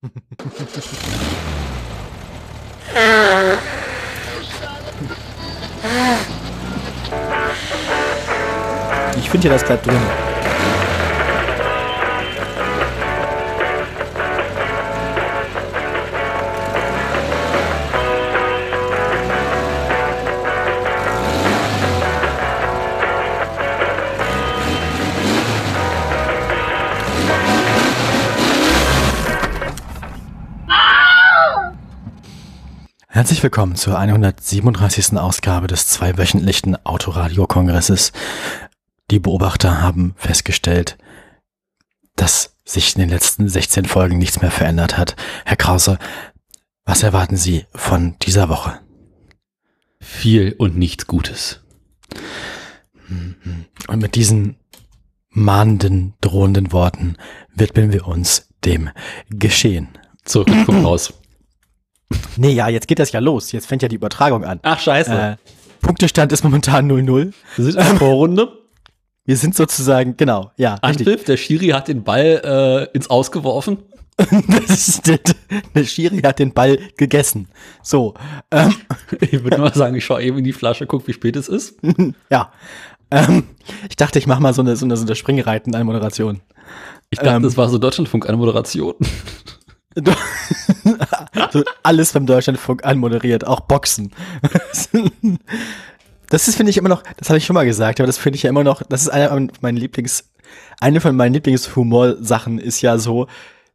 Ich finde ja, das bleibt drin. Herzlich willkommen zur 137. Ausgabe des zweiwöchentlichen Autoradio-Kongresses. Die Beobachter haben festgestellt, dass sich in den letzten 16 Folgen nichts mehr verändert hat. Herr Krause, was erwarten Sie von dieser Woche? Viel und nichts Gutes. Und mit diesen mahnenden, drohenden Worten widmen wir uns dem Geschehen. Zurück und guck raus. Nee, ja, jetzt geht das ja los. Jetzt fängt ja die Übertragung an. Ach, scheiße. Punktestand ist momentan 0-0. Wir sind in der Vorrunde. Wir sind sozusagen, genau, ja. Anpfiff, der Schiri hat den Ball ins Aus geworfen. Der Schiri hat den Ball gegessen. So. Ich würde mal sagen, ich schaue eben in die Flasche, guck, wie spät es ist. Ja. Ich dachte, ich mache mal so eine Springreiten-Anmoderation. Ich dachte, das war so Deutschlandfunk-Anmoderation. So alles beim Deutschlandfunk anmoderiert, auch Boxen. Das ist, finde ich, immer noch, das habe ich schon mal gesagt, aber das finde ich ja immer noch, das ist eine von meinen Lieblingshumorsachen ist ja so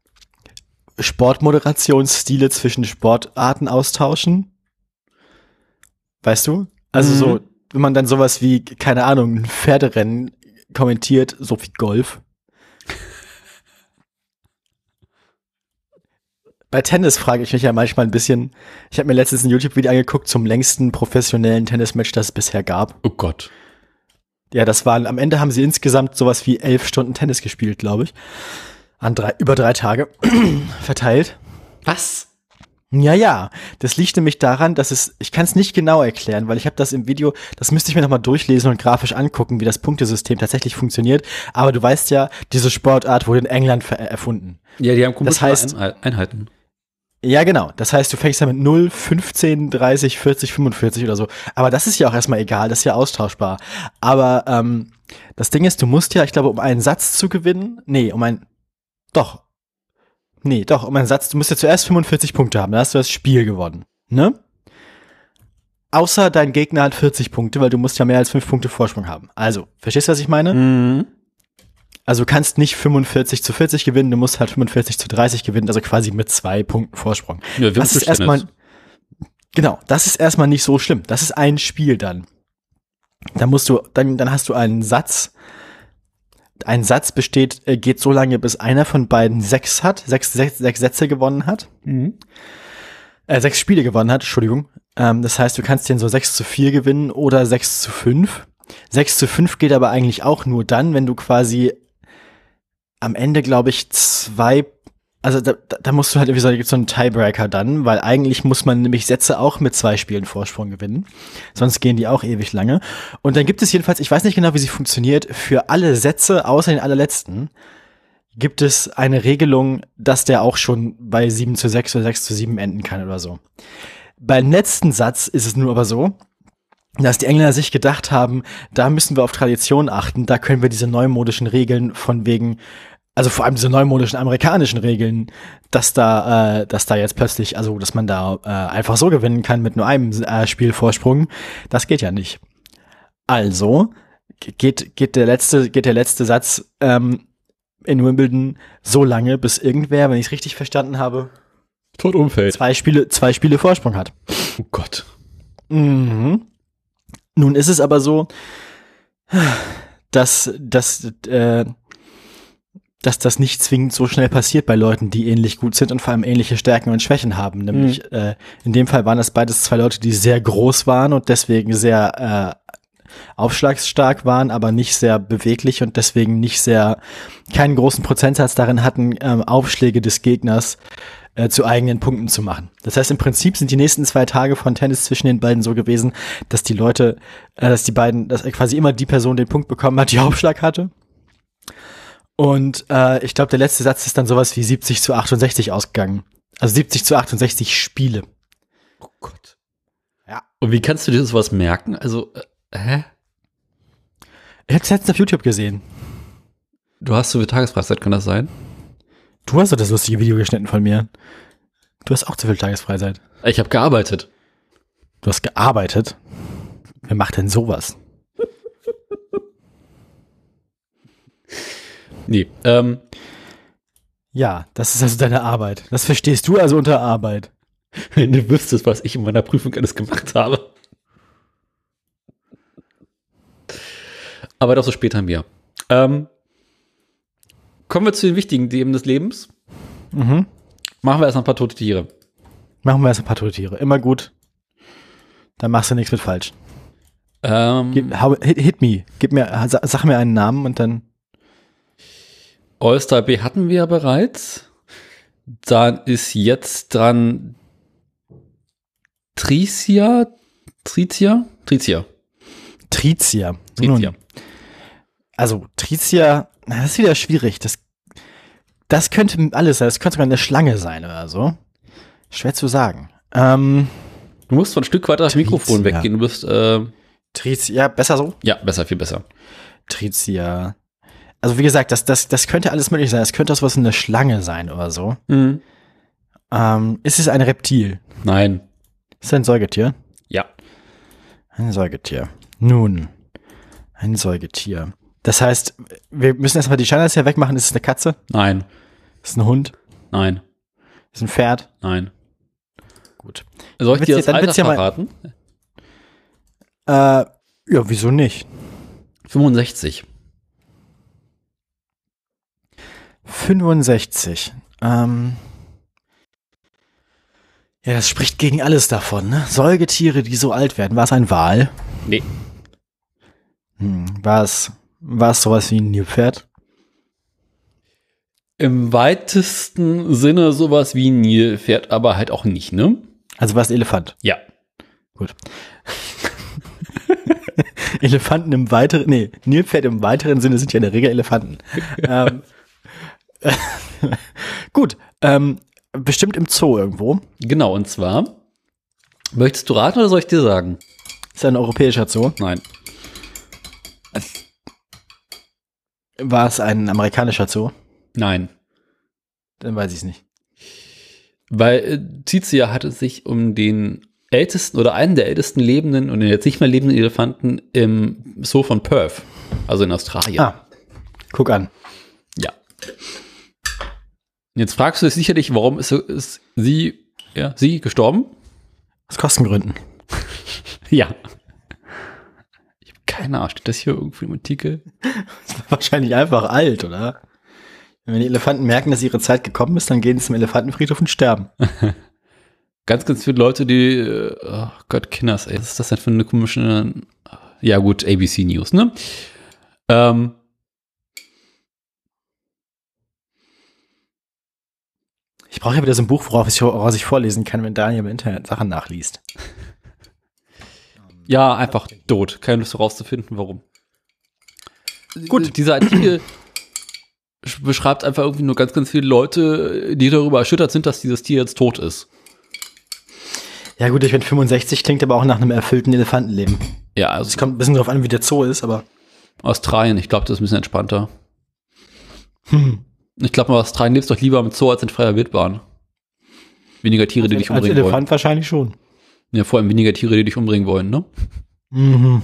Sportmoderationsstile zwischen Sportarten austauschen. Weißt du? Also so, wenn man dann sowas wie, keine Ahnung, ein Pferderennen kommentiert, so wie Golf. Bei Tennis frage ich mich ja manchmal ein bisschen, ich habe mir letztens ein YouTube-Video angeguckt zum längsten professionellen Tennismatch, das es bisher gab. Oh Gott. Ja, am Ende haben sie insgesamt sowas wie 11 Stunden Tennis gespielt, glaube ich. Über 3 Tage verteilt. Was? Ja, das liegt nämlich daran, ich kann es nicht genau erklären, weil ich habe das im Video, das müsste ich mir nochmal durchlesen und grafisch angucken, wie das Punktesystem tatsächlich funktioniert. Aber du weißt ja, diese Sportart wurde in England erfunden. Ja, die haben komplexe Einheiten. Ja, genau. Das heißt, du fängst ja mit 0, 15, 30, 40, 45 oder so. Aber das ist ja auch erstmal egal, das ist ja austauschbar. Aber das Ding ist, du musst ja, ich glaube, um einen Satz zu gewinnen, um einen Satz, du musst ja zuerst 45 Punkte haben, dann hast du das Spiel gewonnen, ne? Außer dein Gegner hat 40 Punkte, weil du musst ja mehr als 5 Punkte Vorsprung haben. Also, verstehst du, was ich meine? Mhm. Also du kannst nicht 45-40 gewinnen, du musst halt 45-30 gewinnen, also quasi mit 2 Punkten Vorsprung. Ja, das ist erstmal nicht so schlimm. Das ist ein Spiel dann. Dann hast du einen Satz. Ein Satz geht so lange, bis einer von beiden 6 Sätze gewonnen hat. 6 Spiele gewonnen hat, Entschuldigung. Das heißt, du kannst den so 6-4 gewinnen oder 6-5. 6-5 geht aber eigentlich auch nur dann, wenn du quasi am Ende, glaube ich, da musst du halt irgendwie gibt's so einen Tiebreaker dann, weil eigentlich muss man nämlich Sätze auch mit 2 Spielen Vorsprung gewinnen. Sonst gehen die auch ewig lange. Und dann gibt es jedenfalls, ich weiß nicht genau, wie sie funktioniert, für alle Sätze, außer den allerletzten, gibt es eine Regelung, dass der auch schon bei 7-6 oder 6-7 enden kann oder so. Beim letzten Satz ist es nur aber so, dass die Engländer sich gedacht haben, da müssen wir auf Tradition achten, da können wir diese neumodischen Regeln von wegen, also vor allem diese neumodischen amerikanischen Regeln, dass da jetzt plötzlich, also dass man da einfach so gewinnen kann mit nur einem Spielvorsprung, das geht ja nicht. Also geht der letzte Satz in Wimbledon so lange, bis irgendwer, wenn ich es richtig verstanden habe, tot umfällt. 2 Spiele Vorsprung hat. Oh Gott. Mhm. Nun ist es aber so, dass das nicht zwingend so schnell passiert bei Leuten, die ähnlich gut sind und vor allem ähnliche Stärken und Schwächen haben. Nämlich in dem Fall waren das beides 2 Leute, die sehr groß waren und deswegen sehr aufschlagsstark waren, aber nicht sehr beweglich und deswegen keinen großen Prozentsatz darin hatten, Aufschläge des Gegners zu eigenen Punkten zu machen. Das heißt, im Prinzip sind die nächsten 2 Tage von Tennis zwischen den beiden so gewesen, dass dass quasi immer die Person den Punkt bekommen hat, die Aufschlag hatte. Und ich glaube, der letzte Satz ist dann sowas wie 70-68 ausgegangen. Also 70-68 Spiele. Oh Gott. Ja. Und wie kannst du dir sowas merken? Also, hä? Ich hab's letztens auf YouTube gesehen. Du hast so viel Tagesfreizeit, kann das sein? Du hast doch das lustige Video geschnitten von mir. Du hast auch zu viel Tagesfreizeit. Ich habe gearbeitet. Du hast gearbeitet? Wer macht denn sowas? Nee, Ja, das ist also deine Arbeit. Das verstehst du also unter Arbeit. wenn du wüsstest, was ich in meiner Prüfung alles gemacht habe. Aber das so später mehr. Kommen wir zu den wichtigen Themen des Lebens. Mhm. Machen wir erst ein paar tote Tiere. Machen wir erst ein paar tote Tiere. Immer gut. Dann machst du nichts mit falsch. Hit me. Sag mir einen Namen und dann. All-Star B hatten wir ja bereits. Dann ist jetzt dran Tricia. Nun, also Tricia, das ist wieder schwierig. Das könnte alles sein. Das könnte sogar eine Schlange sein oder so. Schwer zu sagen. Du musst von ein Stück weiter das Tricia. Mikrofon weggehen. Du bist Tricia, besser so? ja, besser, viel besser. Tricia. Also wie gesagt, das könnte alles möglich sein. Das könnte auch sowas wie eine Schlange sein oder so. Mhm. Ist es ein Reptil? Nein. Ist es ein Säugetier? Ja. Ein Säugetier. Nun, ein Säugetier. Das heißt, wir müssen erstmal die Scheinwerfer hier wegmachen. Ist es eine Katze? Nein. Ist es ein Hund? Nein. Ist es ein Pferd? Nein. Gut. Soll ich dir das Dann Alter wird's ja mal- verraten? Ja, wieso nicht? 65. 65. Ja, das spricht gegen alles davon, ne? Säugetiere, die so alt werden. War es ein Wal? Nee. War es sowas wie ein Nilpferd? Im weitesten Sinne sowas wie ein Nilpferd, aber halt auch nicht, ne? Also war es ein Elefant? Ja. Gut. Elefanten im weiteren, Nilpferd im weiteren Sinne sind ja in der Regel Elefanten. Gut, bestimmt im Zoo irgendwo. Genau, und zwar, möchtest du raten oder soll ich dir sagen? Ist ein europäischer Zoo. Nein. War es ein amerikanischer Zoo? Nein. Dann weiß ich es nicht. Weil Titia hatte sich um den ältesten oder einen der ältesten lebenden und jetzt nicht mehr lebenden Elefanten im Zoo von Perth, also in Australien. Ah, guck an. Ja. Jetzt fragst du dich sicherlich, warum ist sie gestorben? Aus Kostengründen. Ja. Ich habe keine Ahnung, steht das hier irgendwo im Artikel? Das war wahrscheinlich einfach alt, oder? Wenn die Elefanten merken, dass ihre Zeit gekommen ist, dann gehen sie zum Elefantenfriedhof und sterben. Ganz, ganz viele Leute, die, oh Gott, Kinders, ey, was ist das denn für eine komische, ja gut, ABC News, ne? Ich brauche ja wieder so ein Buch, woraus ich vorlesen kann, wenn Daniel im Internet Sachen nachliest. Ja, einfach tot. Keine Lust herauszufinden, warum. Gut, dieser Artikel beschreibt einfach irgendwie nur ganz, ganz viele Leute, die darüber erschüttert sind, dass dieses Tier jetzt tot ist. Ja gut, ich finde 65 klingt aber auch nach einem erfüllten Elefantenleben. Ja, also Es kommt ein bisschen drauf an, wie der Zoo ist, aber Australien, ich glaube, das ist ein bisschen entspannter. Ich glaube, in Australien lebst du doch lieber im Zoo als in freier Wildbahn. Weniger Tiere, die dich als umbringen Elefant wollen. wahrscheinlich schon. Ja, vor allem weniger Tiere, die dich umbringen wollen, ne? Mhm.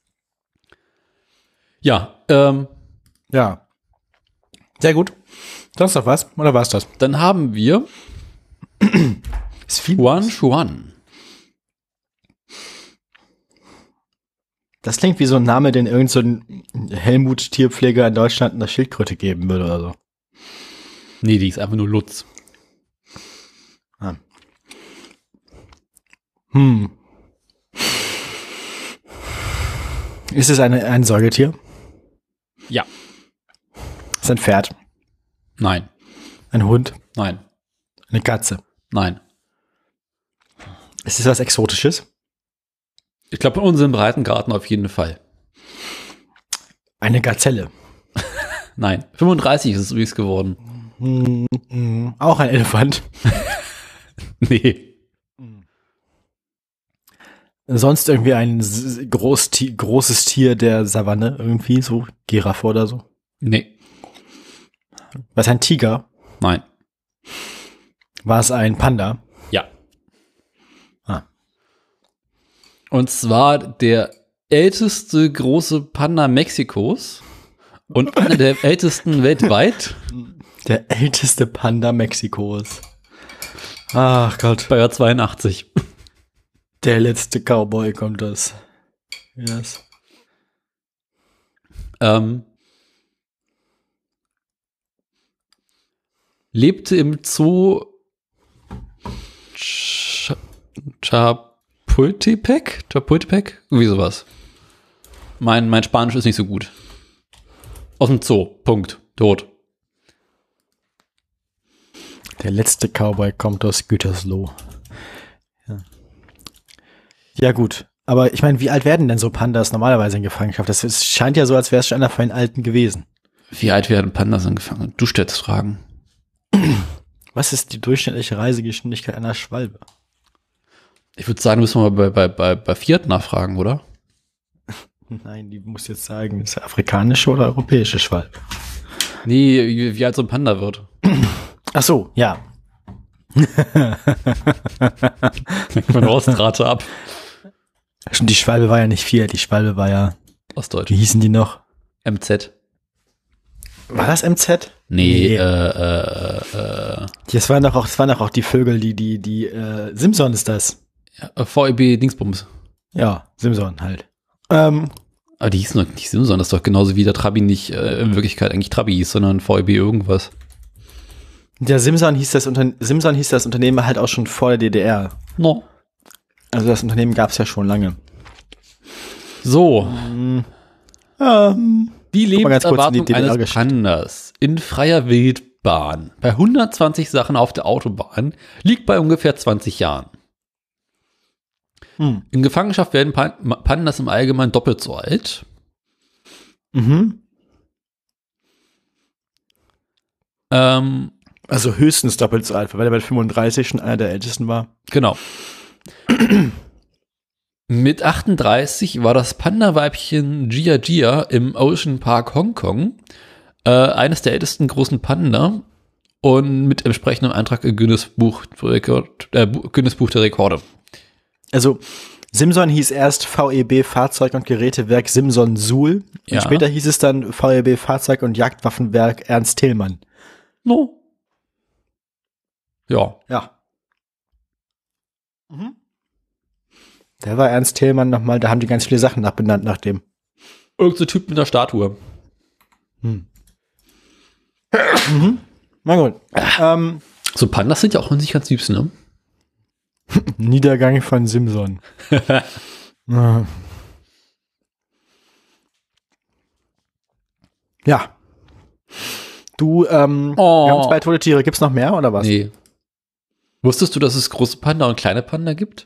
Ja, Ja. Sehr gut. Sonst noch was? Oder war's das? dann haben wir Ist viel. Xuan. Das klingt wie so ein Name, den irgend so ein Helmut-Tierpfleger in Deutschland einer Schildkröte geben würde oder so. Nee, die ist einfach nur Lutz. Ah. Ist es ein Säugetier? Ja. Ist es ein Pferd? Nein. Ein Hund? Nein. Eine Katze? Nein. Ist es was Exotisches? Ich glaube, in unserem Breitengarten auf jeden Fall. Eine Gazelle? Nein, 35 ist es übrigens geworden. Auch ein Elefant. Nee. Sonst irgendwie ein großes Tier der Savanne, irgendwie so, Giraffe oder so. Nee. Was, ein Tiger? Nein. War es ein Panda? Ja. Ah. Und zwar der älteste große Panda Mexikos und einer der ältesten weltweit. Der älteste Panda Mexikos. Ach Gott. Bei Jahr 82. Der letzte Cowboy kommt das. Yes. Lebte im Zoo Chapultepec? Irgendwie sowas. Mein Spanisch ist nicht so gut. Aus dem Zoo. Punkt. Tot. Der letzte Cowboy kommt aus Gütersloh. Ja gut. Aber ich meine, wie alt werden denn so Pandas normalerweise in Gefangenschaft? Das scheint ja so, als wäre es schon einer von den Alten gewesen. Wie alt werden Pandas in Gefangenschaft? Du stellst Fragen. Was ist die durchschnittliche Reisegeschwindigkeit einer Schwalbe? Ich würde sagen, müssen wir mal bei Fiat nachfragen, oder? Nein, die muss jetzt sagen, ist afrikanische oder europäische Schwalbe? Nee, wie alt so ein Panda wird. Ach so, ja. Von Ostrate ab. Die Schwalbe war ja nicht Fiat, die Schwalbe war ja, Ostdeutsch. wie hießen die noch? MZ. War das MZ? Nee, Das waren doch auch die Vögel, die Simson ist das. VEB Dingsbums. Ja, Simson halt. Aber die hießen doch nicht Simson, das ist doch genauso wie der Trabi nicht in Wirklichkeit eigentlich Trabi hieß, sondern VEB irgendwas. Der Simson hieß das Unternehmen halt auch schon vor der DDR. No. Also das Unternehmen gab es ja schon lange. So. Die ganz kurz in die Lebenserwartung DDR eines Pandas in freier Wildbahn bei 120 Sachen auf der Autobahn liegt bei ungefähr 20 Jahren. In Gefangenschaft werden Pandas im Allgemeinen doppelt so alt. Also höchstens doppelt so alt, weil er bei 35 schon einer der ältesten war. Genau. Mit 38 war das Panda-Weibchen Gia Gia im Ocean Park Hongkong eines der ältesten großen Panda und mit entsprechendem Eintrag im Guinness Buch der Rekorde. Also Simson hieß erst VEB Fahrzeug- und Gerätewerk Simson Suhl. Ja. Und später hieß es dann VEB Fahrzeug- und Jagdwaffenwerk Ernst Thälmann. No. Ja. Ja. Der war Ernst Thälmann nochmal, da haben die ganz viele Sachen benannt nach dem. Irgend so Typ mit einer Statue. Na gut. So Pandas sind ja auch in sich ganz süß, ne? Niedergang von Simson. Ja. Du, wir haben 2 tote Tiere. Gibt's noch mehr oder was? Nee. Wusstest du, dass es große Panda und kleine Panda gibt?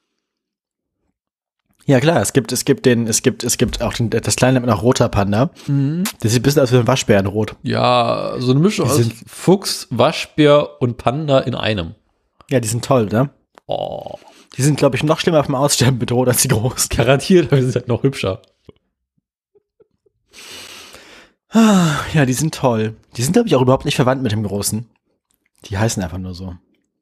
Ja klar, es gibt auch das kleine mit noch roter Panda. Das sieht ein bisschen aus wie ein Waschbärenrot. Ja, so eine Mischung aus Fuchs, Waschbär und Panda in einem. Ja, die sind toll, ne? Oh. Die sind, glaube ich, noch schlimmer vom Aussterben bedroht als die großen. Garantiert, aber sie sind halt noch hübscher. Ja, die sind toll. Die sind, glaube ich, auch überhaupt nicht verwandt mit dem Großen. Die heißen einfach nur so.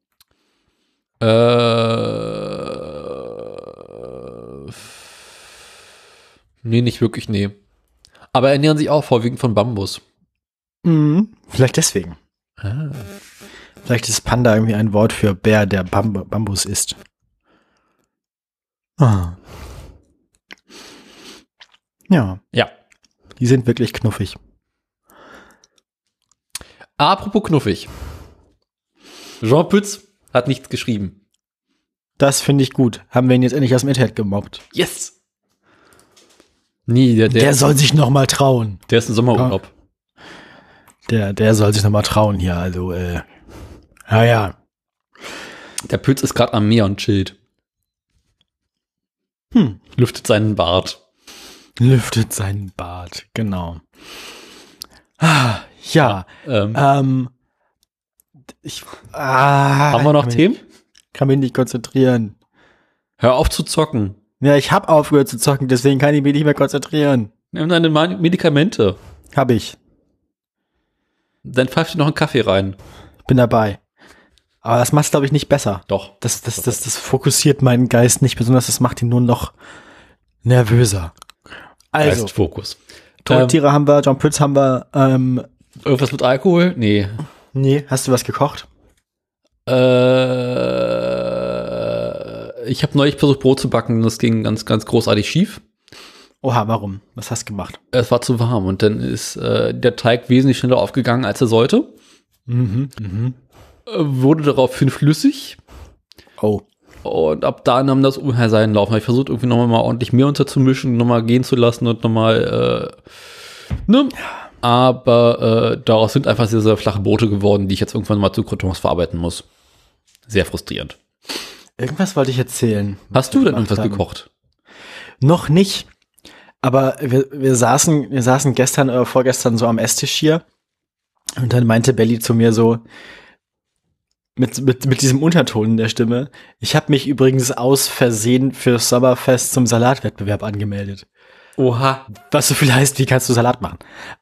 Nee, nicht wirklich, nee. Aber ernähren sich auch vorwiegend von Bambus. Vielleicht deswegen. Vielleicht ist Panda irgendwie ein Wort für Bär, der Bambus isst. Ja. Ja. Die sind wirklich knuffig. Apropos knuffig. Jean Pütz hat nichts geschrieben. Das finde ich gut. Haben wir ihn jetzt endlich aus dem Internet gemobbt. Yes! Nee, der soll sich noch mal trauen. Der ist ein Sommerurlaub. Der soll sich noch mal trauen hier. Also, ja. Der Pütz ist gerade am Meer und chillt. Lüftet seinen Bart. Lüftet seinen Bart, genau. Ja. Haben wir noch Themen? Kann mich nicht konzentrieren. Hör auf zu zocken. Ja, ich habe aufgehört zu zocken, deswegen kann ich mich nicht mehr konzentrieren. Nimm deine Medikamente. Hab ich. Dann pfeift dir noch einen Kaffee rein. Ich bin dabei. Aber das macht's, glaube ich, nicht besser. Doch. Das fokussiert meinen Geist nicht besonders, das macht ihn nur noch nervöser. Also, Geistfokus. Totiere haben wir, John Pütz haben wir, Irgendwas mit Alkohol? Nee. nee, hast du was gekocht? Ich habe neulich versucht, Brot zu backen. Das ging ganz, ganz großartig schief. Oha, warum? Was hast du gemacht? Es war zu warm und dann ist der Teig wesentlich schneller aufgegangen, als er sollte. Wurde daraufhin flüssig. Oh. Und ab da nahm das Unheil seinen Lauf. Ich versucht irgendwie nochmal mal ordentlich mehr unterzumischen, nochmal gehen zu lassen und nochmal, ne? Aber daraus sind einfach sehr, sehr flache Brote geworden, die ich jetzt irgendwann mal zu Croutons verarbeiten muss. Sehr frustrierend. Irgendwas wollte ich erzählen. Hast du denn irgendwas gekocht? Noch nicht. Aber wir saßen gestern oder vorgestern so am Esstisch hier. Und dann meinte Belly zu mir so, mit diesem Unterton in der Stimme, ich habe mich übrigens aus Versehen fürs Sommerfest zum Salatwettbewerb angemeldet. Oha. Was so viel heißt, wie kannst du Salat machen?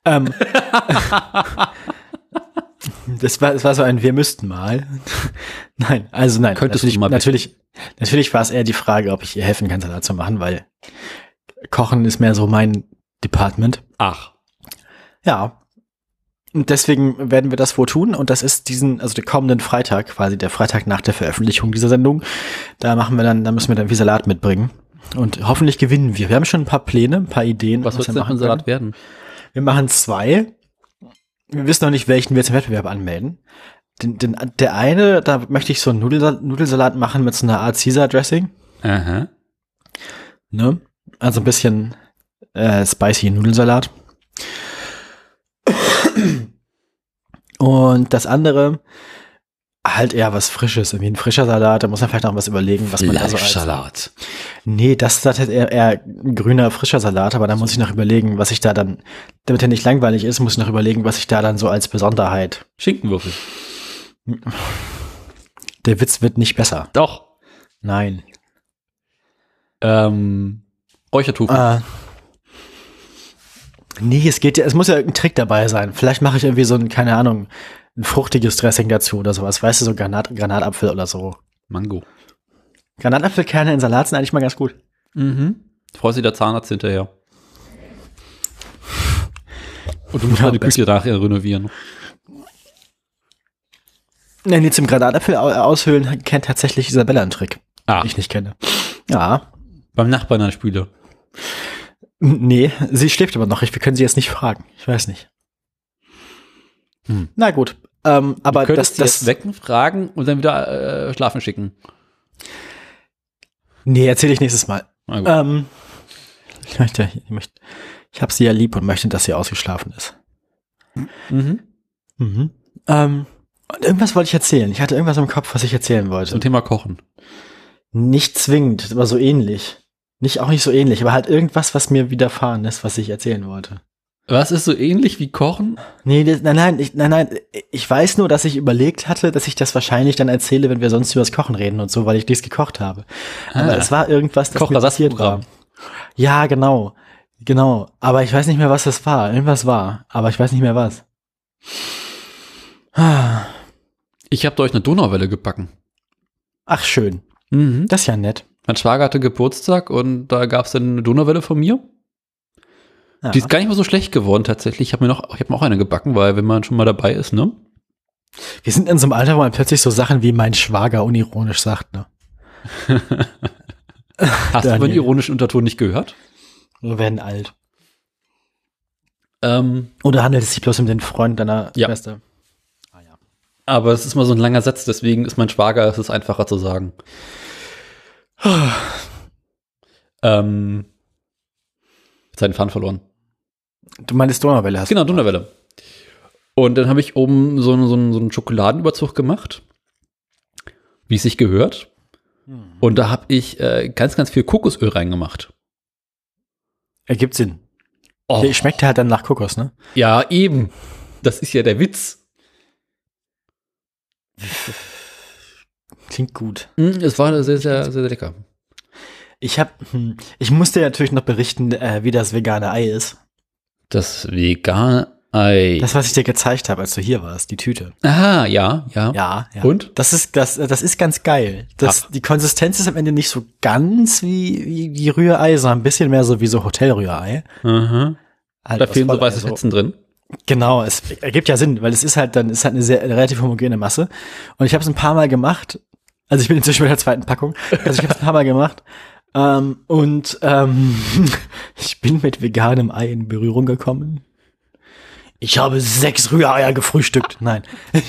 Das war so ein, wir müssten mal. Nein. Könntest du mal natürlich war es eher die Frage, ob ich ihr helfen kann, Salat zu machen, weil Kochen ist mehr so mein Department. Ach. Ja. Und deswegen werden wir das wohl tun. Und das ist den kommenden Freitag, quasi der Freitag nach der Veröffentlichung dieser Sendung. Da müssen wir dann wie Salat mitbringen. Und hoffentlich gewinnen wir. Wir haben schon ein paar Pläne, ein paar Ideen. Was wird denn für ein Salat werden? Wir machen 2. Wir wissen noch nicht, welchen wir zum Wettbewerb anmelden. Der eine, da möchte ich so einen Nudelsalat machen mit so einer Art Caesar-Dressing. Aha. Ne? Also ein bisschen spicy Nudelsalat. Und das andere, halt eher was Frisches, irgendwie ein frischer Salat, da muss man vielleicht noch was überlegen, was man da so als... Salat. Nee, das ist eher ein grüner, frischer Salat, aber da muss ich noch überlegen, was ich da dann, damit er nicht langweilig ist, muss ich noch überlegen, was ich da dann so als Besonderheit... Schinkenwürfel. Der Witz wird nicht besser. Doch. Nein. Räuchertofu. Nee, es muss ja irgendein Trick dabei sein. Vielleicht mache ich irgendwie so ein fruchtiges Dressing dazu oder sowas. Weißt du, so Granatapfel oder so. Mango. Granatapfelkerne in Salat sind eigentlich mal ganz gut. Freust du der Zahnarzt hinterher. Und du musst mal die Küche nachher renovieren. Nee, zum Granatapfel aushöhlen kennt tatsächlich Isabella einen Trick, den ich nicht kenne. Ja. Beim Nachbarn an der Spüle. Nee, sie schläft aber noch. Wir können sie jetzt nicht fragen. Ich weiß nicht. Na gut. Aber das wecken, fragen und dann wieder schlafen schicken. Nee, erzähle ich nächstes Mal. Ich habe sie ja lieb und möchte, dass sie ausgeschlafen ist. Und irgendwas wollte ich erzählen. Ich hatte irgendwas im Kopf, was ich erzählen wollte. Zum Thema Kochen. Nicht zwingend, aber so ähnlich. Auch nicht so ähnlich, aber halt irgendwas, was mir widerfahren ist, was ich erzählen wollte. Was ist so ähnlich wie Kochen? Nee, nein. Ich weiß nur, dass ich überlegt hatte, dass ich das wahrscheinlich dann erzähle, wenn wir sonst über das Kochen reden und so, weil ich dies gekocht habe. Aber es war irgendwas, das mir passiert war. Ja, genau. Aber ich weiß nicht mehr, was das war. Irgendwas war, aber ich weiß nicht mehr was. Ich habe durch eine Donauwelle gebacken. Ach, schön. Das ist ja nett. Mein Schwager hatte Geburtstag und da gab es dann eine Donauwelle von mir. Ja. Die ist gar nicht mal so schlecht geworden tatsächlich. Ich hab mir auch eine gebacken, weil wenn man schon mal dabei ist, ne? Wir sind in so einem Alter, wo man plötzlich so Sachen wie mein Schwager unironisch sagt, ne? Hast du den ironischen Unterton nicht gehört? Wir werden alt. Oder handelt es sich bloß um den Freund deiner Schwester? Ja. Aber es ist mal so ein langer Satz, deswegen ist mein Schwager, es ist einfacher zu sagen. Seinen Faden verloren. Du meinst Donauwelle hast du? Genau, Donauwelle. Und dann habe ich oben so einen Schokoladenüberzug gemacht, wie es sich gehört. Und da habe ich ganz, ganz viel Kokosöl reingemacht. Ergibt Sinn. Oh. Der schmeckt halt dann nach Kokos, ne? Ja, eben. Das ist ja der Witz. Klingt gut. Es war sehr, sehr, sehr, sehr lecker. Ich musste ja natürlich noch berichten, wie das vegane Ei ist. Das vegane Ei. Das, was ich dir gezeigt habe, als du hier warst, die Tüte. Aha, ja. Ja. Und? Das ist ganz geil. Die Konsistenz ist am Ende nicht so ganz wie Rührei, sondern ein bisschen mehr so wie so Hotelrührei. Aha. Halt Da fehlen so weiße also, Fetzen drin. Genau, es ergibt ja Sinn, weil es ist halt eine sehr relativ homogene Masse. Und ich habe es ein paar Mal gemacht. Also ich bin inzwischen bei der zweiten Packung. Also ich habe es ein paar Mal gemacht. Ich bin mit veganem Ei in Berührung gekommen. Ich habe 6 Rühreier gefrühstückt. Nein.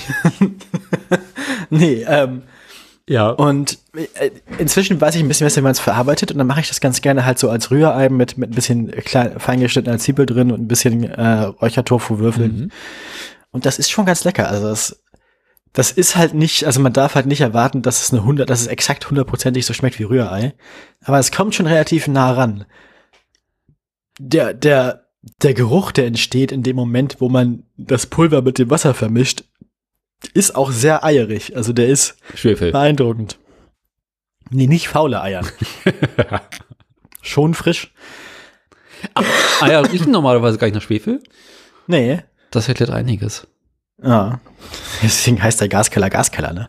Nee, Ja. und inzwischen weiß ich ein bisschen besser, wie man es verarbeitet. Und dann mache ich das ganz gerne halt so als Rührei mit ein bisschen fein geschnittener Zwiebel drin und ein bisschen Räuchertofu-Würfeln. Und das ist schon ganz lecker. Also das ist halt nicht, also man darf halt nicht erwarten, dass es exakt 100%ig so schmeckt wie Rührei. Aber es kommt schon relativ nah ran. Der Geruch, der entsteht in dem Moment, wo man das Pulver mit dem Wasser vermischt, ist auch sehr eierig. Also der ist Schwefel. beeindruckend. Nee, nicht faule Eier. Schon frisch. Eier riechen normalerweise gar nicht nach Schwefel. Nee. Das erklärt einiges. Ja. Deswegen heißt der Gaskeller Gaskeller, ne?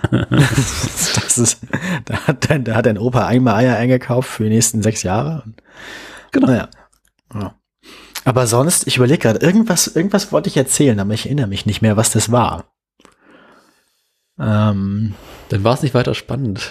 Da hat dein Opa einmal Eier eingekauft für die nächsten 6 Jahre. Genau. Naja. Ja. Aber sonst, ich überlege gerade, irgendwas wollte ich erzählen, aber ich erinnere mich nicht mehr, was das war. Dann war es nicht weiter spannend.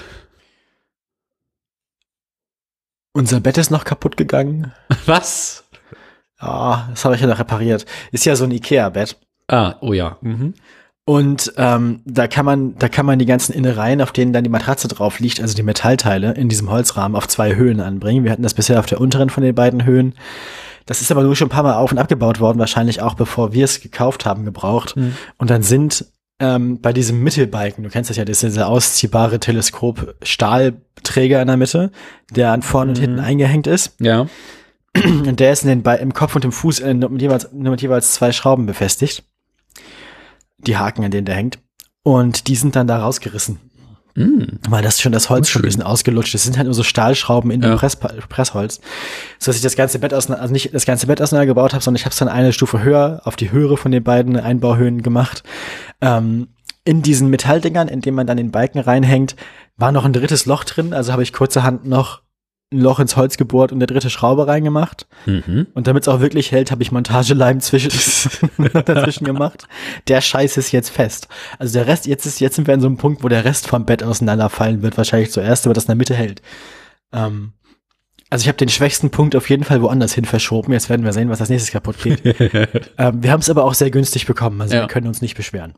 Unser Bett ist noch kaputt gegangen. Was? Ja, das habe ich ja noch repariert. Ist ja so ein Ikea-Bett. Oh ja. Mhm. Und da kann man die ganzen Innereien, auf denen dann die Matratze drauf liegt, also die Metallteile in diesem Holzrahmen auf 2 Höhen anbringen. Wir hatten das bisher auf der unteren von den beiden Höhen. Das ist aber nur schon ein paar Mal auf- und abgebaut worden, wahrscheinlich auch bevor wir es gekauft haben, gebraucht. Und dann sind bei diesem Mittelbalken, du kennst das ja, das ist dieser ausziehbare Teleskop-Stahlträger in der Mitte, der an vorne und hinten eingehängt ist. Ja. Und der ist im Kopf und im Fuß nur mit jeweils 2 Schrauben befestigt. Die Haken, an denen der hängt. Und die sind dann da rausgerissen. Weil das Holz schon ein bisschen ausgelutscht ist. Das sind halt nur so Stahlschrauben in dem Pressholz. So dass ich das ganze Bett nicht das ganze Bett auseinandergebaut habe, sondern ich habe es dann eine Stufe höher, auf die Höhere von den beiden Einbauhöhen gemacht. In diesen Metalldingern, in denen man dann den Balken reinhängt, war noch ein drittes Loch drin. Also habe ich kurzerhand noch ein Loch ins Holz gebohrt und eine 3. Schraube reingemacht. Und damit es auch wirklich hält, habe ich Montageleim dazwischen gemacht. Der Scheiß ist jetzt fest. Also der Rest, jetzt sind wir an so einem Punkt, wo der Rest vom Bett auseinanderfallen wird, wahrscheinlich zuerst, aber das in der Mitte hält. Also ich habe den schwächsten Punkt auf jeden Fall woanders hin verschoben. Jetzt werden wir sehen, was als nächstes kaputt geht. Wir haben es aber auch sehr günstig bekommen, also wir können uns nicht beschweren.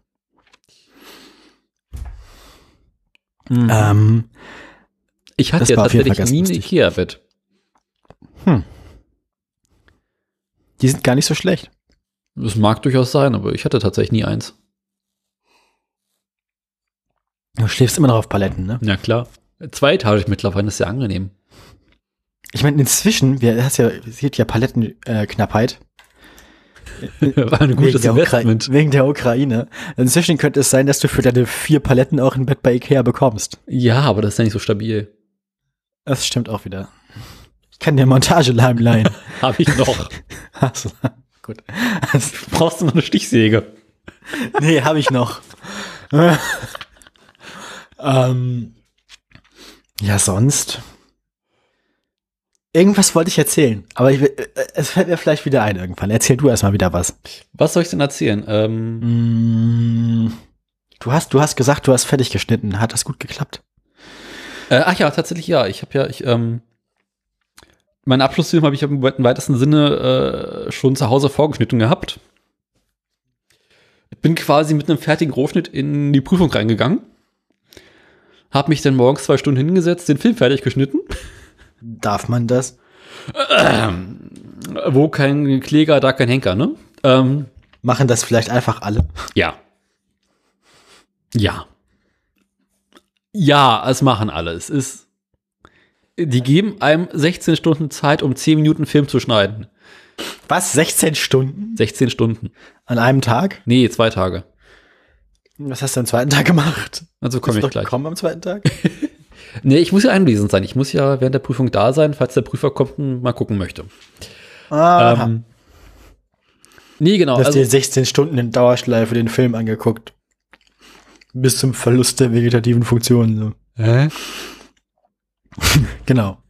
Ich hatte Das ja war auf jeden tatsächlich Fall nie ein ganz lustig. Ikea-Bett. Die sind gar nicht so schlecht. Das mag durchaus sein, aber ich hatte tatsächlich nie eins. Du schläfst immer noch auf Paletten, ne? Ja, klar. 2-etagig mittlerweile ist sehr angenehm. Ich meine, inzwischen, es gibt ja Palettenknappheit. War ein gutes Investment. Wegen der Ukraine. Inzwischen könnte es sein, dass du für deine 4 Paletten auch ein Bett bei Ikea bekommst. Ja, aber das ist ja nicht so stabil. Das stimmt auch wieder. Ich kann dir Montageleim leihen. Habe ich noch. Achso, gut. Brauchst du noch eine Stichsäge? Nee, habe ich noch. Ja, sonst. Irgendwas wollte ich erzählen, aber es fällt mir vielleicht wieder ein irgendwann. Erzähl du erstmal wieder was. Was soll ich denn erzählen? Du hast gesagt, du hast fertig geschnitten. Hat das gut geklappt? Ach ja, tatsächlich ja. Meinen Abschlussfilm habe ich im weitesten Sinne schon zu Hause vorgeschnitten gehabt. Ich bin quasi mit einem fertigen Rohschnitt in die Prüfung reingegangen. Hab mich dann morgens 2 Stunden hingesetzt, den Film fertig geschnitten. Darf man das? Wo kein Kläger, da kein Henker, ne? Machen das vielleicht einfach alle? Ja. Ja. Ja, es machen alle. Die geben einem 16 Stunden Zeit, um 10 Minuten Film zu schneiden. Was? 16 Stunden? 16 Stunden. An einem Tag? Nee, 2 Tage. Was hast du am zweiten Tag gemacht? Also komme ich gleich. Komm am zweiten Tag? Nee, ich muss ja anwesend sein. Ich muss ja während der Prüfung da sein, falls der Prüfer kommt und mal gucken möchte. Nee, genau. Du hast dir 16 Stunden in Dauerschleife den Film angeguckt. Bis zum Verlust der vegetativen Funktionen. So. Hä? Genau.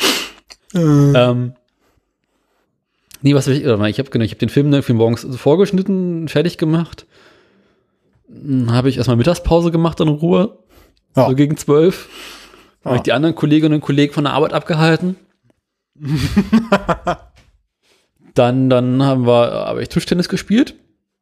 Nee, was will ich habe den Film irgendwie morgens vorgeschnitten, fertig gemacht. Dann habe ich erstmal Mittagspause gemacht in Ruhe. Ja. So gegen 12. Habe ich die anderen Kolleginnen und Kollegen von der Arbeit abgehalten. Dann habe ich Tischtennis gespielt.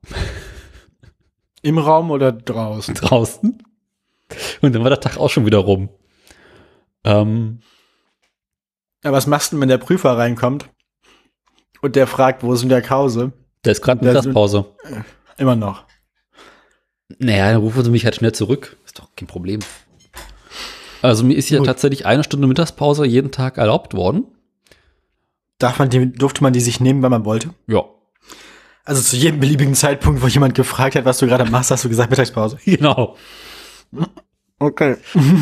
Im Raum oder draußen? Draußen. Und dann war der Tag auch schon wieder rum. Ja, was machst du denn, wenn der Prüfer reinkommt und der fragt, wo ist denn der Krause? Der ist gerade Mittagspause. Immer noch. Naja, dann rufen sie mich halt schnell zurück. Ist doch kein Problem. Also mir ist ja tatsächlich 1 Stunde Mittagspause jeden Tag erlaubt worden. Durfte man die sich nehmen, wenn man wollte? Ja. Also zu jedem beliebigen Zeitpunkt, wo jemand gefragt hat, was du gerade machst, hast du gesagt Mittagspause. Genau. Okay.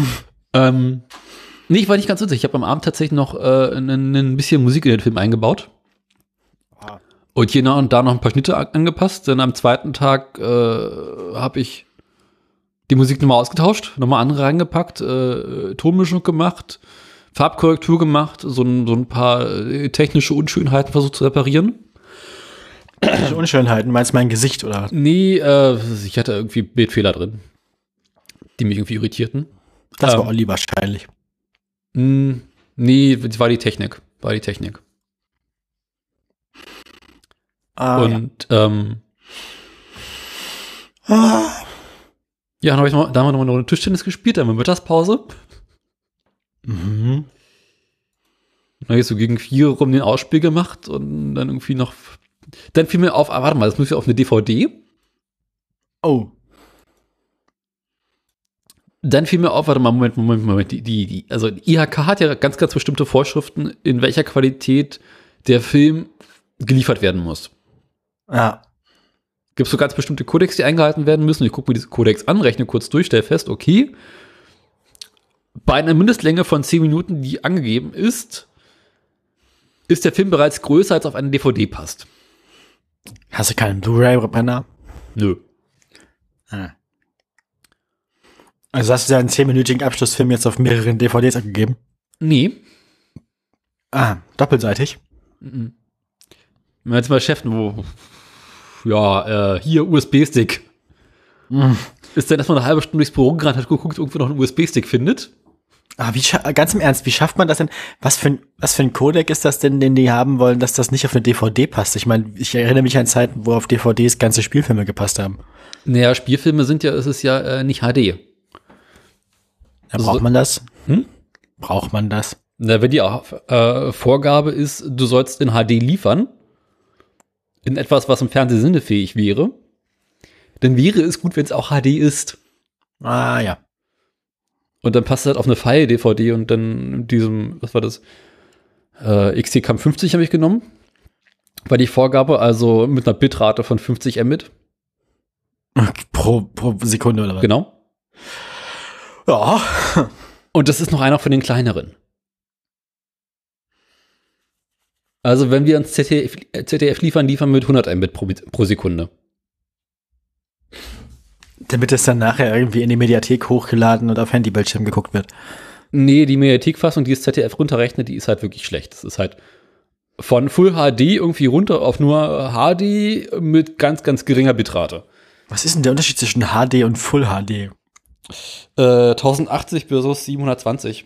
Nee, ich war nicht ganz witzig. Ich habe am Abend tatsächlich noch ein bisschen Musik in den Film eingebaut. Und hier und da noch ein paar Schnitte angepasst. Dann am zweiten Tag habe ich die Musik nochmal ausgetauscht, nochmal andere reingepackt, Tonmischung gemacht, Farbkorrektur gemacht, so ein paar technische Unschönheiten versucht zu reparieren. Technische Unschönheiten? Meinst du mein Gesicht, oder? Nee, ich hatte irgendwie Bildfehler drin, die mich irgendwie irritierten. Das war Olli wahrscheinlich. Nee, war die Technik. Und ja, dann haben wir noch eine Tischtennis gespielt, dann haben wir Mittagspause. Mhm. Dann habe ich so gegen 4 rum den Ausspiel gemacht und dann irgendwie noch. Dann fiel mir auf, warte mal, das muss ja auf eine DVD. Oh. Dann fiel mir auf, warte mal, Moment. Also die IHK hat ja ganz, ganz bestimmte Vorschriften, in welcher Qualität der Film geliefert werden muss. Ja. Gibt es so ganz bestimmte Codecs, die eingehalten werden müssen. Ich gucke mir diese Codecs an, rechne kurz durch, stelle fest, okay, bei einer Mindestlänge von 10 Minuten, die angegeben ist der Film bereits größer, als auf eine DVD passt. Hast du keinen Blu-ray-Brenner? Nö. Also hast du ja einen 10-minütigen Abschlussfilm jetzt auf mehreren DVDs abgegeben? Nee. Doppelseitig? Jetzt mal Chefen, wo hier USB-Stick. Ist dann erstmal eine halbe Stunde durchs Büro gerannt, hat geguckt, irgendwo noch einen USB-Stick findet. Ganz im Ernst, wie schafft man das denn? Was für ein Codec ist das denn, den die haben wollen, dass das nicht auf eine DVD passt? Ich meine, ich erinnere mich an Zeiten, wo auf DVDs ganze Spielfilme gepasst haben. Naja, Spielfilme es ist ja nicht HD. Ja, braucht man das? Braucht man das? Na, wenn die Vorgabe ist, du sollst in HD liefern, in etwas, was im Fernsehen sinnefähig wäre, dann wäre es gut, wenn es auch HD ist. Ja. Und dann passt es halt auf eine File-DVD und dann in diesem, was war das? XT-Cam 50 habe ich genommen. War die Vorgabe, also mit einer Bitrate von 50 Mbit. Pro Sekunde oder was? Genau. Ja. Und das ist noch einer von den kleineren. Also wenn wir uns ZDF liefern mit 100 Mbit pro Sekunde. Damit es dann nachher irgendwie in die Mediathek hochgeladen und auf Handybildschirm geguckt wird. Nee, die Mediathek-Fassung, die das ZDF runterrechnet, die ist halt wirklich schlecht. Das ist halt von Full HD irgendwie runter auf nur HD mit ganz, ganz geringer Bitrate. Was ist denn der Unterschied zwischen HD und Full HD? 1080 versus 720.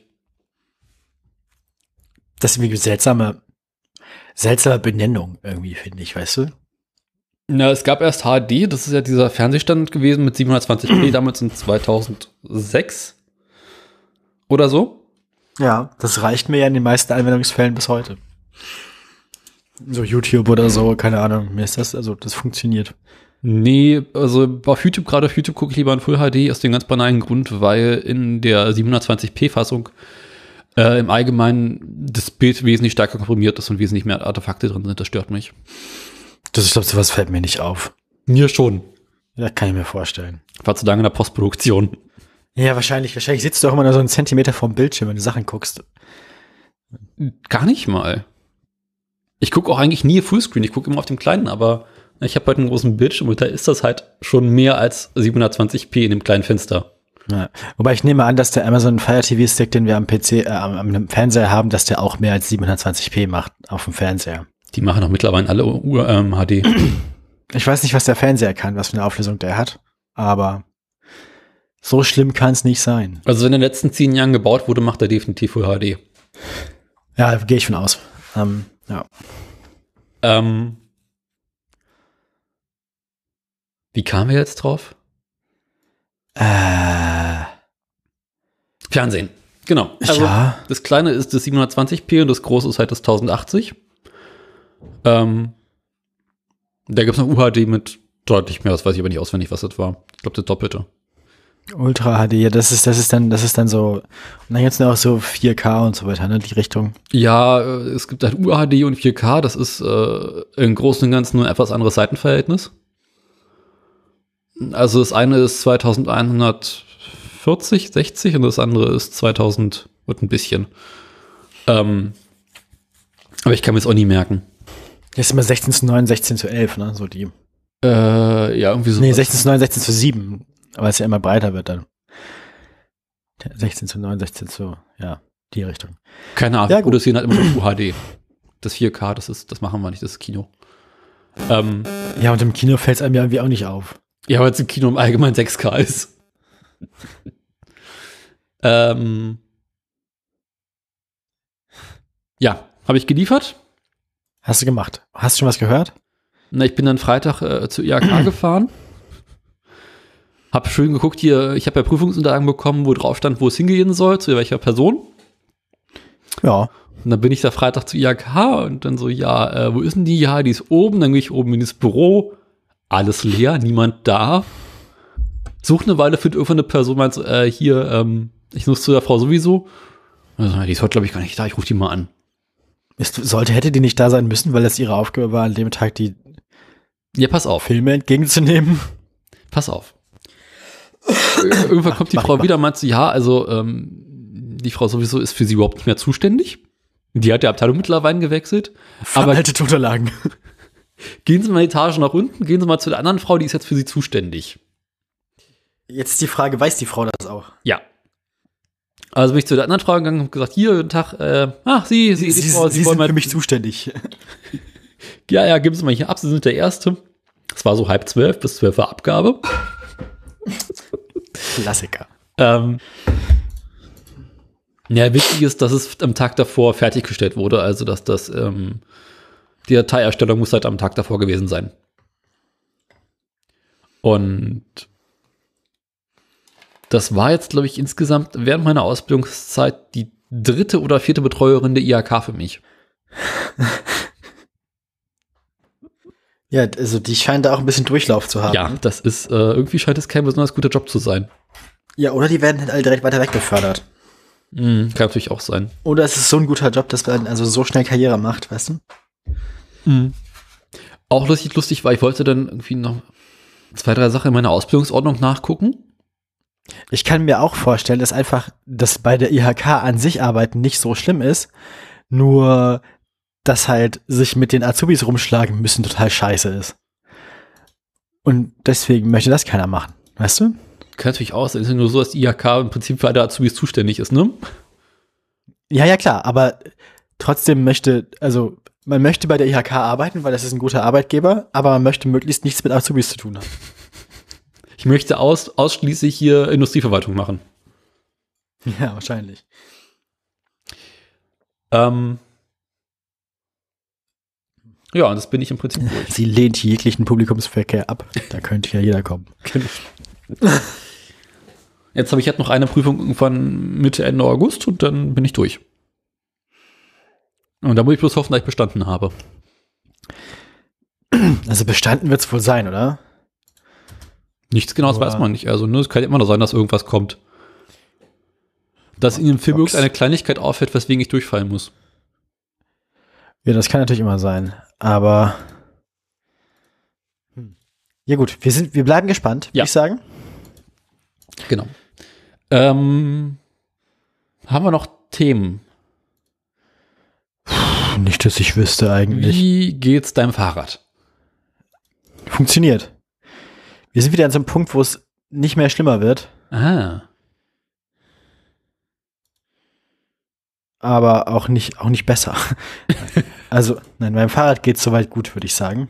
Das ist irgendwie seltsame Benennung irgendwie, finde ich, weißt du? Na, es gab erst HD, das ist ja dieser Fernsehstandard gewesen mit 720p, damals in 2006 oder so. Ja, das reicht mir ja in den meisten Anwendungsfällen bis heute. So YouTube oder so, keine Ahnung, das funktioniert. Nee, also auf YouTube gucke ich lieber in Full HD aus dem ganz banalen Grund, weil in der 720p-Fassung Im Allgemeinen das Bild wesentlich stärker komprimiert ist und wesentlich mehr Artefakte drin sind. Das stört mich. Ich glaube, sowas fällt mir nicht auf. Mir schon. Ja, kann ich mir vorstellen. War zu lange in der Postproduktion. Ja, wahrscheinlich sitzt du auch immer nur so einen Zentimeter vorm Bildschirm, wenn du Sachen guckst. Gar nicht mal. Ich gucke auch eigentlich nie Fullscreen. Ich gucke immer auf dem Kleinen, aber ich habe halt einen großen Bildschirm und da ist das halt schon mehr als 720p in dem kleinen Fenster. Ja. Wobei ich nehme an, dass der Amazon Fire TV Stick, den wir am PC, am Fernseher haben, dass der auch mehr als 720p macht auf dem Fernseher. Die machen auch mittlerweile alle HD. Ich weiß nicht, was der Fernseher kann, was für eine Auflösung der hat, aber so schlimm kann es nicht sein. Also wenn in den letzten 10 Jahren gebaut wurde, macht er definitiv Full HD. Ja, gehe ich von aus. Ja. Wie kamen wir jetzt drauf? Fernsehen. Genau. Also ja. Das kleine ist das 720p und das große ist halt das 1080. Da gibt es noch UHD mit deutlich mehr, das weiß ich aber nicht auswendig, was das war. Ich glaube, das Doppelte. Ultra HD, ja, das ist dann so, und dann gibt's noch so 4K und so weiter, ne, die Richtung. Ja, es gibt halt UHD und 4K, das ist im Großen und Ganzen nur ein etwas anderes Seitenverhältnis. Also das eine ist 2140, 60 und das andere ist 2000 und ein bisschen. Aber ich kann mir es auch nie merken. Das ist immer 16:9, 16:11, ne, so die. Ja, irgendwie so. Nee, 16:9, 16:7, weil es ja immer breiter wird dann. 16:9, ja, die Richtung. Keine Ahnung, ja, gut. Das hier halt immer noch UHD. Das 4K, das machen wir nicht, das ist Kino. Ja, und im Kino fällt es einem ja irgendwie auch nicht auf. Ja, weil es im Kino im Allgemeinen 6K ist. Ja, habe ich geliefert. Hast du gemacht? Hast du schon was gehört? Na, ich bin dann Freitag zur IHK gefahren. Hab schön geguckt hier, ich habe ja Prüfungsunterlagen bekommen, wo drauf stand, wo es hingehen soll, zu welcher Person. Ja. Und dann bin ich da Freitag zur IHK und dann so, ja, wo ist denn die? Ja, die ist oben. Dann gehe ich oben in das Büro. Alles leer, niemand da. Such eine Weile, findet irgendwann eine Person, meint so, hier, ich muss zu der Frau sowieso. Also, die ist heute, glaube ich, gar nicht da, ich rufe die mal an. Hätte die nicht da sein müssen, weil es ihre Aufgabe war, an dem Tag die pass auf. Filme entgegenzunehmen? Pass auf. Irgendwann kommt die Frau wieder und meint so, ja, also die Frau sowieso ist für sie überhaupt nicht mehr zuständig. Die hat die Abteilung mittlerweile gewechselt. Veraltete Unterlagen. Gehen Sie mal eine Etage nach unten, gehen Sie mal zu der anderen Frau, die ist jetzt für Sie zuständig. Jetzt ist die Frage, weiß die Frau das auch? Ja. Also bin ich zu der anderen Frau gegangen und gesagt, hier, guten Tag, Sie sind für mich zuständig. Ja, geben Sie mal hier ab, Sie sind der Erste. Es war so 11:30 bis 12 Uhr Abgabe. Klassiker. Ja, wichtig ist, dass es am Tag davor fertiggestellt wurde, also dass das die Dateierstellung muss halt am Tag davor gewesen sein. Und das war jetzt, glaube ich, insgesamt während meiner Ausbildungszeit die 3. oder 4. Betreuerin der IHK für mich. Ja, also die scheint da auch ein bisschen Durchlauf zu haben. Ja, das ist, irgendwie scheint es kein besonders guter Job zu sein. Ja, oder die werden halt alle direkt weiter weg befördert. Kann natürlich auch sein. Oder es ist so ein guter Job, dass man also so schnell Karriere macht, weißt du? Auch lustig war, ich wollte dann irgendwie noch 2, 3 Sachen in meiner Ausbildungsordnung nachgucken. Ich kann mir auch vorstellen, dass einfach das bei der IHK an sich arbeiten nicht so schlimm ist, nur dass halt sich mit den Azubis rumschlagen müssen total scheiße ist. Und deswegen möchte das keiner machen, weißt du? Kann natürlich auch sein, es ist nur so, dass die IHK im Prinzip für alle Azubis zuständig ist, ne? Ja, klar, aber trotzdem man möchte bei der IHK arbeiten, weil das ist ein guter Arbeitgeber, aber man möchte möglichst nichts mit Azubis zu tun haben. Ich möchte ausschließlich hier Industrieverwaltung machen. Ja, wahrscheinlich. Ja, und das bin ich im Prinzip durch. Sie lehnt jeglichen Publikumsverkehr ab. Da könnte ja jeder kommen. Jetzt habe ich halt noch eine Prüfung irgendwann Mitte, Ende August und dann bin ich durch. Und da muss ich bloß hoffen, dass ich bestanden habe. Also bestanden wird es wohl sein, oder? Nichts Genaues weiß man nicht. Also, ne, es kann immer noch sein, dass irgendwas kommt. Dass in dem Film Box. irgendeine Kleinigkeit auffällt, weswegen ich durchfallen muss. Ja, das kann natürlich immer sein. Aber ja gut, wir bleiben gespannt, würde Ja. ich sagen. Genau. Haben wir noch Themen? Nicht, dass ich wüsste eigentlich. Wie geht's deinem Fahrrad? Funktioniert. Wir sind wieder an so einem Punkt, wo es nicht mehr schlimmer wird, Ah. aber auch nicht besser. Also, nein, beim Fahrrad geht es soweit gut, würde ich sagen.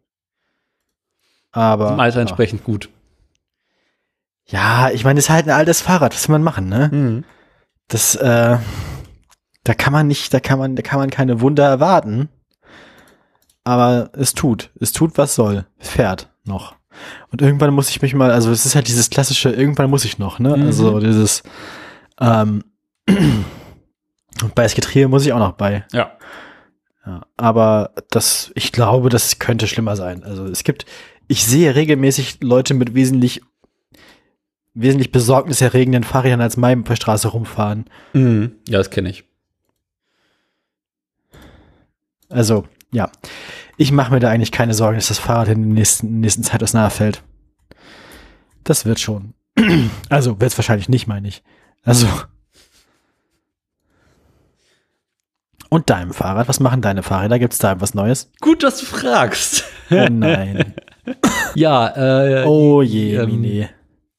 Aber Im Alter entsprechend gut. ja, ich meine, es ist halt ein altes Fahrrad, was will man machen, ne? Das, da kann man keine Wunder erwarten. Aber es tut, was soll. Es fährt noch. Und irgendwann muss ich mich mal, also es ist halt dieses klassische, irgendwann muss ich noch, ne? Also dieses, und bei das Getriebe muss ich auch noch bei. Ja. Ja, aber ich glaube, das könnte schlimmer sein. Also ich sehe regelmäßig Leute mit wesentlich besorgniserregenden Fahrrädern als meinem auf der Straße rumfahren. Ja, das kenne ich. Also, ja. Ich mache mir da eigentlich keine Sorgen, dass das Fahrrad in der nächsten Zeit auseinanderfällt. Das wird schon. Also, wird es wahrscheinlich nicht, meine ich. Also. Und deinem Fahrrad? Was machen deine Fahrräder? Gibt es da was Neues? Gut, dass du fragst. Oh nein. Ja, Oh je, Mine.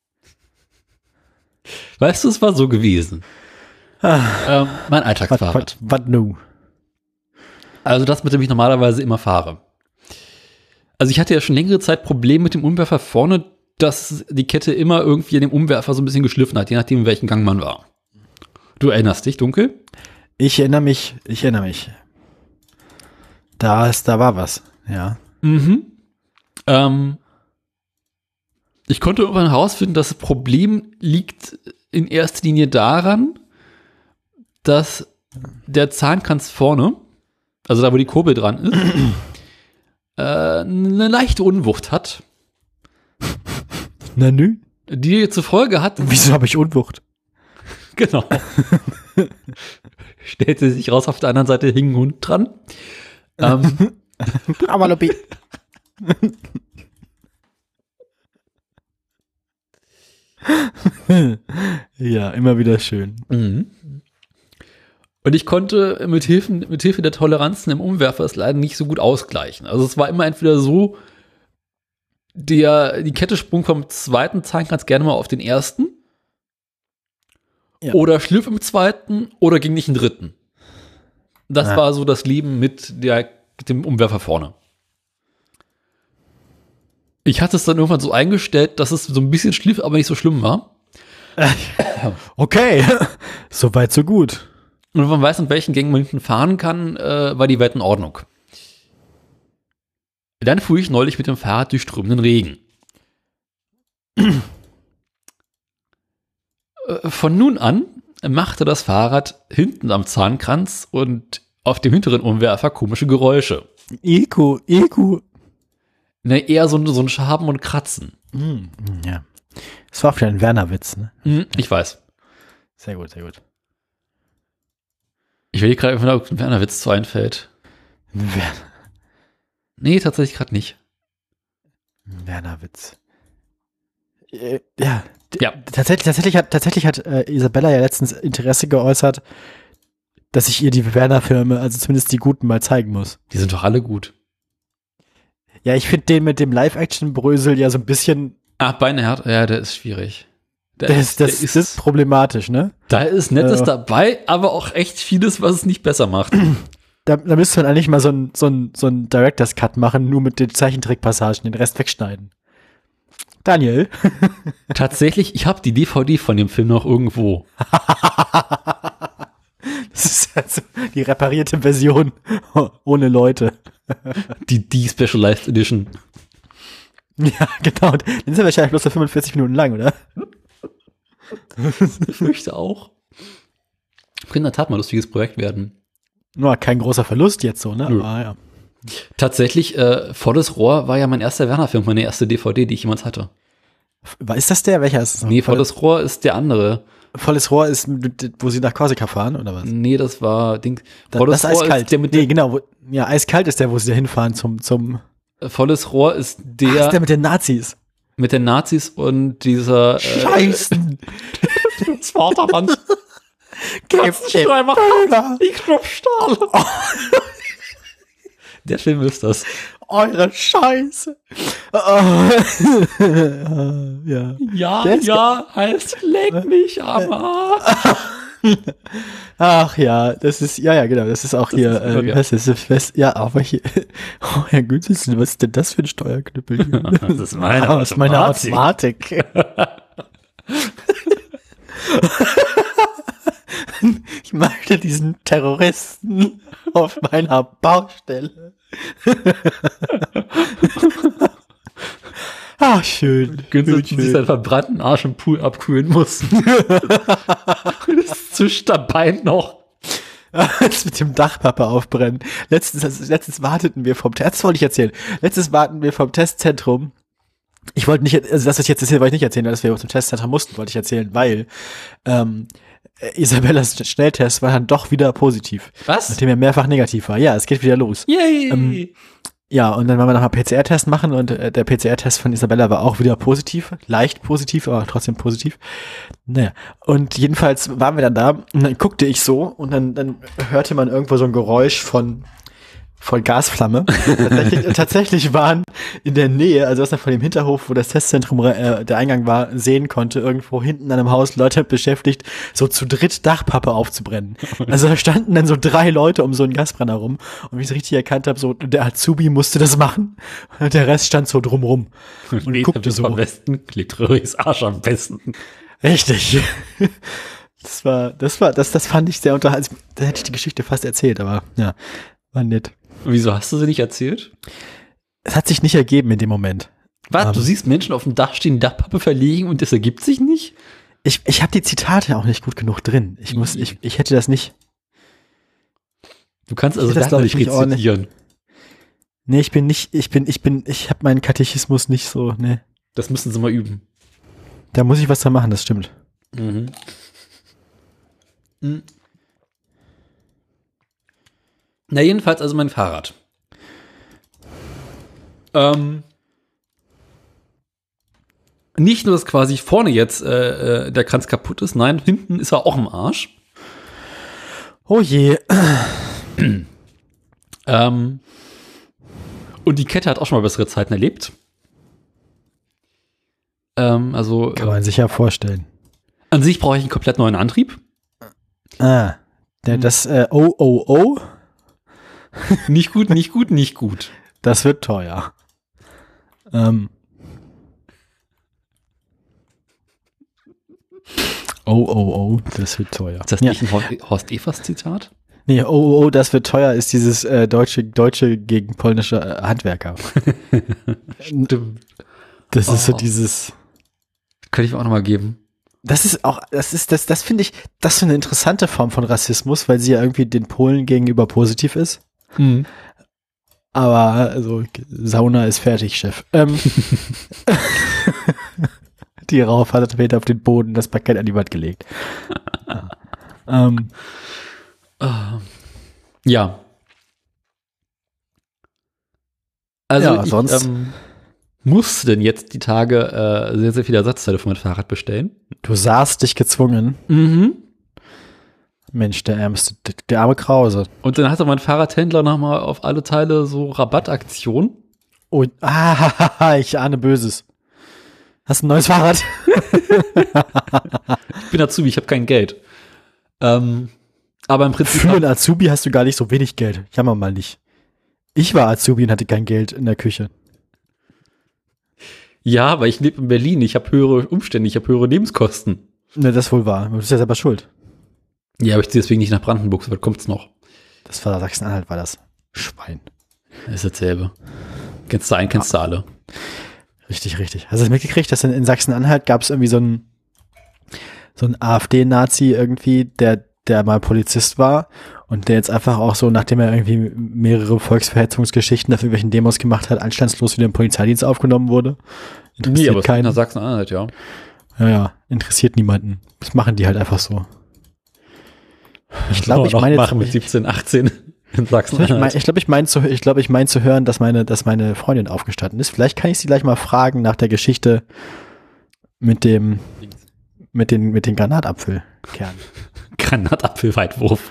Weißt du, es war so gewesen. Mein Alltagsfahrrad. Was nu? Also das, mit dem ich normalerweise immer fahre. Also ich hatte ja schon längere Zeit Probleme mit dem Umwerfer vorne, dass die Kette immer irgendwie an dem Umwerfer so ein bisschen geschliffen hat, je nachdem, in welchem Gang man war. Du erinnerst dich, dunkel? Ich erinnere mich. Da war was, ja. Ich konnte irgendwann herausfinden, dass das Problem liegt in erster Linie daran, dass der Zahnkranz vorne, also da, wo die Kurbel dran ist, eine leichte Unwucht hat, Na nü? die zur Folge hat, Wieso habe ich Unwucht? genau, stellte sich raus, auf der anderen Seite hing ein Hund dran. Amalopi. Ja, immer wieder schön. Und ich konnte mit Hilfe der Toleranzen im Umwerfer es leider nicht so gut ausgleichen. Also es war immer entweder so, die Kette sprung vom zweiten Zahnkranz gerne mal auf den ersten. Ja. Oder schliff im zweiten oder ging nicht in den dritten. Das war so das Leben mit dem Umwerfer vorne. Ich hatte es dann irgendwann so eingestellt, dass es so ein bisschen schliff, aber nicht so schlimm war. Okay, so weit, so gut. Und wenn man weiß, in welchen Gängen man hinten fahren kann, war die Welt in Ordnung. Dann fuhr ich neulich mit dem Fahrrad durch strömenden Regen. Von nun an machte das Fahrrad hinten am Zahnkranz und auf dem hinteren Umwerfer komische Geräusche. Eco. Ne, eher so ein Schaben und Kratzen. Ja. Das war auch wieder ein Werner-Witz, ne? Ich weiß. Sehr gut, sehr gut. Ich will gerade einfach, ob ein Werner-Witz zu einfällt. Nee, tatsächlich gerade nicht. Werner-Witz. Ja. Ja. Tatsächlich hat Isabella ja letztens Interesse geäußert, dass ich ihr die Werner-Filme, also zumindest die guten, mal zeigen muss. Die sind doch alle gut. Ja, ich finde den mit dem Live-Action-Brösel ja so ein bisschen. Ach, Beinhard, ja, der ist schwierig. Das ist problematisch, ne? Da ist Nettes dabei, aber auch echt vieles, was es nicht besser macht. Da müsste man eigentlich mal so ein Director's Cut machen, nur mit den Zeichentrickpassagen, den Rest wegschneiden. Daniel. Tatsächlich, ich habe die DVD von dem Film noch irgendwo. Das ist also die reparierte Version ohne Leute. Die Specialized Edition. Ja, genau. Dann ist er wahrscheinlich bloß so 45 Minuten lang, oder? Ich fürchte auch. Könnte in der Tat mal ein lustiges Projekt werden. Nur kein großer Verlust jetzt so, ne? Nö. Aber ja. Tatsächlich, Volles Rohr war ja mein erster Werner-Film, meine erste DVD, die ich jemals hatte. Ist das der? Welcher ist es noch? Nee, Volles Rohr ist der andere. Volles Rohr ist, wo sie nach Korsika fahren, oder was? Nee, das war Ding. Das ist eiskalt. Ist der mit genau. Ja, eiskalt ist der, wo sie da hinfahren zum Volles Rohr ist der, ist der mit den Nazis. mit den Nazis und dieser Scheiße. das Vaterland. Ich Knopfstahl. Der Film ist das. Eure Scheiße. Ja. Ja, heißt leck mich am Arsch. Ach ja, das ist, ja, genau, das ist auch hier, ist wie heißt das, Fest, ja, aber hier, oh Herr Günther, was ist denn das für ein Steuerknüppel? Das ist meine Aus meiner Automatik. Ich möchte diesen Terroristen auf meiner Baustelle. Ach, schön. Günther sich seinen verbrannten Arsch im Pool abkühlen mussten. Das ist zu Stein noch. Jetzt mit dem Dachpappe aufbrennen. Letztens warteten wir vom Test, das wollte ich erzählen. Letztens warten wir vom Testzentrum. Ich wollte nicht, also das, was ich jetzt erzähle, wollte ich nicht erzählen, dass wir zum Testzentrum mussten, wollte ich erzählen, weil Isabellas Schnelltest war dann doch wieder positiv. Was? Nachdem er mehrfach negativ war. Ja, es geht wieder los. Yay! Ja, und dann wollen wir noch mal PCR-Test machen und der PCR-Test von Isabella war auch wieder positiv. Leicht positiv, aber trotzdem positiv. Naja, und jedenfalls waren wir dann da und dann guckte ich so und dann hörte man irgendwo so ein Geräusch von Gasflamme. Tatsächlich waren in der Nähe, also was man von dem Hinterhof, wo das Testzentrum der Eingang war, sehen konnte, irgendwo hinten an einem Haus Leute beschäftigt, so zu dritt Dachpappe aufzubrennen. Also da standen dann so 3 Leute um so einen Gasbrenner rum und wie ich es richtig erkannt habe, so der Azubi musste das machen und der Rest stand so drumrum und guckte so. Am besten klebt Röhrigs Arsch am besten. Richtig. Das fand ich sehr unterhaltsam. Da hätte ich die Geschichte fast erzählt, aber ja, war nett. Wieso hast du sie nicht erzählt? Es hat sich nicht ergeben in dem Moment. Was? Du siehst Menschen auf dem Dach stehen, Dachpappe verlegen und es ergibt sich nicht? Ich habe die Zitate auch nicht gut genug drin. Ich hätte das nicht. Du kannst also das, das nicht rezitieren. Nee, ich habe meinen Katechismus nicht so, ne. Das müssen sie mal üben. Da muss ich was dran machen, das stimmt. Mhm. Na, jedenfalls also mein Fahrrad. Nicht nur, dass quasi vorne jetzt der Kranz kaputt ist, nein, hinten ist er auch im Arsch. Oh je. Und die Kette hat auch schon mal bessere Zeiten erlebt. Also kann man sich ja vorstellen. An sich brauche ich einen komplett neuen Antrieb. Das Oh. Nicht gut. Das wird teuer. Das wird teuer. Ist das nicht ein Horst Evers Zitat? Nee, das wird teuer, ist dieses deutsche gegen polnische Handwerker. Stimmt. Das ist so dieses. Könnte ich mir auch nochmal geben. Das finde ich, das ist eine interessante Form von Rassismus, weil sie ja irgendwie den Polen gegenüber positiv ist. Mhm. Aber, also, Sauna ist fertig, Chef. Die Rauf hat später auf den Boden das Parkett an die Wand gelegt. Ja. Also, ja, sonst musste denn jetzt die Tage sehr, sehr viele Ersatzteile für mein Fahrrad bestellen. Du sahst dich gezwungen. Mhm. Mensch, der arme Krause. Und dann hatte mein Fahrradhändler nochmal auf alle Teile so Rabattaktion. Oh, ich ahne Böses. Hast du ein neues Fahrrad? Ich bin Azubi, ich habe kein Geld. Aber im Prinzip. Für einen Azubi hast du gar nicht so wenig Geld. Jammer mal nicht. Ich war Azubi und hatte kein Geld in der Küche. Ja, aber ich lebe in Berlin. Ich habe höhere Umstände, ich habe höhere Lebenskosten. Ne, das wohl wahr. Du bist ja selber schuld. Ja, aber ich ziehe deswegen nicht nach Brandenburg. So weit kommt's noch. Das war Sachsen-Anhalt, war das. Schwein. Das ist dasselbe. Kennst du einen, kennst du alle. Richtig. Hast du mitgekriegt, dass in Sachsen-Anhalt gab es irgendwie so einen AfD-Nazi irgendwie, der mal Polizist war und der jetzt einfach auch so, nachdem er irgendwie mehrere Volksverhetzungsgeschichten auf irgendwelchen Demos gemacht hat, anstandslos wieder im Polizeidienst aufgenommen wurde. Nee, aber es ist nach Sachsen-Anhalt, ja. Ja. Interessiert niemanden. Das machen die halt einfach so. Ich glaube, ich meine machen mit 17, 18 in Sachsen. ich meine zu hören, dass meine Freundin aufgestanden ist. Vielleicht kann ich sie gleich mal fragen nach der Geschichte mit den Granatapfelkernen. Granatapfelweitwurf.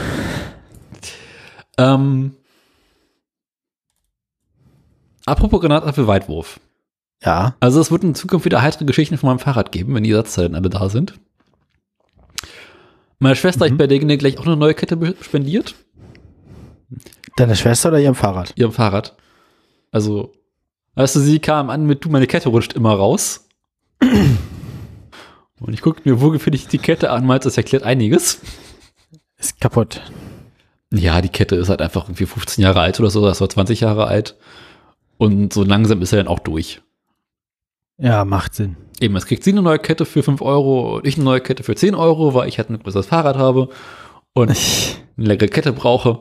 Apropos Granatapfelweitwurf. Ja. Also es wird in Zukunft wieder heitere Geschichten von meinem Fahrrad geben, wenn die Ersatzteile alle da sind. Meine Schwester hat bei der Gelegenheit gleich auch eine neue Kette spendiert. Deine Schwester oder ihrem Fahrrad? Ihrem Fahrrad. Also, weißt du, sie kam an mit, meine Kette rutscht immer raus. Und ich guckte mir wohlgefällig die Kette an, meinte, das erklärt einiges. Ist kaputt. Ja, die Kette ist halt einfach irgendwie 15 Jahre alt oder so, das war 20 Jahre alt. Und so langsam ist er dann auch durch. Ja, macht Sinn. Eben, es kriegt sie eine neue Kette für 5 Euro und ich eine neue Kette für 10 Euro, weil ich halt ein größeres Fahrrad habe und eine längere Kette brauche.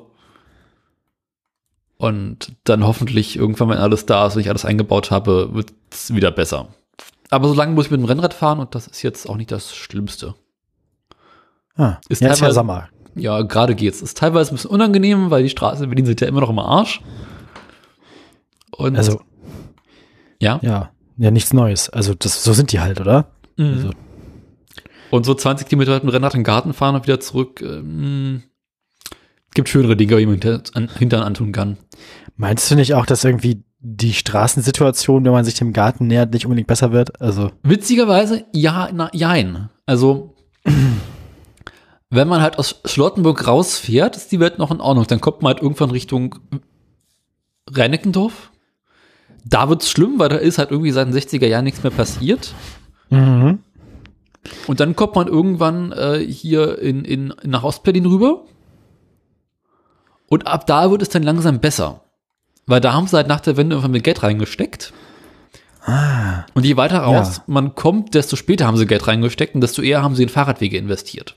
Und dann hoffentlich irgendwann, wenn alles da ist und ich alles eingebaut habe, wird es wieder besser. Aber solange muss ich mit dem Rennrad fahren und das ist jetzt auch nicht das Schlimmste. Ist jetzt ja Sommer. Ja, gerade geht's. Ist teilweise ein bisschen unangenehm, weil die Straßen in Berlin sind ja immer noch im Arsch. Und also, ja, nichts Neues. Also so sind die halt, oder? Mhm. Also. Und so 20 Kilometer mit dem Rennrad in den Garten fahren und wieder zurück, gibt schönere Dinge, die man Hintern antun kann. Meinst du nicht auch, dass irgendwie die Straßensituation, wenn man sich dem Garten nähert, nicht unbedingt besser wird? Also witzigerweise, jein. Also, wenn man halt aus Charlottenburg rausfährt, ist die Welt noch in Ordnung. Dann kommt man halt irgendwann Richtung Reinickendorf. Da wird's schlimm, weil da ist halt irgendwie seit den 60er Jahren nichts mehr passiert. Mhm. Und dann kommt man irgendwann hier nach Ostberlin rüber. Und ab da wird es dann langsam besser. Weil da haben sie halt nach der Wende irgendwann mit Geld reingesteckt. Und je weiter raus man kommt, desto später haben sie Geld reingesteckt und desto eher haben sie in Fahrradwege investiert.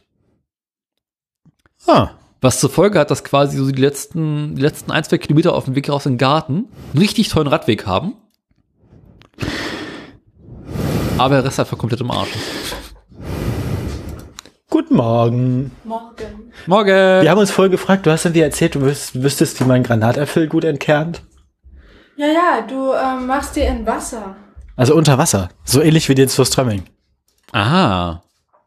Was zur Folge hat, dass quasi so die letzten 1-2 Kilometer auf dem Weg raus in den Garten einen richtig tollen Radweg haben. Aber der Rest einfach komplett im Arsch. Guten Morgen. Morgen. Wir haben uns vorhin gefragt, du hast irgendwie erzählt, du wüsstest, wie man Granatapfel gut entkernt. Ja, du machst die in Wasser. Also unter Wasser. So ähnlich wie den Surströmming. Aha.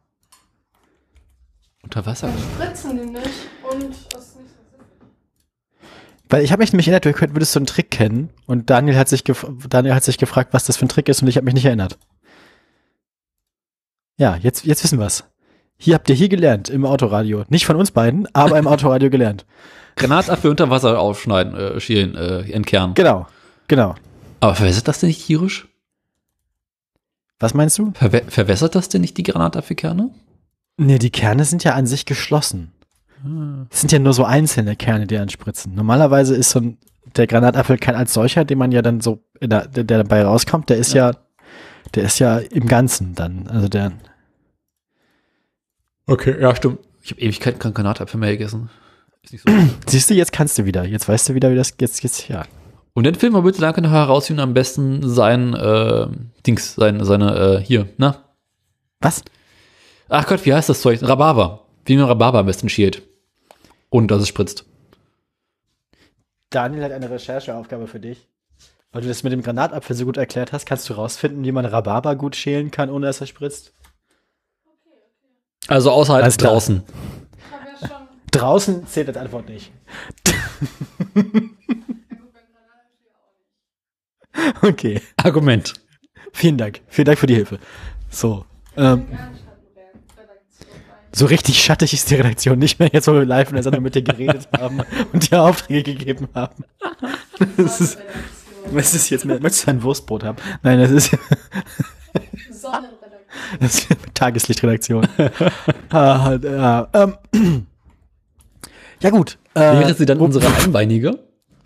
Unter Wasser? Dann spritzen die nicht und das ist nicht so simpel. Weil ich habe mich nämlich erinnert, du würdest so einen Trick kennen und Daniel hat sich gefragt, was das für ein Trick ist und ich habe mich nicht erinnert. Ja, jetzt wissen wir's. Habt ihr gelernt im Autoradio. Nicht von uns beiden, aber im Autoradio gelernt. Granatapfel unter Wasser aufschneiden, schälen, entkernen. Genau. Aber verwässert das denn nicht tierisch? Was meinst du? Verwässert das denn nicht die Granatapfelkerne? Nee, die Kerne sind ja an sich geschlossen. Es sind ja nur so einzelne Kerne, die anspritzen. Normalerweise ist der Granatapfelkern als solcher, den man ja dann so, der dabei rauskommt, der ist ja im Ganzen dann. Also der. Okay, ja, stimmt. Ich habe Ewigkeiten keinen Granatapfel mehr gegessen. Ist nicht so. Siehst du, jetzt kannst du wieder. Jetzt weißt du wieder, wie das jetzt, ja. Und dann filmen wir bitte danke noch herausfinden, am besten seine, hier, na? Was? Ach Gott, wie heißt das Zeug? Rhabarber. Wie man Rhabarber am besten schält. Ohne dass es spritzt. Daniel hat eine Rechercheaufgabe für dich. Weil du das mit dem Granatapfel so gut erklärt hast, kannst du rausfinden, wie man Rhabarber gut schälen kann, ohne dass er spritzt? Also außerhalb draußen. Ich habe ja schon. Draußen zählt als Antwort nicht. Okay. Argument. Vielen Dank. Vielen Dank für die Hilfe. So. So richtig schattig ist die Redaktion nicht mehr, jetzt wo wir live in der Sendung mit dir geredet haben und dir Aufträge gegeben haben. Das ist jetzt, möchtest du ein Wurstbrot haben? Nein, das ist Sonnenredaktion. Das ist Tageslichtredaktion. Ja gut. Wäre sie dann unsere Einbeinige?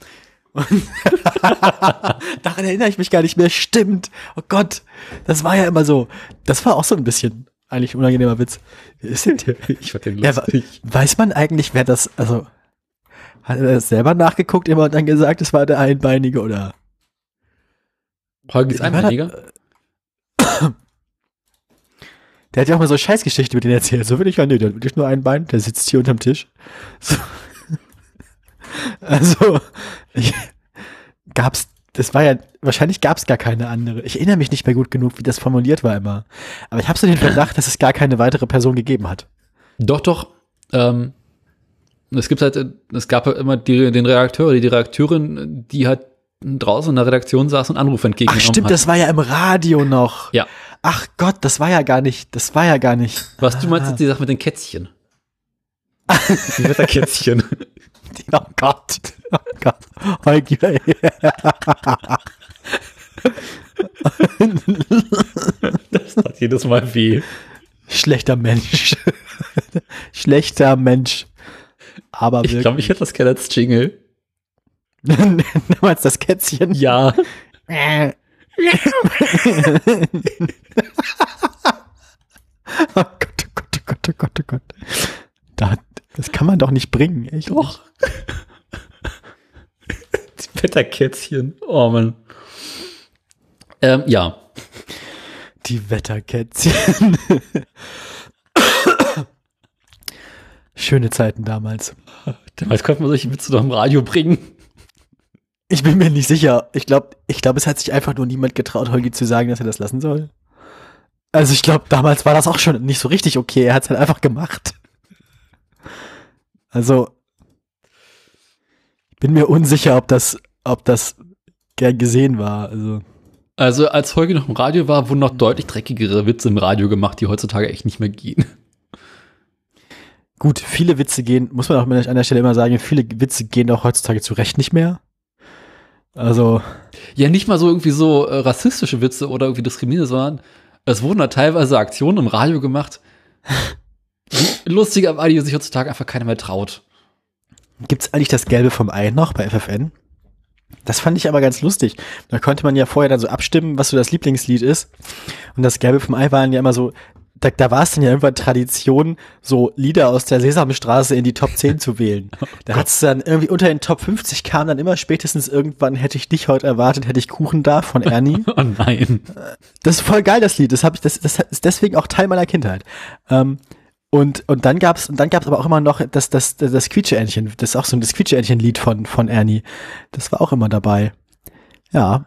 Daran erinnere ich mich gar nicht mehr. Stimmt. Oh Gott. Das war ja immer so. Das war auch so ein bisschen eigentlich ein unangenehmer Witz. Ich fand den lustig. Weiß man eigentlich, wer das, also hat er das selber nachgeguckt immer und dann gesagt, es war der Einbeinige oder? Holgis Einbeiniger? Der hat ja auch mal so Scheißgeschichten mit denen erzählt. So will ich ja nicht, der hat wirklich nur ein Bein, der sitzt hier unterm Tisch. So. Also, wahrscheinlich gab es gar keine andere. Ich erinnere mich nicht mehr gut genug, wie das formuliert war immer. Aber ich habe so den Verdacht, dass es gar keine weitere Person gegeben hat. Doch. Es gab halt immer den Redakteur, die Redakteurin, die halt draußen in der Redaktion saß und Anrufe entgegengenommen hat. Ach stimmt, das war ja im Radio noch. Ja. Ach Gott, das war ja gar nicht. Was du meinst, ist die Sache mit den Kätzchen. Die Wetterkätzchen. Oh Gott. Holgi. Das tat jedes Mal weh. Schlechter Mensch. Aber wirklich. Ich glaube, ich hätte das gerne als Jingle. Du meinst das Kätzchen? Ja. Oh Gott. Das kann man doch nicht bringen, echt. Doch. Die Wetterkätzchen. Oh Mann. Ja. Die Wetterkätzchen. Schöne Zeiten damals. Damals konnte man solche Witze doch im Radio bringen. Ich bin mir nicht sicher. Ich glaube, es hat sich einfach nur niemand getraut, Holgi zu sagen, dass er das lassen soll. Also ich glaube, damals war das auch schon nicht so richtig okay. Er hat es halt einfach gemacht. Also, ich bin mir unsicher, ob das gern gesehen war. Also als Holgi noch im Radio war, wurden noch deutlich dreckigere Witze im Radio gemacht, die heutzutage echt nicht mehr gehen. Gut, viele Witze gehen, muss man auch an der Stelle immer sagen, viele Witze gehen auch heutzutage zu Recht nicht mehr. Also. Ja, nicht mal so irgendwie so rassistische Witze oder irgendwie diskriminierend, sondern es wurden da teilweise Aktionen im Radio gemacht, die lustiger war, die sich heutzutage einfach keiner mehr traut. Gibt's eigentlich das Gelbe vom Ei noch bei FFN? Das fand ich aber ganz lustig. Da konnte man ja vorher dann so abstimmen, was so das Lieblingslied ist. Und das Gelbe vom Ei waren ja immer so, da war es dann ja irgendwann Tradition, so Lieder aus der Sesamstraße in die Top 10 zu wählen. Da hat's dann irgendwie unter den Top 50 kam dann immer spätestens irgendwann, hätte ich dich heute erwartet, hätte ich Kuchen da von Ernie. Oh nein. Das ist voll geil, das Lied. Das ist deswegen auch Teil meiner Kindheit. Und dann gab's aber auch immer noch das Quietscheentchen. Das ist auch so das Quietscheentchen-Lied von Ernie. Das war auch immer dabei. Ja.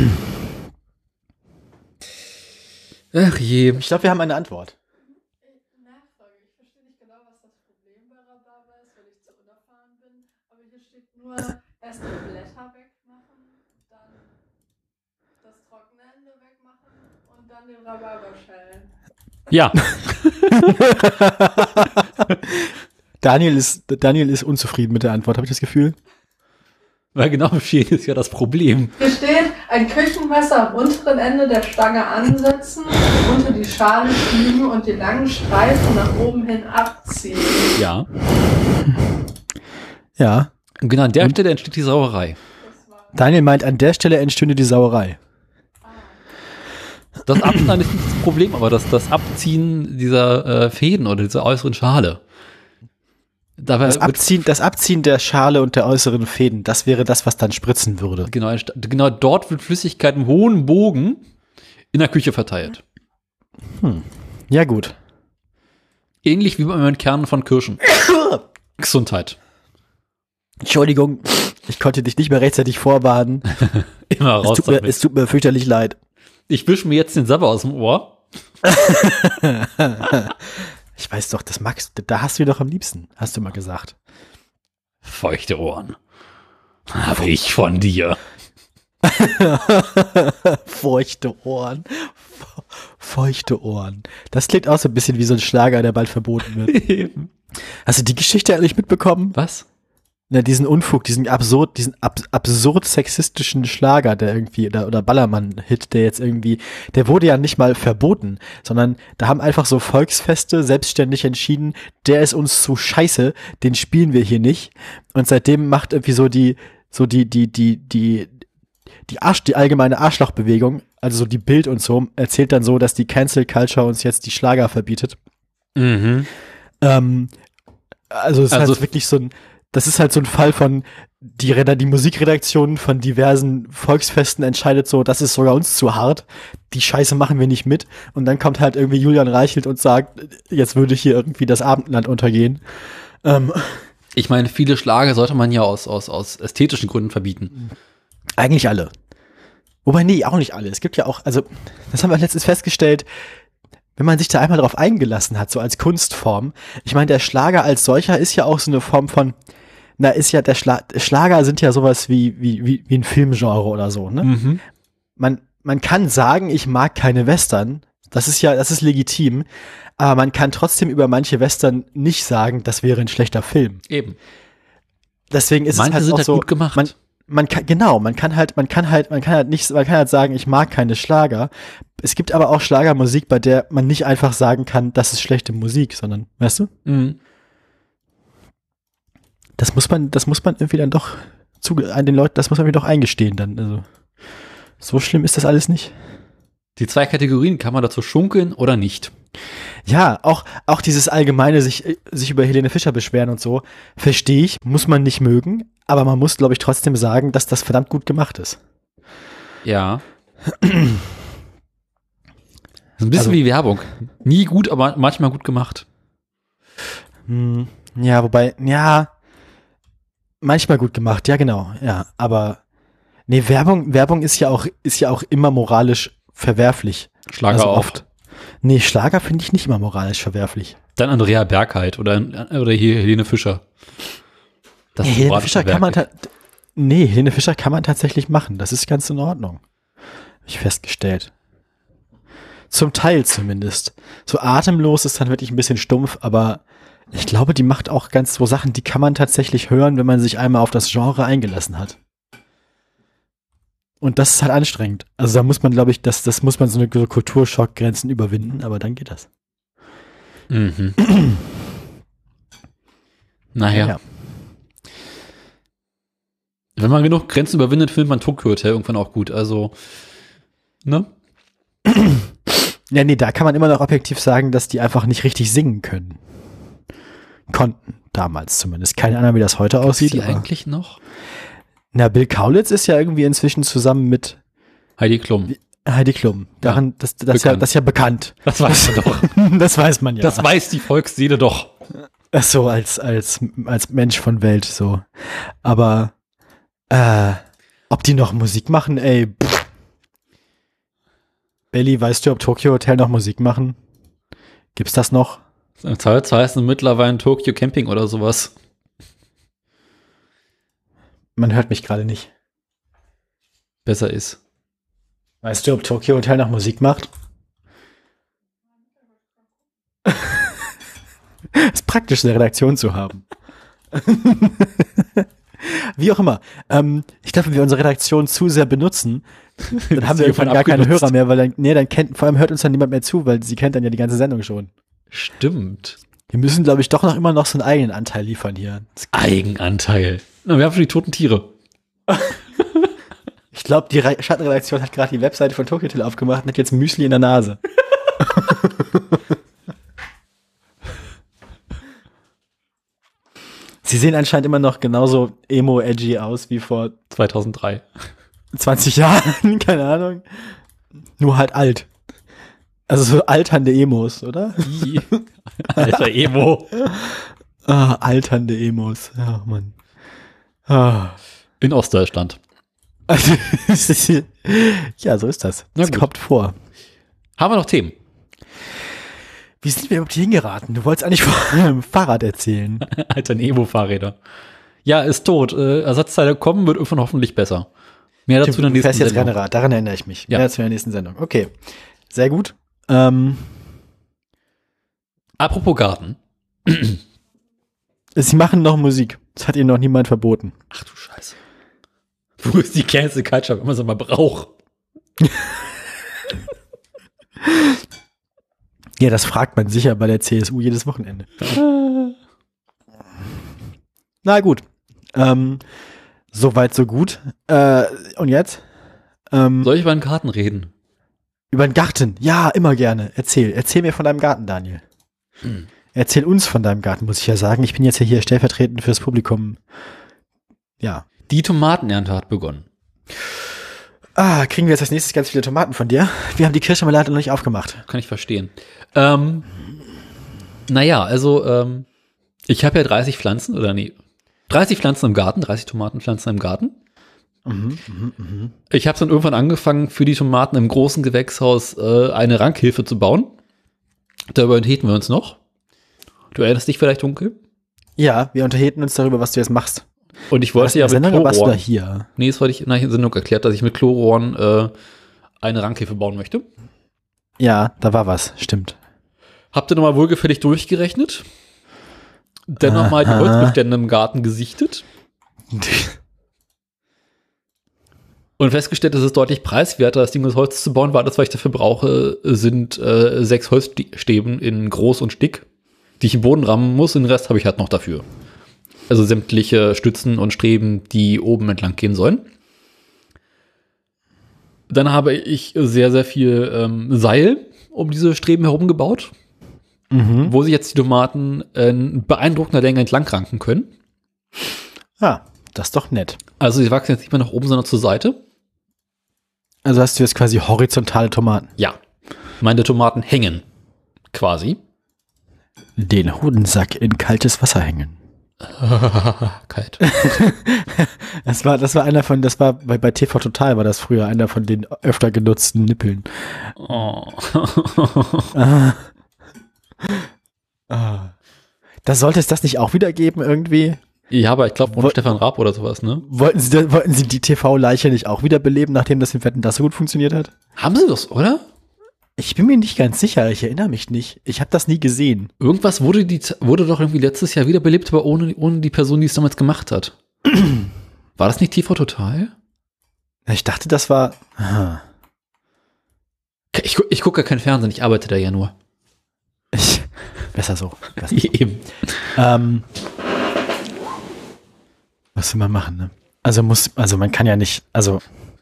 Ach je. Ich glaube, wir haben eine Antwort. Nachfrage. Ich verstehe nicht genau, was das Problem bei Rhabarber ist, weil ich zu unerfahren bin. Aber hier steht nur, erst die Blätter wegmachen, dann das trockene Ende wegmachen und dann den Rhabarber schälen. Ja. Daniel ist unzufrieden mit der Antwort, habe ich das Gefühl. Weil genau hier ist ja das Problem. Hier steht, ein Küchenmesser am unteren Ende der Stange ansetzen, unter die Schale schieben und die langen Streifen nach oben hin abziehen. Ja. Ja. Und genau an der Stelle entsteht die Sauerei. Daniel meint, an der Stelle entstünde die Sauerei. Das Abschneiden ist nicht das Problem, aber das Abziehen dieser Fäden oder dieser äußeren Schale. Das Abziehen der Schale und der äußeren Fäden, das wäre das, was dann spritzen würde. Genau dort wird Flüssigkeit im hohen Bogen in der Küche verteilt. Ja, gut. Ähnlich wie beim Kernen von Kirschen. Gesundheit. Entschuldigung, ich konnte dich nicht mehr rechtzeitig vorwarnen. Immer raus damit. Es tut mir fürchterlich leid. Ich wische mir jetzt den Sabber aus dem Ohr. Ich weiß doch, das magst du, da hast du ihn doch am liebsten, hast du mal gesagt. Feuchte Ohren. Habe ich von dir. Feuchte Ohren. Feuchte Ohren. Das klingt auch so ein bisschen wie so ein Schlager, der bald verboten wird. Hast du die Geschichte eigentlich mitbekommen? Was? Na, diesen Unfug, diesen absurd sexistischen Schlager, der irgendwie, oder Ballermann-Hit, der wurde ja nicht mal verboten, sondern da haben einfach so Volksfeste selbstständig entschieden, der ist uns zu scheiße, den spielen wir hier nicht. Und seitdem macht irgendwie die allgemeine Arschlochbewegung, also so die Bild und so, erzählt dann so, dass die Cancel Culture uns jetzt die Schlager verbietet. Mhm. Also es ist halt wirklich so ein, das ist halt so ein Fall von, die Musikredaktion von diversen Volksfesten entscheidet so, das ist sogar uns zu hart, die Scheiße machen wir nicht mit. Und dann kommt halt irgendwie Julian Reichelt und sagt, jetzt würde hier irgendwie das Abendland untergehen. Ich meine, viele Schlager sollte man ja aus ästhetischen Gründen verbieten. Eigentlich alle. Wobei, nee, auch nicht alle. Es gibt ja auch, also, das haben wir letztens festgestellt, wenn man sich da einmal drauf eingelassen hat, so als Kunstform. Ich meine, der Schlager als solcher ist ja auch so eine Form von, ist ja Schlager sind ja sowas wie ein Filmgenre oder so, ne? Mhm. Man kann sagen, ich mag keine Western. Das ist legitim. Aber man kann trotzdem über manche Western nicht sagen, das wäre ein schlechter Film. Eben. Deswegen ist Manche es halt sind auch halt so, gut gemacht. man kann halt sagen, ich mag keine Schlager. Es gibt aber auch Schlagermusik, bei der man nicht einfach sagen kann, das ist schlechte Musik, sondern, weißt du? Mhm. Das muss man irgendwie dann doch den Leuten, das muss man mir doch eingestehen dann. Also, so schlimm ist das alles nicht. Die 2 Kategorien, kann man dazu schunkeln oder nicht? Ja, auch dieses allgemeine sich über Helene Fischer beschweren und so, verstehe ich, muss man nicht mögen, aber man muss, glaube ich, trotzdem sagen, dass das verdammt gut gemacht ist. Ja. Das ist ein bisschen Also, wie Werbung. Nie gut, aber manchmal gut gemacht. Ja, wobei, ja, manchmal gut gemacht, ja genau, ja, aber nee, Werbung ist ja auch immer moralisch verwerflich. Schlager Also auch. oft. Nee, Schlager finde ich nicht immer moralisch verwerflich. Dann Andrea Bergheit oder hier Helene Fischer. Das Ja, ist Helene moralisch Fischer Helene Fischer kann man tatsächlich machen, das ist ganz in Ordnung. Hab ich festgestellt. Zum Teil zumindest. So atemlos ist dann wirklich ein bisschen stumpf, aber ich glaube, die macht auch ganz so Sachen, die kann man tatsächlich hören, wenn man sich einmal auf das Genre eingelassen hat. Und das ist halt anstrengend. Also da muss man, glaube ich, das muss man so eine Kulturschockgrenzen überwinden, aber dann geht das. Mhm. Naja. Ja. Wenn man genug Grenzen überwindet, findet man Tokyo Hotel irgendwann auch gut. Also, ne? Ja, nee, da kann man immer noch objektiv sagen, dass die einfach nicht richtig singen können. Konnten, damals zumindest. Keine Ahnung, wie das heute aussieht. Die aber eigentlich noch? Na, Bill Kaulitz ist ja irgendwie inzwischen zusammen mit Heidi Klum. Heidi Klum. Daran, das ist ja bekannt. Das weiß man doch. Das weiß man ja. Das weiß die Volksseele doch. Ach so, als Mensch von Welt, so. Aber, ob die noch Musik machen, ey, pff. Belly, weißt du, ob Tokyo Hotel noch Musik machen? Gibt's das noch? Im Zweifelsfall heißt es mittlerweile Tokyo Camping oder sowas. Man hört mich gerade nicht. Besser ist. Weißt du, ob Tokyo Hotel noch Musik macht? Ist praktisch, eine Redaktion zu haben. Wie auch immer. Ich glaube, wenn wir unsere Redaktion zu sehr benutzen, dann haben wir irgendwann gar keine Hörer mehr, weil vor allem hört uns dann niemand mehr zu, weil sie kennt dann ja die ganze Sendung schon. Stimmt. Wir müssen, glaube ich, doch noch immer noch so einen eigenen Anteil liefern hier. Eigenanteil. Na, wir haben für die toten Tiere. Ich glaube, die Schattenredaktion hat gerade die Webseite von Tokyo Hotel aufgemacht und hat jetzt Müsli in der Nase. Sie sehen anscheinend immer noch genauso emo-edgy aus wie vor 2003. 20 Jahren, keine Ahnung. Nur halt alt. Also so alternde Emos, oder? Alter Emo. Alternde Emos. Ja, Mann. In Ostdeutschland. Ja, so ist das. Na Das gut. kommt vor. Haben wir noch Themen? Wie sind wir überhaupt hier hingeraten? Du wolltest eigentlich von einem Fahrrad erzählen. Alter Emo-Fahrräder. Ja, ist tot. Ersatzteile kommen, wird irgendwann hoffentlich besser. Mehr dazu in der Du nächsten fährst jetzt Sendung. gerne Rad, daran erinnere ich mich. Ja. Mehr dazu in der nächsten Sendung. Okay, sehr gut. Apropos Garten. Sie machen noch Musik. Das hat ihnen noch niemand verboten. Ach du Scheiße. Wo ist die Cancel Culture, wenn man sie mal braucht? Ja, das fragt man sicher bei der CSU jedes Wochenende. Na gut. Soweit, so gut. Und jetzt? Soll ich über den Garten reden? Über den Garten. Ja, immer gerne. Erzähl mir von deinem Garten, Daniel. Erzähl uns von deinem Garten, muss ich ja sagen. Ich bin jetzt ja hier stellvertretend fürs Publikum. Ja. Die Tomatenernte hat begonnen. Kriegen wir jetzt als nächstes ganz viele Tomaten von dir? Wir haben die Kirschmarmelade noch nicht aufgemacht. Kann ich verstehen. Naja, also ich habe ja 30 Pflanzen, 30 Pflanzen im Garten, 30 Tomatenpflanzen im Garten. Ich habe dann irgendwann angefangen, für die Tomaten im großen Gewächshaus eine Rankhilfe zu bauen. Darüber unterhielten wir uns noch. Du erinnerst dich vielleicht dunkel? Ja, wir unterhielten uns darüber, was du jetzt machst. Und ich wollte ja mit Sendung, warst du da Chlorrohren. hier? Nee, das wollte ich in der Sendung erklärt, dass ich mit Chlorrohren eine Rankhilfe bauen möchte. Ja, da war was, stimmt. Habt ihr nochmal wohlgefällig durchgerechnet? Dann nochmal die Holzbestände im Garten gesichtet. Und festgestellt, dass es deutlich preiswerter, das Ding aus Holz zu bauen, weil das, was ich dafür brauche, sind 6 Holzstäben in groß und dick, die ich im Boden rammen muss. Den Rest habe ich halt noch dafür. Also sämtliche Stützen und Streben, die oben entlang gehen sollen. Dann habe ich sehr, sehr viel Seil um diese Streben herum gebaut, wo sich jetzt die Tomaten in beeindruckender Länge entlang ranken können. Ah, das ist doch nett. Also sie wachsen jetzt nicht mehr nach oben, sondern zur Seite. Also hast du jetzt quasi horizontale Tomaten. Ja, meine Tomaten hängen quasi. Den Hodensack in kaltes Wasser hängen. Kalt. Das war einer von, bei TV Total war das früher einer von den öfter genutzten Nippeln. Oh. Da sollte es das nicht auch wieder geben irgendwie? Ja, aber ich glaube, ohne Stefan Raab oder sowas, ne? Wollten Sie die TV-Leiche nicht auch wieder beleben, nachdem das in Wetten, das so gut funktioniert hat? Haben sie das, oder? Ich bin mir nicht ganz sicher, ich erinnere mich nicht. Ich habe das nie gesehen. Irgendwas wurde doch irgendwie letztes Jahr wiederbelebt, aber ohne die Person, die es damals gemacht hat. War das nicht TV Total? Ich dachte, das war... Ich gucke ja kein Fernsehen, ich arbeite da ja nur. Besser so. Eben. Was will man machen, ne? Also man kann ja nicht, das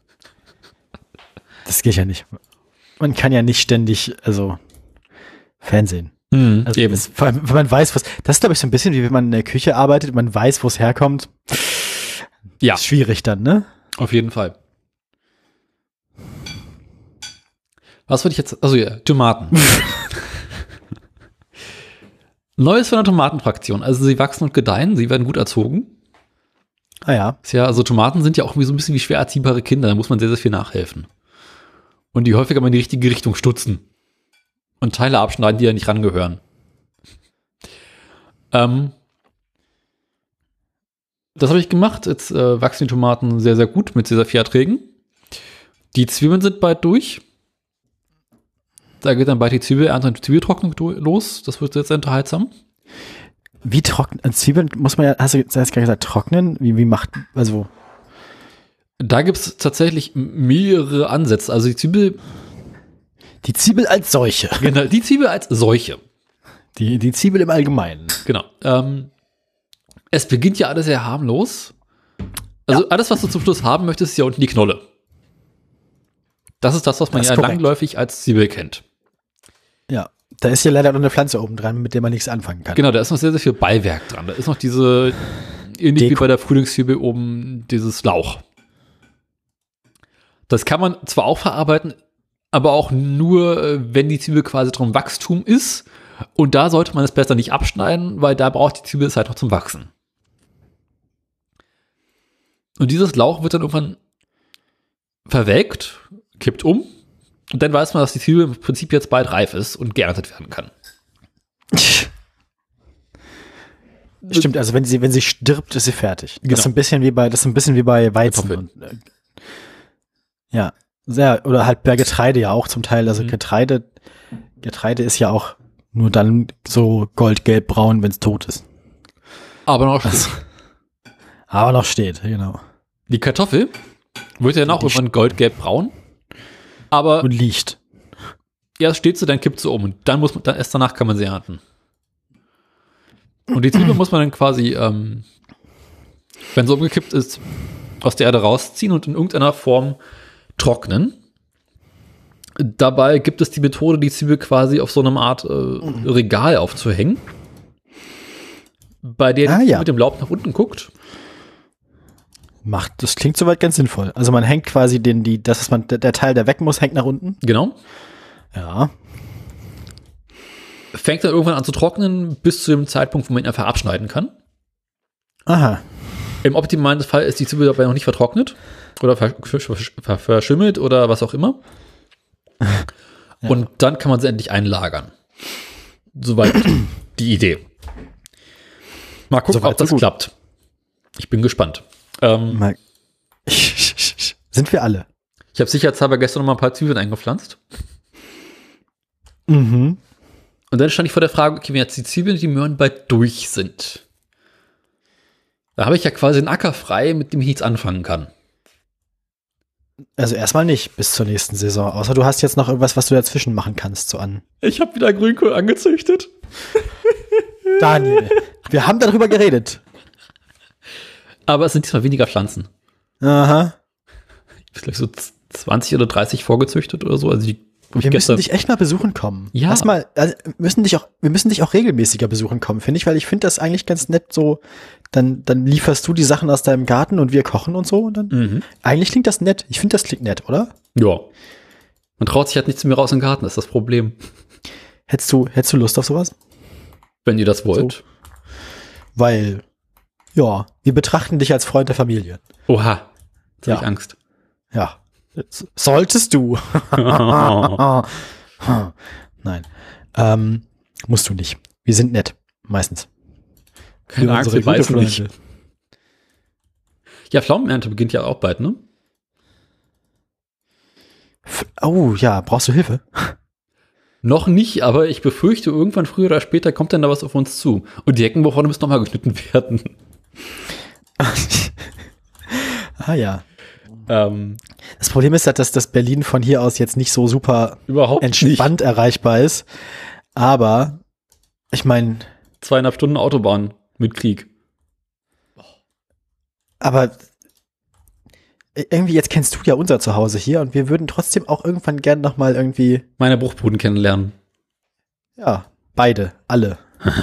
geht ja nicht. Man kann ja nicht ständig, Fernsehen. Eben. Vor allem, wenn man weiß, das ist, glaube ich, so ein bisschen wie wenn man in der Küche arbeitet und man weiß, wo es herkommt. Ja. Ist schwierig dann, ne? Auf jeden Fall. Was würde ich jetzt, also ja, Tomaten. Neues von der Tomatenfraktion. Also sie wachsen und gedeihen, sie werden gut erzogen. Ah ja. Ist ja, also Tomaten sind ja auch irgendwie so ein bisschen wie schwer erziehbare Kinder, da muss man sehr, sehr viel nachhelfen. Und die häufiger mal in die richtige Richtung stutzen. Und Teile abschneiden, die ja nicht rangehören. Das habe ich gemacht. Jetzt wachsen die Tomaten sehr, sehr gut mit sehr, sehr viel Erträgen. Die Zwiebeln sind bald durch. Da geht dann bald die Zwiebelernte und die Zwiebeltrocknung los. Das wird jetzt unterhaltsam. Wie trocknen, Zwiebeln muss man ja, hast du jetzt gerade gesagt, trocknen? Wie macht, also... Da gibt es tatsächlich mehrere Ansätze. Also die Zwiebel als solche. Genau, die Zwiebel als solche. Die Zwiebel im Allgemeinen. Genau. Es beginnt ja alles sehr harmlos. Also alles, was du zum Schluss haben möchtest, ist ja unten die Knolle. Das ist das, was man ja langläufig als Zwiebel kennt. Ja, da ist ja leider noch eine Pflanze oben dran, mit der man nichts anfangen kann. Genau, da ist noch sehr, sehr viel Beiwerk dran. Da ist noch diese, ähnlich wie bei der Frühlingszwiebel oben, dieses Lauch. Das kann man zwar auch verarbeiten, aber auch nur, wenn die Zwiebel quasi drum Wachstum ist. Und da sollte man es besser nicht abschneiden, weil da braucht die Zwiebel Zeit noch zum Wachsen. Und dieses Lauch wird dann irgendwann verwelkt, kippt um. Und dann weiß man, dass die Zwiebel im Prinzip jetzt bald reif ist und geerntet werden kann. Stimmt, also wenn sie stirbt, ist sie fertig. Genau. Das ist ein bisschen wie bei Weizen. Und, ja, oder halt bei Getreide ja auch zum Teil. Also Getreide ist ja auch nur dann so goldgelb-braun, wenn es tot ist. Aber noch steht. Aber noch steht, genau. Die Kartoffel wird ja noch irgendwann goldgelb-braun. Aber und liegt. erst steht sie, dann kippt sie um. Und dann erst danach kann man sie ernten. Und die Zwiebel muss man dann quasi, wenn sie umgekippt ist, aus der Erde rausziehen und in irgendeiner Form trocknen. Dabei gibt es die Methode, die Zwiebel quasi auf so einer Art Regal aufzuhängen. bei der Ja. mit dem Laub nach unten guckt. Das klingt soweit ganz sinnvoll. Also man hängt quasi der Teil, der weg muss, hängt nach unten. Genau. Ja. Fängt dann irgendwann an zu trocknen, bis zu dem Zeitpunkt, wo man ihn einfach abschneiden kann. Aha. Im optimalen Fall ist die Zwiebel dabei noch nicht vertrocknet oder verschimmelt oder was auch immer. Ja. Und dann kann man sie endlich einlagern. Soweit die Idee. Mal gucken, Soweit ob das so gut. klappt. Ich bin gespannt. Mal. Sind wir alle. Ich habe sicherheitshalber gestern noch mal ein paar Zwiebeln eingepflanzt. Mhm. Und dann stand ich vor der Frage, okay, wenn jetzt die Zwiebeln und die Möhren bald durch sind, da habe ich ja quasi einen Acker frei, mit dem ich nichts anfangen kann. Also erstmal nicht bis zur nächsten Saison. Außer du hast jetzt noch irgendwas, was du dazwischen machen kannst, so an. Ich habe wieder Grünkohl angezüchtet. Daniel, wir haben darüber geredet. Aber es sind diesmal weniger Pflanzen. Aha. Ich habe so 20 oder 30 vorgezüchtet oder so. Also die Wir müssen dich echt mal besuchen kommen. Ja. Erstmal, also wir müssen dich auch regelmäßiger besuchen kommen, finde ich, weil ich finde das eigentlich ganz nett so. Dann lieferst du die Sachen aus deinem Garten und wir kochen und so. Und dann eigentlich klingt das nett. Ich finde, das klingt nett, oder? Ja. Man traut sich halt nicht zu mir raus im Garten, das ist das Problem. Hättest du Lust auf sowas? Wenn ihr das wollt. So. Weil, ja, wir betrachten dich als Freund der Familie. Oha. Jetzt Ja. hab ich Angst. Ja. Solltest du. Nein. Musst du nicht. Wir sind nett. Meistens. Keine Für Angst, unsere wir beißen gute nicht. Freunde. Ja, Pflaumenernte beginnt ja auch bald, ne? Oh ja, brauchst du Hilfe? Noch nicht, aber ich befürchte, irgendwann früher oder später kommt dann da was auf uns zu. Und die Heckenwoche müssen nochmal geschnitten werden. Ah ja. Ähm, Das Problem ist halt, dass das Berlin von hier aus jetzt nicht so super überhaupt entspannt erreichbar ist. Aber ich meine, nicht. 2,5 Stunden Autobahn mit Krieg. aber irgendwie jetzt kennst du ja unser Zuhause hier und wir würden trotzdem auch irgendwann gern noch mal irgendwie, Meine Bruchbuden kennenlernen. ja, beide, alle.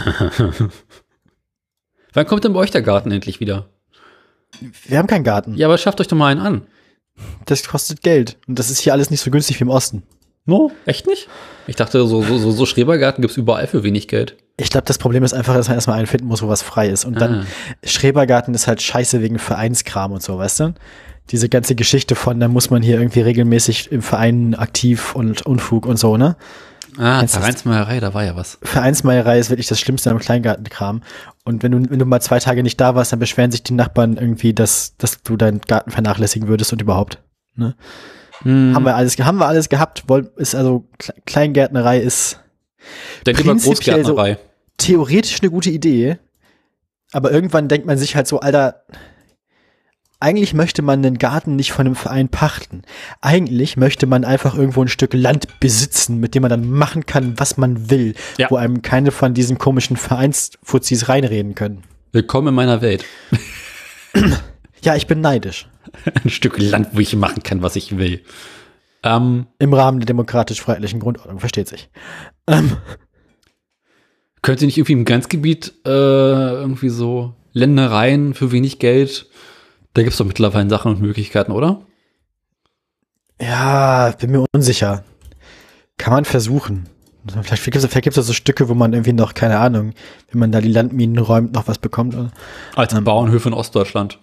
Wann kommt denn bei euch der Garten endlich wieder? Wir haben keinen Garten. Ja, aber schafft euch doch mal einen an. Das kostet Geld und das ist hier alles nicht so günstig wie im Osten. No, echt nicht? Ich dachte, so Schrebergarten gibt's überall für wenig Geld. Ich glaube, das Problem ist einfach, dass man erstmal einen finden muss, wo was frei ist. Und dann Schrebergarten ist halt scheiße wegen Vereinskram und so, weißt du? Diese ganze Geschichte von, da muss man hier irgendwie regelmäßig im Verein aktiv und Unfug und so, ne? Kennst du das? Vereinsmeierei, da war ja was. Vereinsmeierei ist wirklich das Schlimmste am Kleingartenkram. Und wenn du mal 2 Tage nicht da warst, dann beschweren sich die Nachbarn irgendwie, dass du deinen Garten vernachlässigen würdest und überhaupt. Ne? Haben wir alles gehabt. Ist also Kleingärtnerei ist Denk über prinzipiell Großgärtnerei. theoretisch eine gute Idee, aber irgendwann denkt man sich halt so, Alter, eigentlich möchte man den Garten nicht von einem Verein pachten. Eigentlich möchte man einfach irgendwo ein Stück Land besitzen, mit dem man dann machen kann, was man will, Ja. wo einem keine von diesen komischen Vereinsfuzis reinreden können. Willkommen in meiner Welt. Ja, ich bin neidisch. Ein Stück Land, wo ich machen kann, was ich will. Im Rahmen der demokratisch-freiheitlichen Grundordnung, versteht sich. Könnt ihr nicht irgendwie im Grenzgebiet irgendwie so Ländereien für wenig Geld? Da gibt's doch mittlerweile Sachen und Möglichkeiten, oder? Ja, bin mir unsicher. Kann man versuchen. Vielleicht gibt's da so Stücke, wo man irgendwie noch, keine Ahnung, wenn man da die Landminen räumt, noch was bekommt. Oder? Als Bauernhöfe in Ostdeutschland.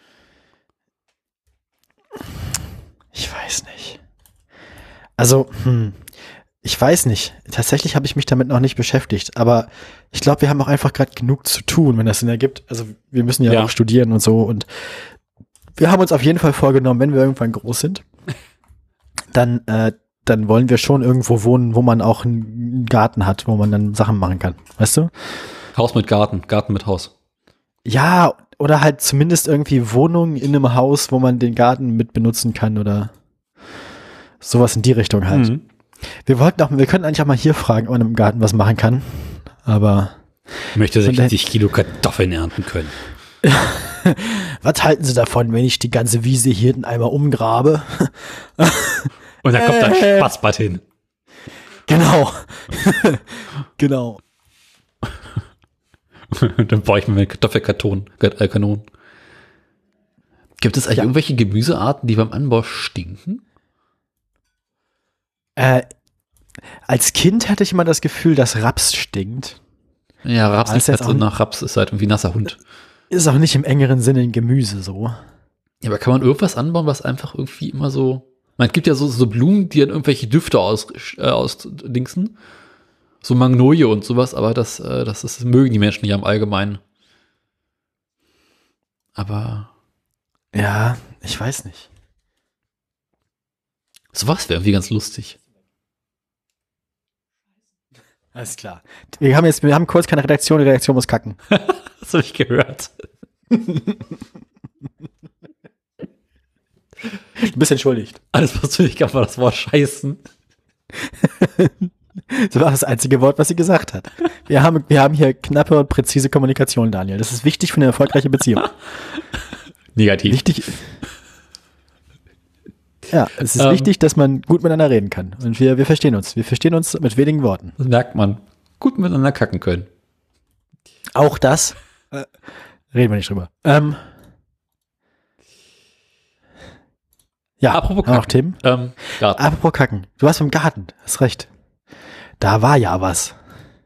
Ich weiß nicht. Also, ich weiß nicht. Tatsächlich habe ich mich damit noch nicht beschäftigt. Aber ich glaube, wir haben auch einfach gerade genug zu tun, wenn das Sinn ergibt. Also wir müssen ja auch studieren und so. Und wir haben uns auf jeden Fall vorgenommen, wenn wir irgendwann groß sind, dann wollen wir schon irgendwo wohnen, wo man auch einen Garten hat, wo man dann Sachen machen kann. Weißt du? Haus mit Garten, Garten mit Haus. Ja, oder halt zumindest irgendwie Wohnung in einem Haus, wo man den Garten mit benutzen kann oder sowas in die Richtung halt. Mhm. Wir könnten eigentlich auch mal hier fragen, ob man im Garten was machen kann. Aber Ich möchte 60 Kilo Kartoffeln ernten können. was halten Sie davon, wenn ich die ganze Wiese hier einmal umgrabe? Und dann kommt da ein Spaßbad hin. Genau. Genau. Dann baue ich mir eine Kartoffelkanonen. Gibt es eigentlich irgendwelche Gemüsearten, die beim Anbau stinken? Als Kind hatte ich immer das Gefühl, dass Raps stinkt. Ja, Raps ist ist jetzt halt so auch- nach Raps, ist halt irgendwie nasser Hund. Ist auch nicht im engeren Sinne ein Gemüse so. Ja, aber kann man irgendwas anbauen, was einfach irgendwie immer so. Man gibt ja so Blumen, die dann irgendwelche Düfte ausdingsen. So Magnolie und sowas, aber das mögen die Menschen ja im Allgemeinen. Aber Ja, ich weiß nicht. sowas wäre irgendwie ganz lustig. Alles klar. Wir haben kurz keine Redaktion, die Redaktion muss kacken. Das habe ich gehört. Du bist entschuldigt. Alles, was du nicht gab, war das Wort Scheißen. Das war das einzige Wort, was sie gesagt hat. Wir haben hier knappe und präzise Kommunikation, Daniel. Das ist wichtig für eine erfolgreiche Beziehung. Negativ. Wichtig. Ja, es ist wichtig, dass man gut miteinander reden kann. Und wir verstehen uns. Wir verstehen uns mit wenigen Worten. Das merkt man. Gut miteinander kacken können. Auch das reden wir nicht drüber. Ja, Apropos haben wir noch Kacken. Themen? Garten. Apropos Kacken. Du warst im Garten. Hast recht. Da war ja was.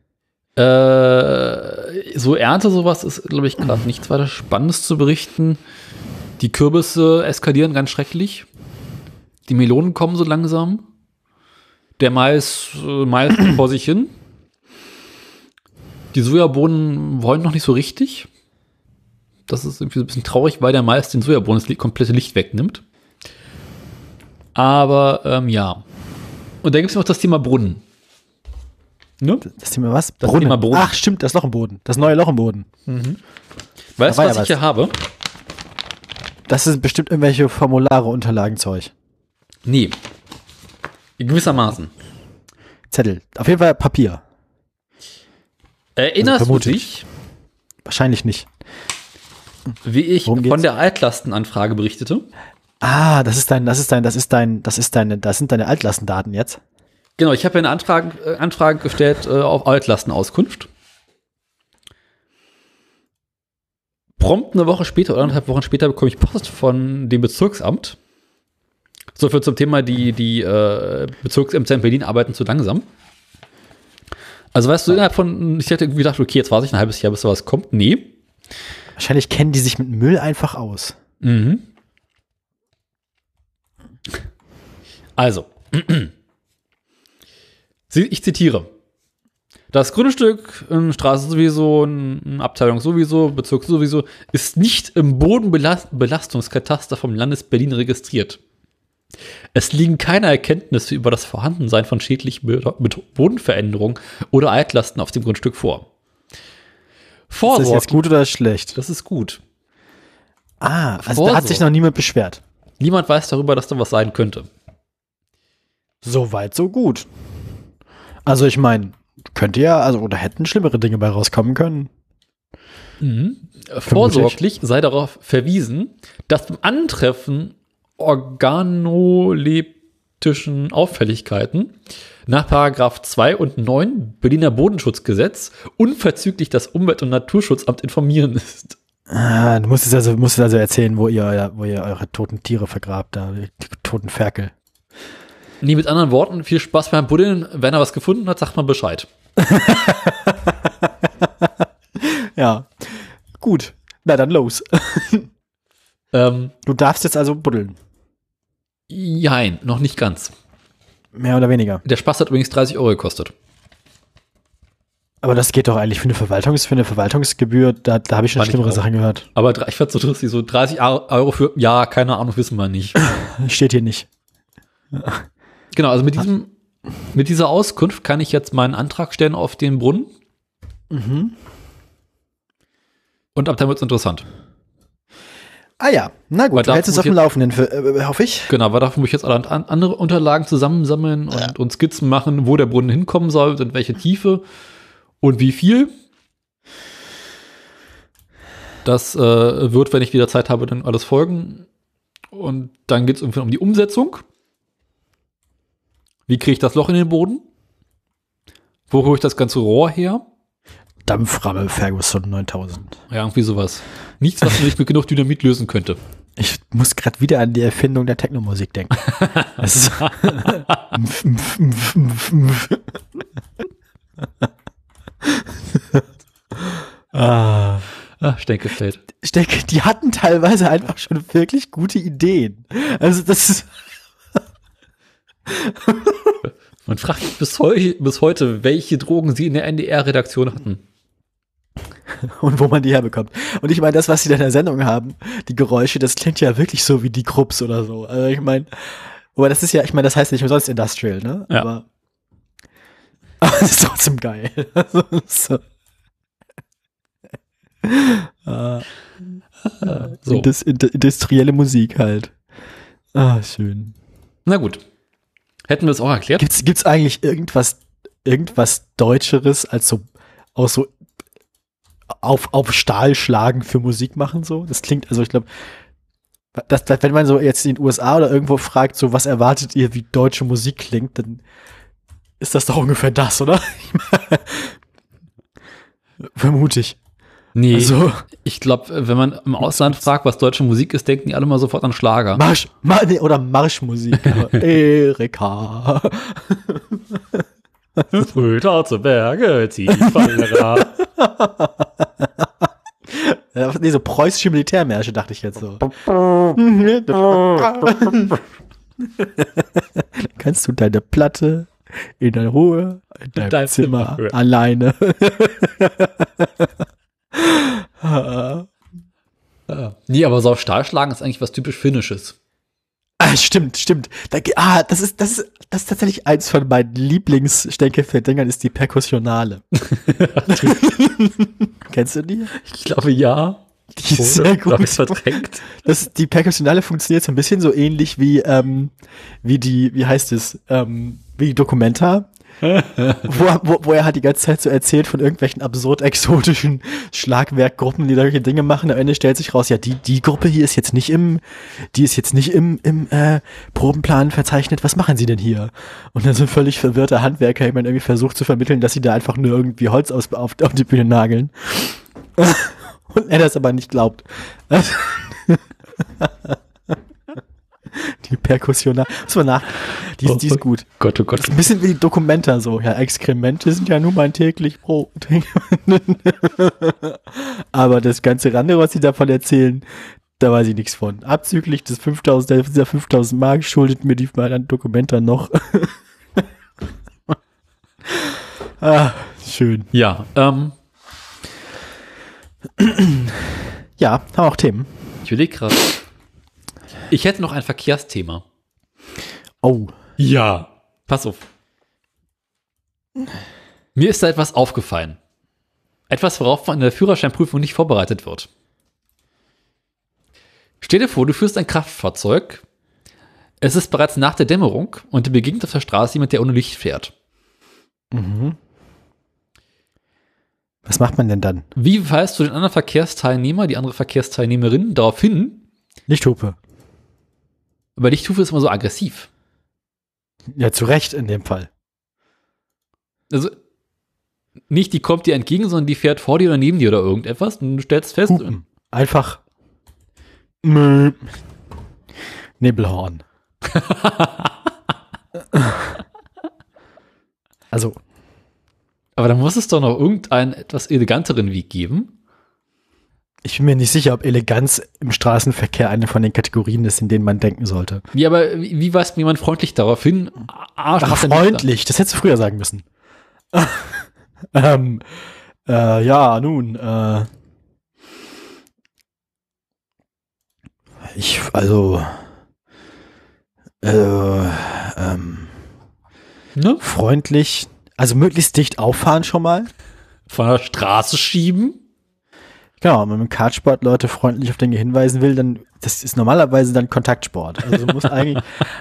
So Ernte, sowas ist, glaube ich, gerade nichts weiter Spannendes zu berichten. Die Kürbisse eskalieren ganz schrecklich. Die Melonen kommen so langsam. Der Mais vor sich hin. Die Sojabohnen wollen noch nicht so richtig. Das ist irgendwie so ein bisschen traurig, weil der Mais den Sojabohnen das komplette Licht wegnimmt. Aber ja. Und da gibt es noch das Thema Brunnen. Ne? Das Thema was? Das Thema Brunnen. Ach, stimmt, das Loch im Boden. Das neue Loch im Boden. Weißt du, war was ja ich hier habe? Das sind bestimmt irgendwelche Formulare, Unterlagen, Zeug. Nee. Gewissermaßen. Zettel. Auf jeden Fall Papier. Erinnerst du vermute dich, Wahrscheinlich nicht. wie ich Worum von geht's? der Altlastenanfrage berichtete? Ah, das sind deine Altlastendaten jetzt. Genau, ich habe eine Anfrage gestellt auf Altlastenauskunft. Prompt eine Woche später oder 1,5 Wochen später bekomme ich Post von dem Bezirksamt. So viel zum Thema, die Bezirksämter in Berlin arbeiten zu langsam. Also weißt du, innerhalb von, ich hätte irgendwie gedacht, okay, jetzt warte ich ein halbes Jahr, bis sowas kommt. Nee. Wahrscheinlich kennen die sich mit Müll einfach aus. Mhm. Also, ich zitiere. Das Grundstück, Straße sowieso, Abteilung sowieso, Bezirk sowieso, ist nicht im Bodenbelastungskataster vom Landes Berlin registriert. Es liegen keine Erkenntnisse über das Vorhandensein von schädlichen Bodenveränderungen oder Altlasten auf dem Grundstück vor. Ist das jetzt gut oder schlecht? Das ist gut. Ah, also da hat sich noch niemand beschwert. Niemand weiß darüber, dass da was sein könnte. So weit, so gut. Also ich meine, könnte ja, also oder hätten schlimmere Dinge bei rauskommen können. Vorsorglich sei darauf verwiesen, dass beim Antreffen organoleptischen Auffälligkeiten nach § 2 und 9 Berliner Bodenschutzgesetz unverzüglich das Umwelt- und Naturschutzamt informieren ist. Ah, du musst es also erzählen, wo ihr eure toten Tiere vergrabt, da, die toten Ferkel. Nee, mit anderen Worten, viel Spaß beim Buddeln. Wenn er was gefunden hat, sagt man Bescheid. Ja, gut. Na dann los. Du darfst jetzt also buddeln. Jein, noch nicht ganz. Mehr oder weniger. Der Spaß hat übrigens 30 € gekostet. Aber das geht doch eigentlich für eine Verwaltungsgebühr, da habe ich schon Fand ich schlimmere auch. Sachen gehört. Aber ich fand so lustig, so 30 € für, ja, keine Ahnung, wissen wir nicht. Steht hier nicht. Genau, also mit dieser Auskunft kann ich jetzt meinen Antrag stellen auf den Brunnen. Und ab dann wird es interessant. Ah ja, na Weil gut, du da hältst es muss auf dem jetzt- Laufenden, hoffe ich. Genau, weil dafür muss ich jetzt alle andere Unterlagen zusammensammeln und Skizzen machen, wo der Brunnen hinkommen soll und in welche Tiefe und wie viel. Das wird, wenn ich wieder Zeit habe, dann alles folgen. Und dann geht es irgendwie um die Umsetzung. Wie kriege ich das Loch in den Boden? Wo hole ich das ganze Rohr her? Dampframme Ferguson 9000. Ja, irgendwie sowas. Nichts, was man nicht mit genug Dynamit lösen könnte. Ich muss gerade wieder an die Erfindung der Technomusik denken. Das ist Stenkefeld. Ich denke, die hatten teilweise einfach schon wirklich gute Ideen. Also das ist Man fragt sich bis heute, welche Drogen sie in der NDR-Redaktion hatten. und wo man die herbekommt. Und ich meine, das, was sie da in der Sendung haben, die Geräusche, das klingt ja wirklich so wie die Krups oder so. Also ich meine, aber das ist ja, ich meine, das heißt nicht umsonst Industrial, ne? Ja. Aber es ist trotzdem geil. Also, so. So. Industrielle Musik halt. Ah, schön. Na gut. Hätten wir es auch erklärt? Gibt's eigentlich irgendwas Deutscheres als so aus so auf Stahl schlagen für Musik machen so? Das klingt, also ich glaube, wenn man so jetzt in den USA oder irgendwo fragt, so was erwartet ihr, wie deutsche Musik klingt, dann ist das doch ungefähr das, oder? Vermute ich. Nee, Also, ich glaube, wenn man im Ausland fragt, was deutsche Musik ist, denken die alle mal sofort an Schlager. oder Marschmusik. Erika. Röter zu Berge, zieht die Fallera. Nee, so preußische Militärmärsche, dachte ich jetzt so. Kannst du deine Platte in der Ruhe in deinem Zimmer alleine. Nee, aber so auf Stahl schlagen ist eigentlich was typisch Finnisches. Stimmt. Das ist tatsächlich eins von meinen Lieblings-Stenkefeld-Dingern, ist die Perkussionale. Kennst du die? Ich glaube, ja. Die ist sehr gut. Hab ich's verdrängt? Die Perkussionale funktioniert so ein bisschen so ähnlich wie die Documenta. wo er halt die ganze Zeit so erzählt von irgendwelchen absurd exotischen Schlagwerkgruppen, die da solche Dinge machen. Am Ende stellt sich raus, ja, die Gruppe hier ist jetzt nicht im Probenplan verzeichnet. Was machen sie denn hier? Und dann so ein völlig verwirrter Handwerker jemand irgendwie versucht zu vermitteln, dass sie da einfach nur irgendwie Holz auf die Bühne nageln. Und er das aber nicht glaubt. Die Perkussionale. Muss man nach. Die ist gut. Gott, oh Gott. Das ist ein bisschen wie die Dokumenta so. Ja, Exkremente sind ja nun mein täglich Brot. Aber das ganze Rande, was sie davon erzählen, da weiß ich nichts von. Abzüglich des 5000 Mark schuldet mir die mal an Dokumenta noch. Schön. Ja, Ja, haben wir auch Themen. ich überlege gerade. Ich hätte noch ein Verkehrsthema. Oh. Ja. Pass auf. Mir ist da etwas aufgefallen. Etwas, worauf man in der Führerscheinprüfung nicht vorbereitet wird. Stell dir vor, du führst ein Kraftfahrzeug. Es ist bereits nach der Dämmerung und dir begegnet auf der Straße jemand, der ohne Licht fährt. Mhm. Was macht man denn dann? Wie weist du den anderen Verkehrsteilnehmer, die andere Verkehrsteilnehmerin darauf hin? Lichthupe. Aber Lichthupe ist immer so aggressiv. Ja, zu Recht in dem Fall. Also nicht die kommt dir entgegen, sondern die fährt vor dir oder neben dir oder irgendetwas und du stellst fest. Hupen. Einfach. Nebelhorn. Also. Aber da muss es doch noch irgendeinen etwas eleganteren Weg geben. Ich bin mir nicht sicher, ob Eleganz im Straßenverkehr eine von den Kategorien ist, in denen man denken sollte. Ja, aber wie weist mir jemand freundlich darauf hin? Ach, freundlich, das hättest du früher sagen müssen. Ja, nun, Ne? freundlich, also möglichst dicht auffahren schon mal. Von der Straße schieben? Genau, wenn man im Kartsport Leute freundlich auf Dinge hinweisen will, dann, das ist normalerweise dann Kontaktsport. Also du musst eigentlich,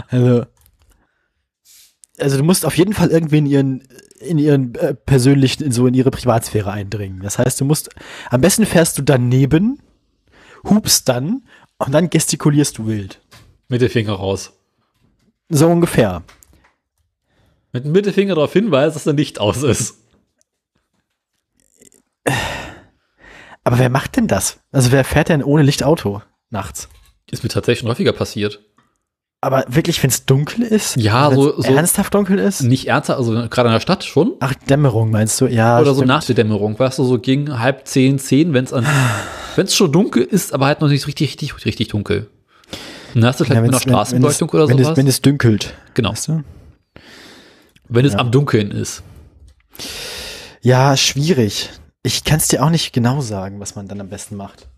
also du musst auf jeden Fall irgendwie in ihren persönlichen, in ihre Privatsphäre eindringen. Das heißt, am besten fährst du daneben, hupst dann und dann gestikulierst du wild. Mittelfinger raus. So ungefähr. Mit dem Mittelfinger darauf hinweisen, dass da Licht aus ist. Aber wer macht denn das? Also wer fährt denn ohne Licht Auto nachts? Ist mir tatsächlich schon häufiger passiert. Aber wirklich, wenn es dunkel ist? Ja, Wenn's so ernsthaft dunkel ist? nicht ernsthaft, also gerade in der Stadt schon. Ach, Dämmerung meinst du? Ja, Oder so stimmt. nach der Dämmerung, weißt du, so gegen 9:30, wenn es schon dunkel ist, aber halt noch nicht so richtig dunkel. Dann hast du vielleicht mit einer Straßenbeleuchtung oder sowas. Wenn es dünkelt. Genau. Weißt du? Wenn es am Dunkeln ist. Ja, schwierig. Ich kann es dir auch nicht genau sagen, was man dann am besten macht.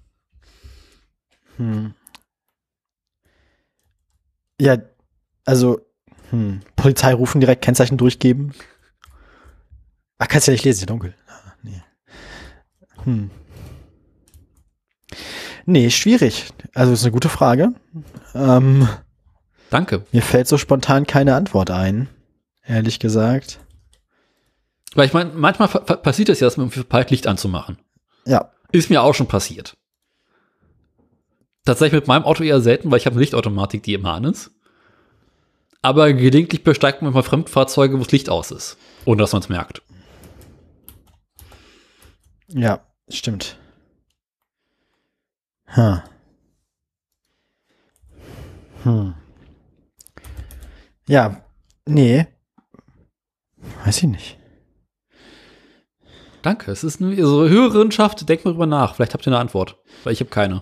Ja, also, Polizei rufen, direkt Kennzeichen durchgeben. Ach, kannst ja nicht lesen, ist ja dunkel. Ah, nee. Nee, schwierig. Also, ist eine gute Frage. Danke. Mir fällt so spontan keine Antwort ein, ehrlich gesagt. Weil ich meine, manchmal passiert es ja, dass man irgendwie verpeilt, Licht anzumachen. Ja. Ist mir auch schon passiert. Tatsächlich mit meinem Auto eher selten, weil ich habe eine Lichtautomatik, die immer an ist. Aber gelegentlich besteigt man mal Fremdfahrzeuge, wo das Licht aus ist. Ohne dass man es merkt. Ja, stimmt. Ja, nee. Weiß ich nicht. Danke. Es ist eine so Hörerinschaft, denkt mal drüber nach. Vielleicht habt ihr eine Antwort. Weil ich habe keine.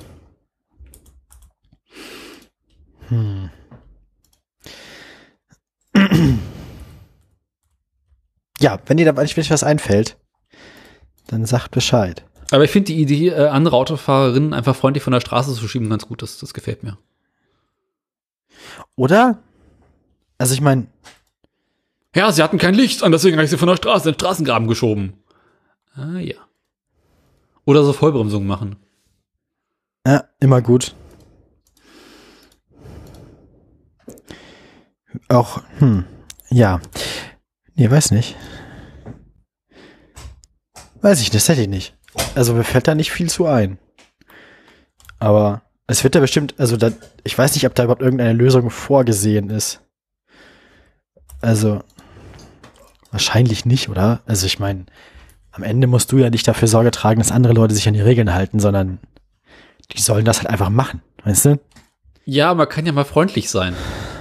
Ja, wenn dir da nicht was einfällt, dann sagt Bescheid. Aber ich finde die Idee, andere Autofahrerinnen einfach freundlich von der Straße zu schieben, ganz gut. Das gefällt mir. Oder? Also ich meine, Ja, sie hatten kein Licht und deswegen habe ich sie von der Straße in den Straßengraben geschoben. Ah, ja. Oder so Vollbremsung machen. ja, immer gut. Auch, ja. Nee, weiß nicht. Weiß ich tatsächlich nicht. Also mir fällt da nicht viel zu ein. Aber es wird da bestimmt, also da, ich weiß nicht, ob da überhaupt irgendeine Lösung vorgesehen ist. Also wahrscheinlich nicht, oder? Also ich meine, am Ende musst du ja nicht dafür Sorge tragen, dass andere Leute sich an die Regeln halten, sondern die sollen das halt einfach machen, weißt du? Ja, man kann ja mal freundlich sein.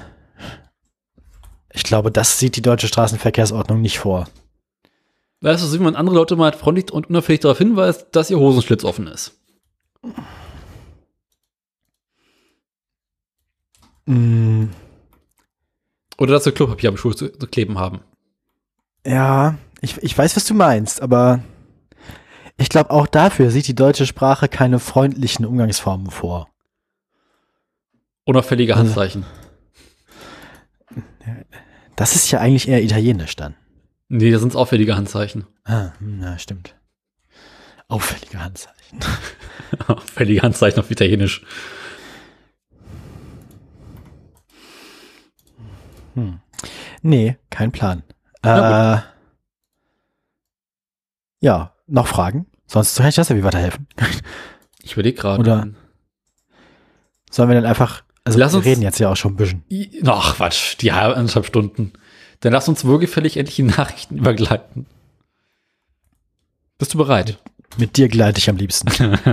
Ich glaube, das sieht die deutsche Straßenverkehrsordnung nicht vor. Weißt du, wie man andere Leute mal freundlich und unauffällig darauf hinweist, dass ihr Hosenschlitz offen ist? Oder dass sie Klopapier am Schuh zu kleben haben. Ja, ich weiß, was du meinst, aber ich glaube, auch dafür sieht die deutsche Sprache keine freundlichen Umgangsformen vor. Unauffällige Handzeichen. Das ist ja eigentlich eher italienisch dann. Nee, das sind auffällige Handzeichen. Ja, stimmt. Auffällige Handzeichen. Auffällige Handzeichen auf Italienisch. Nee, kein Plan. Na Ja, noch Fragen? Sonst kann ich das ja wie weiterhelfen. Ich überlege gerade. Oder sollen wir dann einfach, also Lass wir uns- reden jetzt ja auch schon ein bisschen. Ach, Quatsch, die halbe 1,5 Stunden. Dann lass uns wohlgefällig endlich die Nachrichten übergleiten. Bist du bereit? Mit dir gleite ich am liebsten.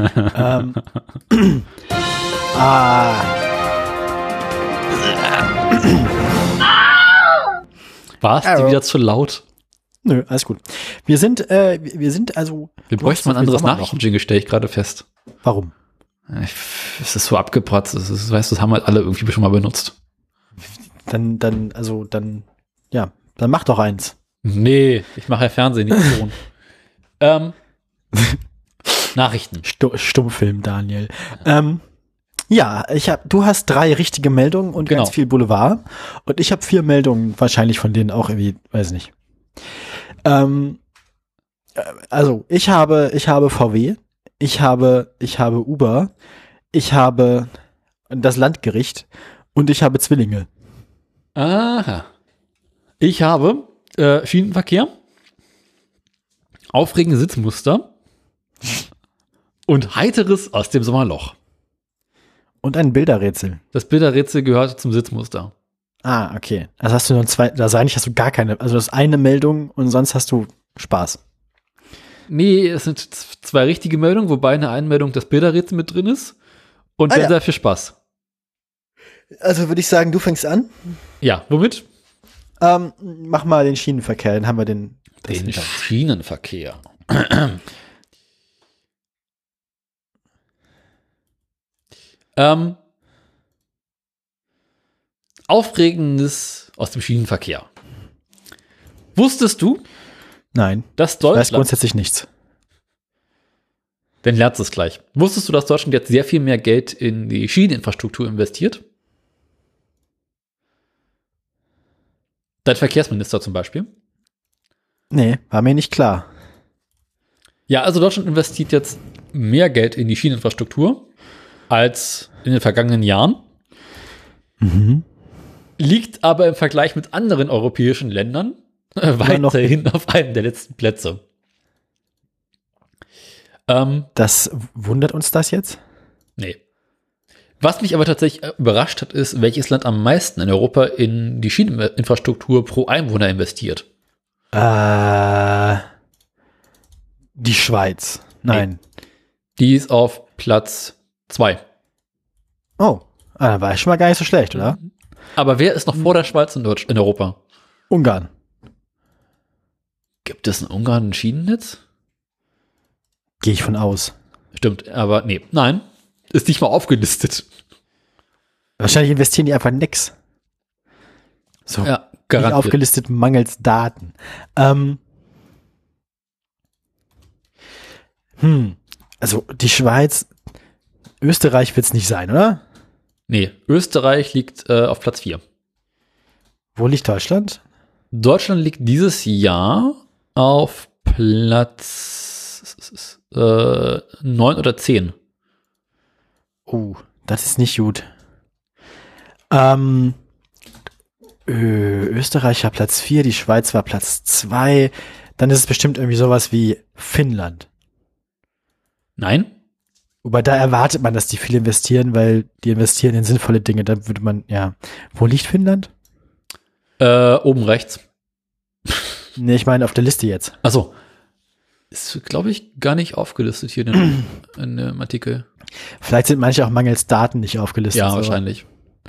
War es dir wieder zu laut? Nö, alles gut. Wir sind also. Wir bräuchten mal ein anderes Nachrichten-Jingle, stelle ich gerade fest. Warum? Es ist so abgepratzt. Weißt du, das haben halt alle irgendwie schon mal benutzt. Dann mach doch eins. Nee, ich mache ja Fernsehen, nicht Ton. Nachrichten. Stummfilm, Daniel. Ja, du hast 3 richtige Meldungen und Genau. ganz viel Boulevard. Und ich habe 4 Meldungen, wahrscheinlich von denen auch irgendwie, weiß nicht. Also, ich habe VW, ich habe Uber, ich habe das Landgericht und ich habe Zwillinge. Aha. Ich habe Schienenverkehr, aufregende Sitzmuster und Heiteres aus dem Sommerloch. Und ein Bilderrätsel. Das Bilderrätsel gehört zum Sitzmuster. Ah, okay. Also hast du gar keine, also das ist eine Meldung und sonst hast du Spaß. Nee, es sind zwei richtige Meldungen, wobei in der einen Meldung das Bilderrätsel mit drin ist. Und sehr, sehr viel Spaß. Also würde ich sagen, du fängst an. Ja, womit? Mach mal den Schienenverkehr, dann haben wir den Schienenverkehr. Aufregendes aus dem Schienenverkehr. Wusstest du, Nein, dass ich weiß Deutschland, grundsätzlich nichts. dann lernst du es gleich. Wusstest du, dass Deutschland jetzt sehr viel mehr Geld in die Schieneninfrastruktur investiert? Dein Verkehrsminister zum Beispiel. Nee, war mir nicht klar. Ja, also Deutschland investiert jetzt mehr Geld in die Schieneninfrastruktur als in den vergangenen Jahren. Liegt aber im Vergleich mit anderen europäischen Ländern weiterhin auf einem der letzten Plätze. Das wundert uns das jetzt? Nee. Was mich aber tatsächlich überrascht hat, ist, welches Land am meisten in Europa in die Schieneninfrastruktur pro Einwohner investiert. Die Schweiz. Nein. Die ist auf Platz 2. Oh, da war ich schon mal gar nicht so schlecht, oder? Aber wer ist noch vor der Schweiz in Europa? Ungarn. Gibt es in Ungarn ein Schienennetz? Gehe ich von aus. Stimmt, aber nee. Nein, ist nicht mal aufgelistet. Wahrscheinlich investieren die einfach nix. So, Ja, nicht garantiert. aufgelistet mangels Daten. Also die Schweiz, Österreich wird es nicht sein, oder? Nee, Österreich liegt auf Platz 4. Wo liegt Deutschland? Deutschland liegt dieses Jahr auf Platz 9 oder 10. Oh, das ist nicht gut. Österreich war Platz 4, die Schweiz war Platz 2. Dann ist es bestimmt irgendwie sowas wie Finnland. Nein? Wobei da erwartet man, dass die viel investieren, weil die investieren in sinnvolle Dinge. Da würde man, ja. Wo liegt Finnland? Oben rechts. Nee, ich meine auf der Liste jetzt. Achso. Ist, glaube ich, gar nicht aufgelistet hier in dem Artikel. Vielleicht sind manche auch mangels Daten nicht aufgelistet. Ja, so. wahrscheinlich.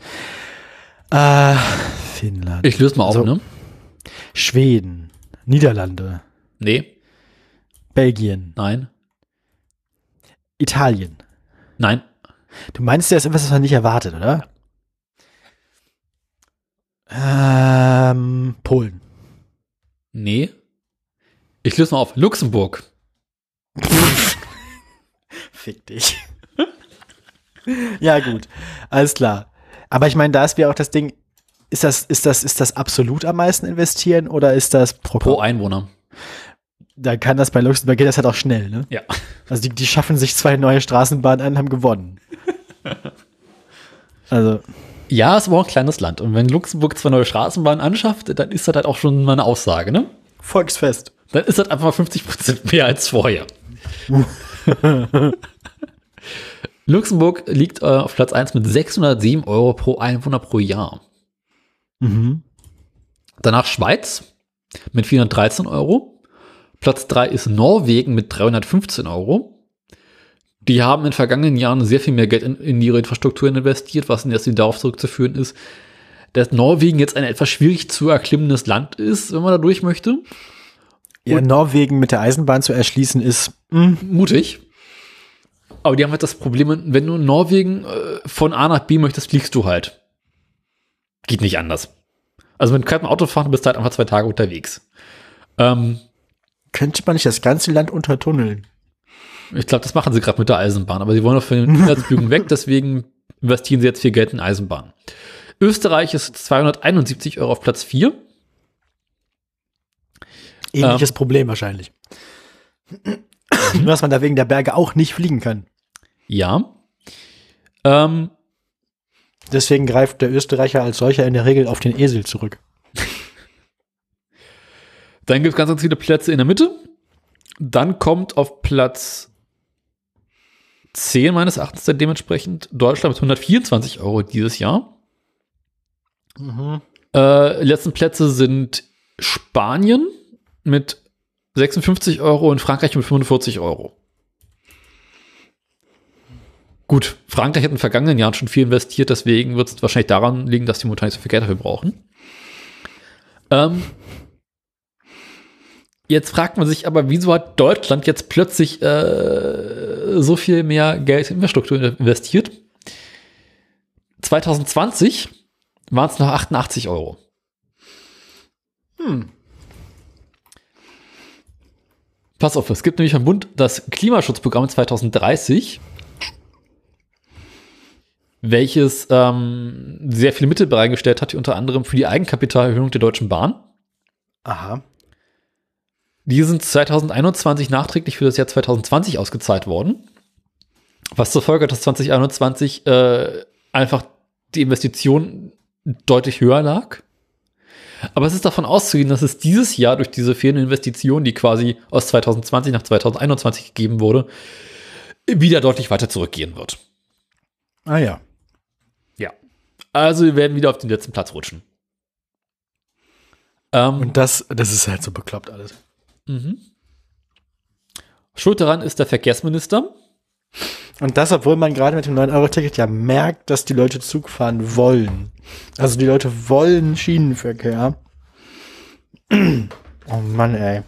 Finnland. Ich löse mal auf, Also, ne? Schweden, Niederlande, Nee, Belgien, nein, Italien. nein. Du meinst ja, das ist etwas, was man nicht erwartet, oder? Polen. Nee. Ich löse mal auf. Luxemburg. Fick dich. Ja, gut. Alles klar. Aber ich meine, da ist wieder auch das Ding, ist das absolut am meisten investieren oder ist das Pro Einwohner. Da kann das bei Luxemburg, geht das halt auch schnell, ne? Ja. Also die schaffen sich 2 neue Straßenbahnen an, haben gewonnen. Also. Ja, ist aber auch ein kleines Land. Und wenn Luxemburg 2 neue Straßenbahnen anschafft, dann ist das halt auch schon mal eine Aussage, ne? Volksfest. Dann ist das einfach mal 50% mehr als vorher. Luxemburg liegt auf Platz 1 mit 607 € pro Einwohner pro Jahr. Danach Schweiz mit 413 €. Platz 3 ist Norwegen mit 315 €. Die haben in den vergangenen Jahren sehr viel mehr Geld in ihre Infrastrukturen investiert, was jetzt darauf zurückzuführen ist, dass Norwegen jetzt ein etwas schwierig zu erklimmendes Land ist, wenn man da durch möchte. Ja, Norwegen mit der Eisenbahn zu erschließen ist Mutig. Aber die haben halt das Problem, wenn du in Norwegen von A nach B möchtest, fliegst du halt. Geht nicht anders. Also wenn du mit dem Auto fahren, bist du halt einfach 2 Tage unterwegs. Könnte man nicht das ganze Land untertunneln? Ich glaube, das machen sie gerade mit der Eisenbahn, aber sie wollen auch von den Inlandsflügen weg, deswegen investieren sie jetzt viel Geld in Eisenbahn. Österreich ist 271 € auf Platz 4. Ähnliches Problem wahrscheinlich. Nur, dass man da wegen der Berge auch nicht fliegen kann. Ja. Deswegen greift der Österreicher als solcher in der Regel auf den Esel zurück. Dann gibt es ganz viele Plätze in der Mitte. Dann kommt auf Platz 10 meines Erachtens dann dementsprechend Deutschland mit 124 € dieses Jahr. Letzten Plätze sind Spanien mit 56 Euro, in Frankreich mit 45 Euro. Gut, Frankreich hat in den vergangenen Jahren schon viel investiert, deswegen wird es wahrscheinlich daran liegen, dass die momentan nicht so viel Geld dafür brauchen. Jetzt fragt man sich aber, wieso hat Deutschland jetzt plötzlich so viel mehr Geld in Infrastruktur investiert? 2020 waren es noch 88 Euro. Pass auf, es gibt nämlich vom Bund das Klimaschutzprogramm 2030, welches sehr viele Mittel bereitgestellt hat, unter anderem für die Eigenkapitalerhöhung der Deutschen Bahn. Aha. Die sind 2021 nachträglich für das Jahr 2020 ausgezahlt worden, was zur Folge hat, dass 2021 einfach die Investition deutlich höher lag. Aber es ist davon auszugehen, dass es dieses Jahr durch diese fehlende Investition, die quasi aus 2020 nach 2021 gegeben wurde, wieder deutlich weiter zurückgehen wird. Ah ja. Ja. Also wir werden wieder auf den letzten Platz rutschen. Und das ist halt so bekloppt alles. Schuld daran ist der Verkehrsminister. Und das, obwohl man gerade mit dem 9-Euro-Ticket ja merkt, dass die Leute Zug fahren wollen. Also die Leute wollen Schienenverkehr. Oh Mann, ey.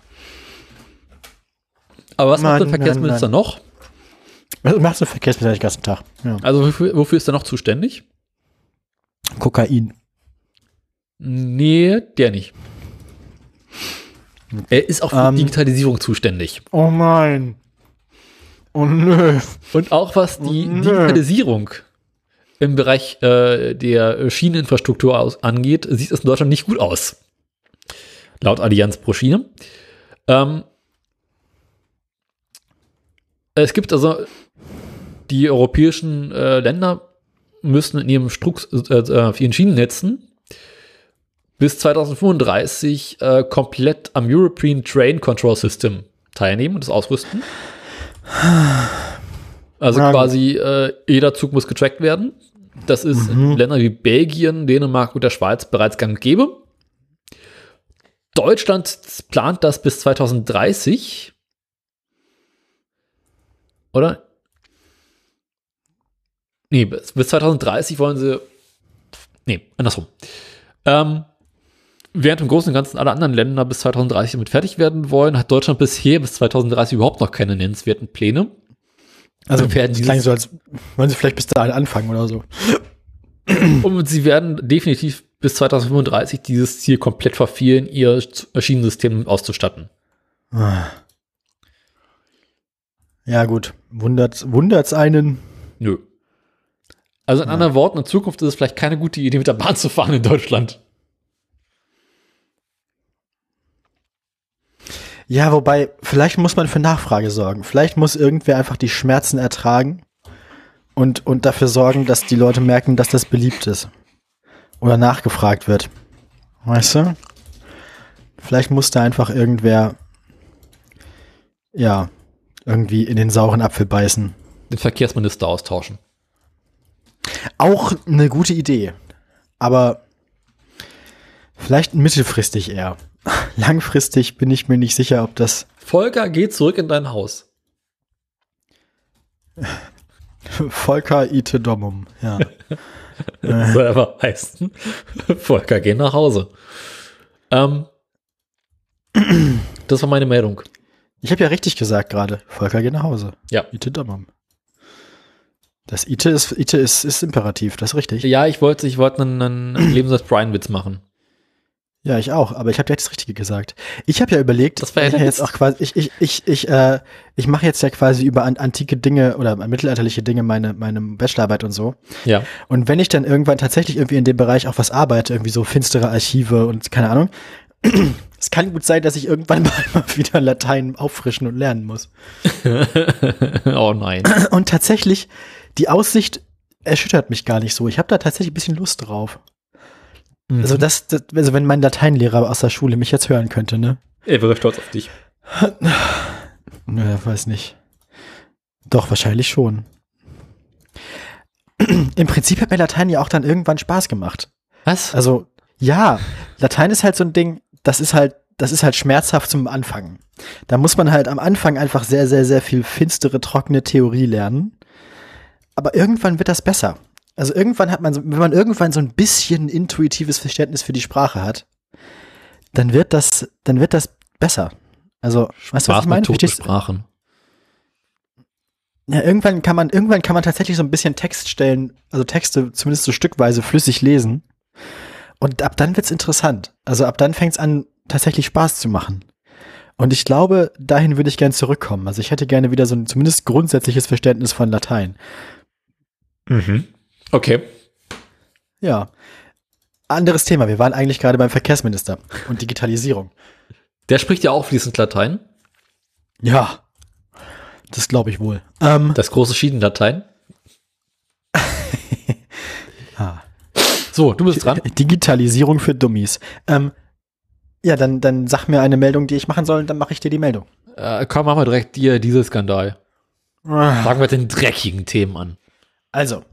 Aber was macht der Verkehrsminister noch? Was machst du Verkehrsminister den ganzen Tag? Ja. Also wofür ist er noch zuständig? Kokain. Nee, der nicht. Er ist auch für Digitalisierung zuständig. Oh nein. Oh nö. Und auch was die Digitalisierung im Bereich der Schieneninfrastruktur angeht, sieht es in Deutschland nicht gut aus. Laut Allianz pro Schiene. Es gibt also, die europäischen Länder müssen in ihren Schienennetzen bis 2035 komplett am European Train Control System teilnehmen und das ausrüsten. Also quasi jeder Zug muss getrackt werden. Das ist in Ländern wie Belgien, Dänemark und der Schweiz bereits gang und gäbe. Deutschland plant das bis 2030. Oder? Nee, bis 2030 wollen sie. Nee, andersrum. Während im Großen und Ganzen alle anderen Länder bis 2030 damit fertig werden wollen, hat Deutschland bisher bis 2030 überhaupt noch keine nennenswerten Pläne. Also es klang so, als wollen sie vielleicht bis dahin anfangen oder so. Und sie werden definitiv bis 2035 dieses Ziel komplett verfehlen, ihr Schienensystem auszustatten. Ja gut, wundert's einen? Nö. Also in anderen Worten, in Zukunft ist es vielleicht keine gute Idee, mit der Bahn zu fahren in Deutschland. Ja, wobei, vielleicht muss man für Nachfrage sorgen. Vielleicht muss irgendwer einfach die Schmerzen ertragen und dafür sorgen, dass die Leute merken, dass das beliebt ist. Oder nachgefragt wird. Weißt du? Vielleicht muss da einfach irgendwer, ja, irgendwie in den sauren Apfel beißen. Den Verkehrsminister austauschen. Auch eine gute Idee. Aber vielleicht mittelfristig eher. Langfristig bin ich mir nicht sicher, ob das... Volker, geh zurück in dein Haus. Volker ite domum, ja. Das soll aber heißen, Volker, geh nach Hause. Das war meine Meldung. Ich habe ja richtig gesagt gerade. Volker, geh nach Hause. Ja. Ite domum. Das Ite ist imperativ, das ist richtig. Ja, ich wollte einen Lebenssatz Brian-Witz machen. Ja, ich auch, aber ich habe ja das Richtige gesagt. Ich habe ja überlegt, das war ja jetzt auch quasi, ich mache jetzt ja quasi über antike Dinge oder mittelalterliche Dinge meine Bachelorarbeit und so. Ja. Und wenn ich dann irgendwann tatsächlich irgendwie in dem Bereich auch was arbeite, irgendwie so finstere Archive und keine Ahnung, es kann gut sein, dass ich irgendwann mal wieder Latein auffrischen und lernen muss. Oh nein. Und tatsächlich, die Aussicht erschüttert mich gar nicht so. Ich habe da tatsächlich ein bisschen Lust drauf. Also also wenn mein Lateinlehrer aus der Schule mich jetzt hören könnte, ne? Er wäre stolz auf dich. Nö, weiß nicht. Doch, wahrscheinlich schon. Im Prinzip hat mir Latein ja auch dann irgendwann Spaß gemacht. Was? Also, ja, Latein ist halt so ein Ding, das das ist halt schmerzhaft zum Anfangen. Da muss man halt am Anfang einfach sehr, sehr, sehr viel finstere, trockene Theorie lernen. Aber irgendwann wird das besser. Also irgendwann hat man, wenn man irgendwann so ein bisschen intuitives Verständnis für die Sprache hat, dann wird das besser. Also, weißt du, was ich meine? Sprachen. Ja, irgendwann kann man tatsächlich so ein bisschen Texte zumindest so stückweise flüssig lesen. Und ab dann wird's interessant. Also ab dann fängt's an, tatsächlich Spaß zu machen. Und ich glaube, dahin würde ich gern zurückkommen. Also ich hätte gerne wieder so ein zumindest grundsätzliches Verständnis von Latein. Mhm. Okay. Ja. Anderes Thema. Wir waren eigentlich gerade beim Verkehrsminister und Digitalisierung. Der spricht ja auch fließend Latein. Ja. Das glaube ich wohl. Das große Schienenlatein. Ah. So, du bist dran. Digitalisierung für Dummies. Ja, dann sag mir eine Meldung, die ich machen soll, und dann mache ich dir die Meldung. Komm, machen wir direkt dir Dieselskandal. Fangen wir den dreckigen Themen an. Also,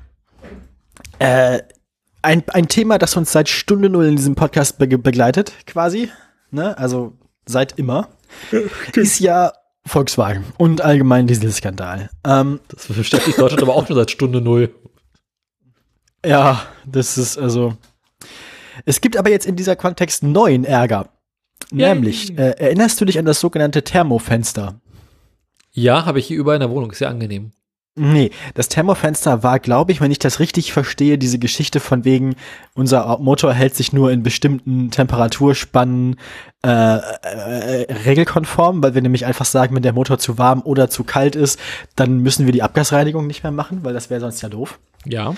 ein Thema, das uns seit Stunde Null in diesem Podcast begleitet, quasi, ne? Also seit immer, ist ja Volkswagen und allgemein Dieselskandal. Das beschäftigt Deutschland aber auch schon seit Stunde Null. Ja, das ist also. Es gibt aber jetzt in dieser Kontext neuen Ärger. Nämlich, erinnerst du dich an das sogenannte Thermofenster? Ja, habe ich hier überall in der Wohnung. Ist sehr angenehm. Nee, das Thermofenster war, glaube ich, wenn ich das richtig verstehe, diese Geschichte von wegen, unser Motor hält sich nur in bestimmten Temperaturspannen regelkonform, weil wir nämlich einfach sagen, wenn der Motor zu warm oder zu kalt ist, dann müssen wir die Abgasreinigung nicht mehr machen, weil das wäre sonst ja doof. Ja.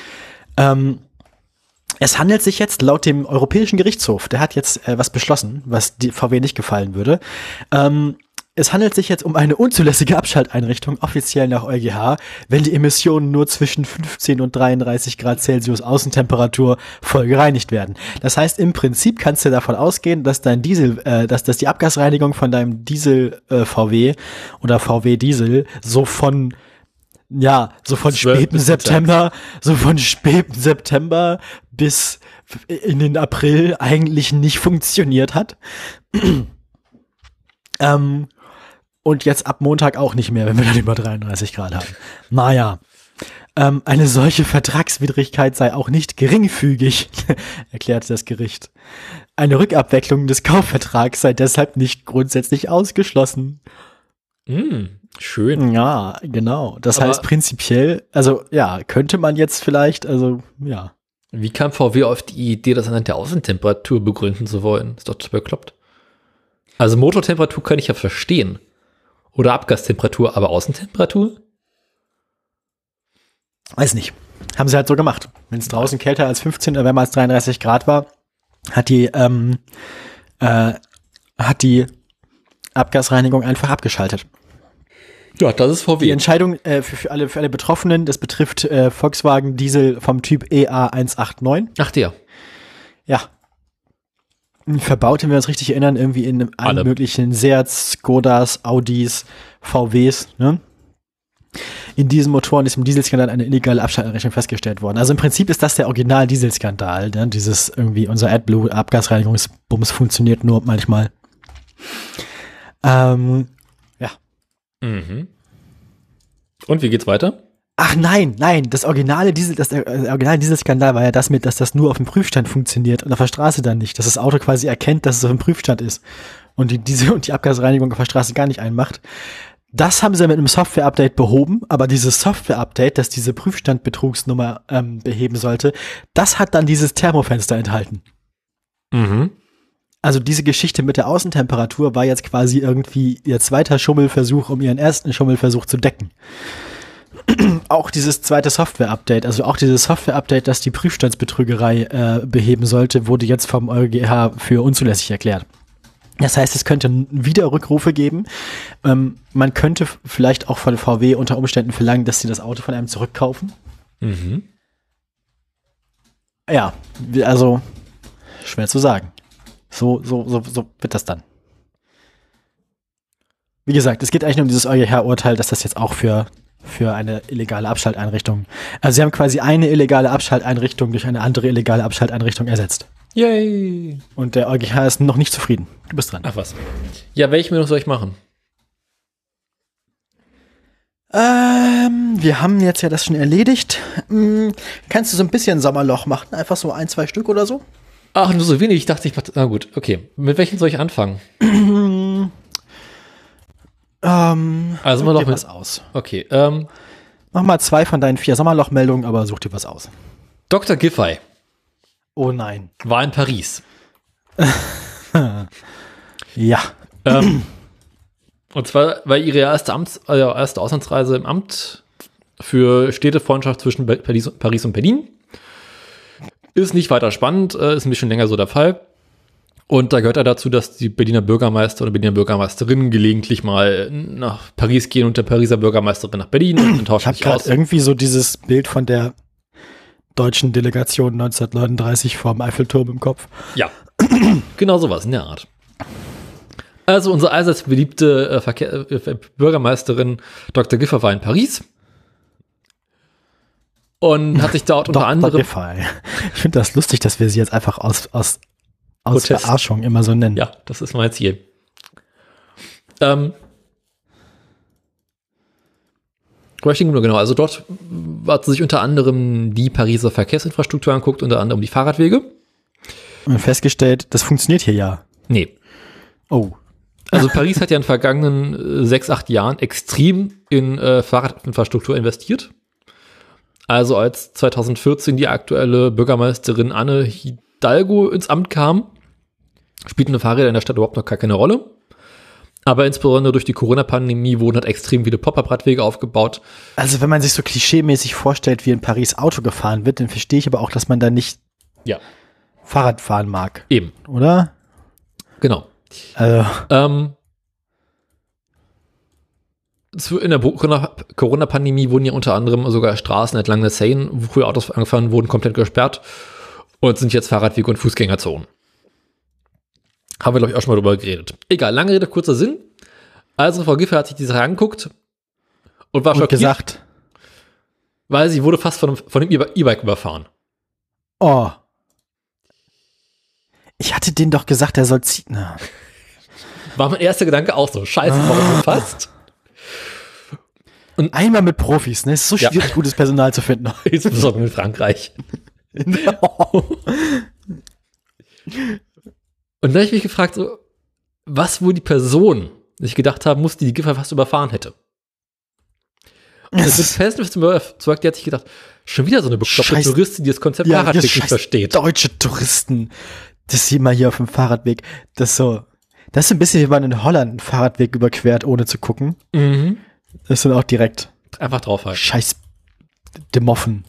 Es handelt sich jetzt laut dem Europäischen Gerichtshof, der hat jetzt was beschlossen, was die VW nicht gefallen würde. Es handelt sich jetzt um eine unzulässige Abschalteinrichtung, offiziell nach EuGH, wenn die Emissionen nur zwischen 15 und 33 Grad Celsius Außentemperatur voll gereinigt werden. Das heißt, im Prinzip kannst du davon ausgehen, dass dein Diesel, dass die Abgasreinigung von deinem Diesel VW oder VW Diesel so von spätem September bis in den April eigentlich nicht funktioniert hat. Und jetzt ab Montag auch nicht mehr, wenn wir dann über 33 Grad haben. Naja, eine solche Vertragswidrigkeit sei auch nicht geringfügig, erklärte das Gericht. Eine Rückabwicklung des Kaufvertrags sei deshalb nicht grundsätzlich ausgeschlossen. Schön. Ja, genau. Das heißt prinzipiell, also ja, könnte man jetzt vielleicht, also ja. Wie kam VW auf die Idee, das anhand der Außentemperatur begründen zu wollen? Ist doch total bekloppt. Also Motortemperatur kann ich ja verstehen. Oder Abgastemperatur, aber Außentemperatur? Weiß nicht. Haben sie halt so gemacht. Wenn es draußen kälter als 15 oder wärmer als 33 Grad war, hat die Abgasreinigung einfach abgeschaltet. Ja, das ist VW. Die Entscheidung für alle Betroffenen, das betrifft Volkswagen Diesel vom Typ EA189. Ach, der. Ja. Verbaut, wenn wir uns richtig erinnern, irgendwie in allen möglichen Seats, Skodas, Audis, VWs, ne? In diesem Motoren ist im Dieselskandal eine illegale Abschalteinrichtung festgestellt worden. Also im Prinzip ist das der Original-Dieselskandal, ne? Dieses irgendwie, unser AdBlue-Abgasreinigungsbums funktioniert nur manchmal. Ja. Mhm. Und wie geht's weiter? Ach nein, das originale Dieselskandal war ja das mit, dass das nur auf dem Prüfstand funktioniert und auf der Straße dann nicht, dass das Auto quasi erkennt, dass es auf dem Prüfstand ist und die Abgasreinigung auf der Straße gar nicht einmacht. Das haben sie mit einem Software-Update behoben, aber dieses Software-Update, das diese Prüfstand-Betrugsnummer beheben sollte, das hat dann dieses Thermofenster enthalten. Mhm. Also diese Geschichte mit der Außentemperatur war jetzt quasi irgendwie ihr zweiter Schummelversuch, um ihren ersten Schummelversuch zu decken. Auch dieses zweite Software-Update, also auch dieses Software-Update, das die Prüfstandsbetrügerei beheben sollte, wurde jetzt vom EuGH für unzulässig erklärt. Das heißt, es könnte wieder Rückrufe geben. Man könnte vielleicht auch von VW unter Umständen verlangen, dass sie das Auto von einem zurückkaufen. Mhm. Ja, also schwer zu sagen. So wird das dann. Wie gesagt, es geht eigentlich nur um dieses EuGH-Urteil, dass das jetzt auch für eine illegale Abschalteinrichtung. Also sie haben quasi eine illegale Abschalteinrichtung durch eine andere illegale Abschalteinrichtung ersetzt. Yay! Und der EuGH ist noch nicht zufrieden. Du bist dran. Ach was. Ja, welche Meldung soll ich machen? Wir haben jetzt ja das schon erledigt. Kannst du so ein bisschen Sommerloch machen? Einfach so 1, 2 Stück oder so? Ach, nur so wenig. Ich dachte, ich mach. Na gut, okay. Mit welchen soll ich anfangen? Also mal such doch dir was aus. Okay. Mach mal 2 von deinen 4 Sommerloch-Meldungen, aber such dir was aus. Dr. Giffey Oh nein. war in Paris. Ja. Und zwar war ihre erste Auslandsreise im Amt für Städtefreundschaft zwischen Paris und Berlin. Ist nicht weiter spannend, ist ein bisschen länger so der Fall. Und da gehört er dazu, dass die Berliner Bürgermeister oder Berliner Bürgermeisterinnen gelegentlich mal nach Paris gehen und der Pariser Bürgermeisterin nach Berlin und tauschen Ich habe gerade irgendwie so dieses Bild von der deutschen Delegation 1939 vorm Eiffelturm im Kopf. Ja, genau sowas in der Art. Also unsere allseits beliebte Bürgermeisterin Dr. Giffey war in Paris und hat sich dort unter anderem... Giffey. Ich finde das lustig, dass wir sie jetzt einfach aus Protest. Verarschung immer so nennen. Ja, das ist mein Ziel. Genau, also dort hat sie sich unter anderem die Pariser Verkehrsinfrastruktur angeguckt, unter anderem die Fahrradwege. Und festgestellt, das funktioniert hier ja. Nee. Oh. Also Paris hat ja in den vergangenen 6-8 Jahren extrem in Fahrradinfrastruktur investiert. Also als 2014 die aktuelle Bürgermeisterin Anne Hidalgo ins Amt kam, spielten Fahrräder in der Stadt überhaupt noch gar keine Rolle. Aber insbesondere durch die Corona-Pandemie wurden halt extrem viele Pop-up-Radwege aufgebaut. Also wenn man sich so klischeemäßig vorstellt, wie in Paris Auto gefahren wird, dann verstehe ich aber auch, dass man da nicht Fahrrad fahren mag. Eben. Oder? Genau. In der Corona-Pandemie wurden ja unter anderem sogar Straßen entlang der Seine, wo früher Autos angefahren wurden, komplett gesperrt und sind jetzt Fahrradwege und Fußgängerzonen. Haben wir, glaube ich, auch schon mal drüber geredet. Egal, lange Rede, kurzer Sinn. Also Frau Giffey hat sich die Sache angeguckt und war schockiert, gesagt, weil sie wurde fast von dem E-Bike überfahren. Oh. Ich hatte denen doch gesagt, er soll ziehen. Na. War mein erster Gedanke auch so. Scheiße, warum fast? Und einmal mit Profis, ne? Es ist so schwierig, gutes Personal zu finden. Insbesondere in Frankreich. Und dann habe ich mich gefragt, so, was wohl die Person sich gedacht haben muss, die die Giffey fast überfahren hätte. Und das ist fest zum Beispiel, die hat sich gedacht, schon wieder so eine bekloppte Touristin, die das Konzept Fahrradweg nicht versteht. Deutsche Touristen. Das sieht man hier auf dem Fahrradweg. Das ist so ein bisschen, wie man in Holland einen Fahrradweg überquert, ohne zu gucken. Mhm. Das ist dann auch direkt. Einfach draufhalten. Scheiß Demoffen.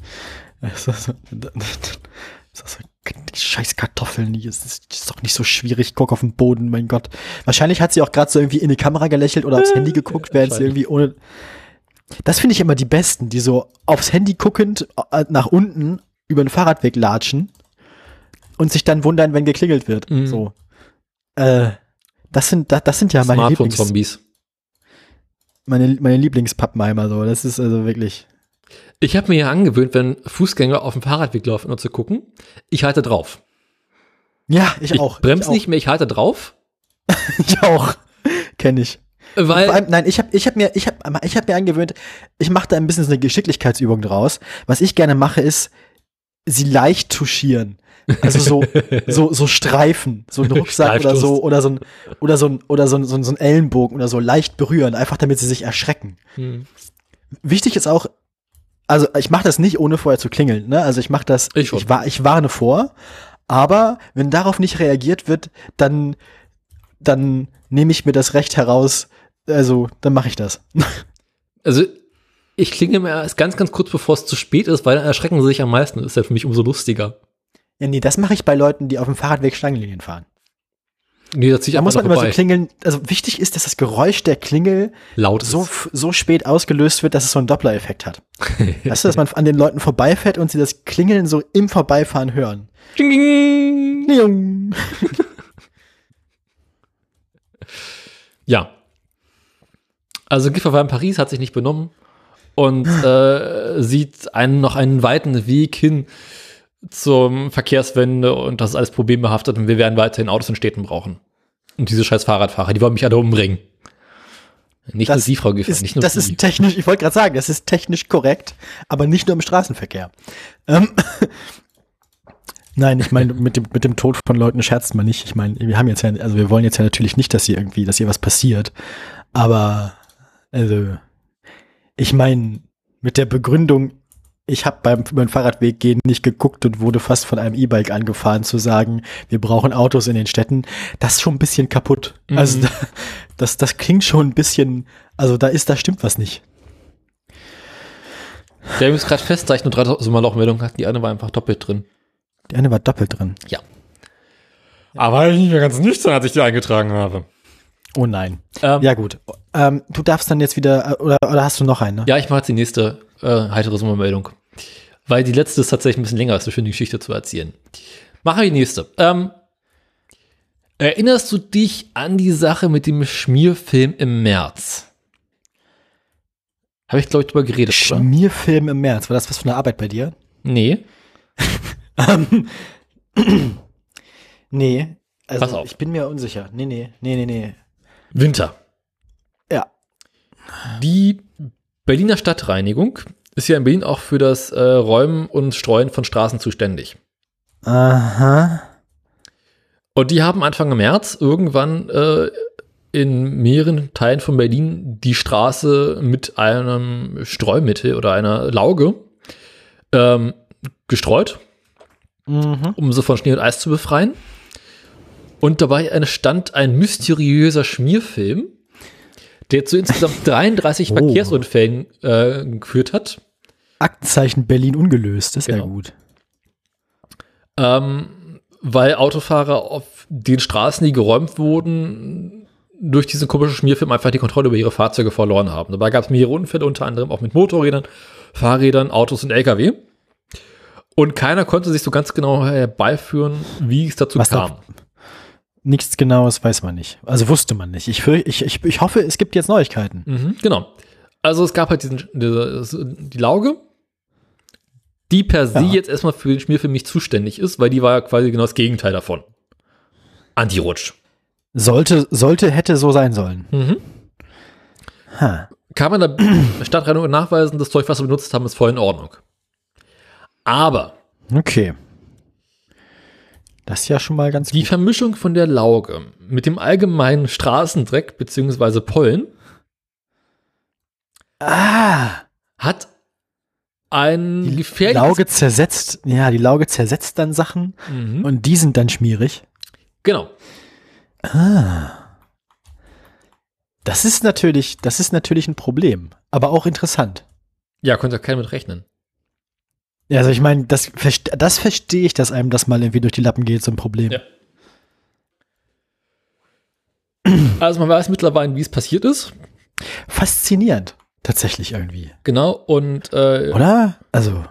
Scheiß Kartoffeln. Das ist doch nicht so schwierig. Guck auf den Boden, mein Gott. Wahrscheinlich hat sie auch gerade so irgendwie in die Kamera gelächelt oder aufs Handy geguckt, während sie irgendwie ohne. Das finde ich immer die Besten, die so aufs Handy guckend nach unten über den Fahrradweg latschen und sich dann wundern, wenn geklingelt wird. Mhm. So. Das sind ja meine Smartphone-Zombies. Meine Lieblingspappenheimer, so. Das ist also wirklich. Ich habe mir ja angewöhnt, wenn Fußgänger auf dem Fahrradweg laufen, nur zu gucken, ich halte drauf. Ja, ich auch. Ich bremse nicht mehr, ich halte drauf. Ich auch. Kenne ich. Weil, vor allem, nein, ich hab mir angewöhnt, ich mache da ein bisschen so eine Geschicklichkeitsübung draus. Was ich gerne mache, ist, sie leicht touchieren. Also so Streifen, so ein Rucksack oder so, oder so ein Ellenbogen oder so leicht berühren, einfach damit sie sich erschrecken. Wichtig ist auch, also ich mache das nicht, ohne vorher zu klingeln, ne? Also ich mache das, ich warne vor, aber wenn darauf nicht reagiert wird, dann nehme ich mir das Recht heraus, also dann mache ich das. Also ich klinge mir erst ganz, ganz kurz, bevor es zu spät ist, weil dann erschrecken sie sich am meisten. Das ist ja für mich umso lustiger. Ja, nee, das mache ich bei Leuten, die auf dem Fahrradweg Schlangenlinien fahren. Nee, da ziehe ich da muss man vorbei. immer so klingeln. Also wichtig ist, dass das Geräusch der Klingel laut so spät ausgelöst wird, dass es so einen Doppler-Effekt hat. Weißt du, dass man an den Leuten vorbeifährt und sie das Klingeln so im Vorbeifahren hören. Ja. Also Giffey war in Paris, hat sich nicht benommen und sieht noch einen weiten Weg hin zum Verkehrswende und das ist alles problembehaftet und wir werden weiterhin Autos in Städten brauchen. Und diese scheiß Fahrradfahrer, die wollen mich alle umbringen. Nicht nur die, Frau Giffey, nicht nur das die. ist technisch, ich wollte gerade sagen, das ist technisch korrekt, aber nicht nur im Straßenverkehr. Nein, ich meine, mit dem Tod von Leuten scherzt man nicht. Ich meine, wir wollen jetzt ja natürlich nicht, dass hier was passiert. Aber, also, ich meine, mit der Begründung, ich habe beim Fahrradweg gehen nicht geguckt und wurde fast von einem E-Bike angefahren, zu sagen, wir brauchen Autos in den Städten, das ist schon ein bisschen kaputt. Mhm. Also, das klingt schon ein bisschen, also da stimmt was nicht. Der muss gerade festzeichnen und 3000 Mal Lochmeldungen hatten, die eine war einfach doppelt drin. Die eine war doppelt drin. Ja. Aber ich nicht mehr ganz nüchtern, als ich die eingetragen habe. Oh nein. Ja gut. Du darfst dann jetzt wieder, oder hast du noch einen? Ne? Ja, ich mache jetzt die nächste heitere Sommermeldung. Weil die letzte ist tatsächlich ein bisschen länger, als eine schöne Geschichte zu erzählen. Machen wir die nächste. Erinnerst du dich an die Sache mit dem Schmierfilm im März? Habe ich, glaube ich, drüber geredet, oder? Schmierfilm im März. War das was für eine Arbeit bei dir? Nee. Nee. Also Pass auf. ich bin mir unsicher. Nee. Winter. Ja. Die Berliner Stadtreinigung ist ja in Berlin auch für das Räumen und Streuen von Straßen zuständig. Aha. Und die haben Anfang März irgendwann in mehreren Teilen von Berlin die Straße mit einem Streumittel oder einer Lauge gestreut, um sie von Schnee und Eis zu befreien. Und dabei stand ein mysteriöser Schmierfilm, der zu insgesamt 33 Verkehrsunfällen geführt hat. Aktenzeichen Berlin ungelöst, das ist Genau. ja gut. Weil Autofahrer auf den Straßen, die geräumt wurden, durch diesen komischen Schmierfilm einfach die Kontrolle über ihre Fahrzeuge verloren haben. Dabei gab es mehrere Unfälle, unter anderem auch mit Motorrädern, Fahrrädern, Autos und LKW. Und keiner konnte sich so ganz genau herbeiführen, wie es dazu kam. Nichts Genaues weiß man nicht. Also wusste man nicht. Ich hoffe, es gibt jetzt Neuigkeiten. Genau. Also es gab halt die Lauge, die per se jetzt erstmal für den Schmierfilm nicht zuständig ist, weil die war ja quasi genau das Gegenteil davon. Anti-Rutsch. Hätte so sein sollen. Kann man der Stadtreinigung nachweisen, das Zeug, was wir benutzt haben, ist voll in Ordnung. Aber Okay. Das ist ja schon mal ganz die gut. Vermischung von der Lauge mit dem allgemeinen Straßendreck bzw. Pollen hat ein gefährliches... Die Lauge zersetzt dann Sachen und die sind dann schmierig. Genau. Das ist natürlich ein Problem, aber auch interessant. Ja, konnte ja keiner mit rechnen. Ja, also ich meine, das verstehe ich, dass einem das mal irgendwie durch die Lappen geht, so ein Problem. Ja. Also man weiß mittlerweile, wie es passiert ist. Faszinierend, tatsächlich irgendwie. Genau, und Oder? Also,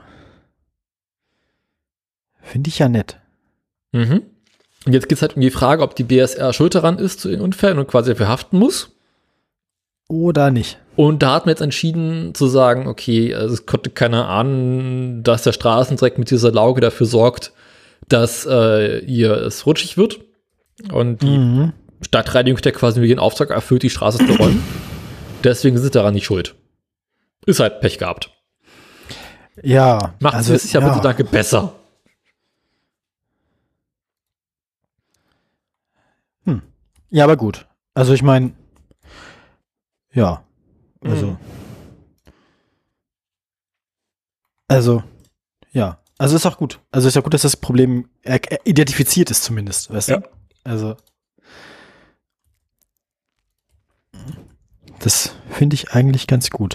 finde ich ja nett. Und jetzt geht es halt um die Frage, ob die BSR schuld daran ist zu den Unfällen und quasi dafür haften muss. Oder nicht. Und da hat man jetzt entschieden zu sagen, okay, also es konnte keiner ahnen, dass der Straßendreck mit dieser Lauge dafür sorgt, dass es rutschig wird. Und die Stadtreinigung hat ja quasi ihren Auftrag erfüllt, die Straße zu räumen. Deswegen sind sie daran nicht schuld. Ist halt Pech gehabt. Ja. Macht es sich aber Danke besser. Ja, aber gut. Also ich meine, ja. Ja. Also ist auch gut. Also ist ja gut, dass das Problem identifiziert ist zumindest, weißt du? Also das finde ich eigentlich ganz gut.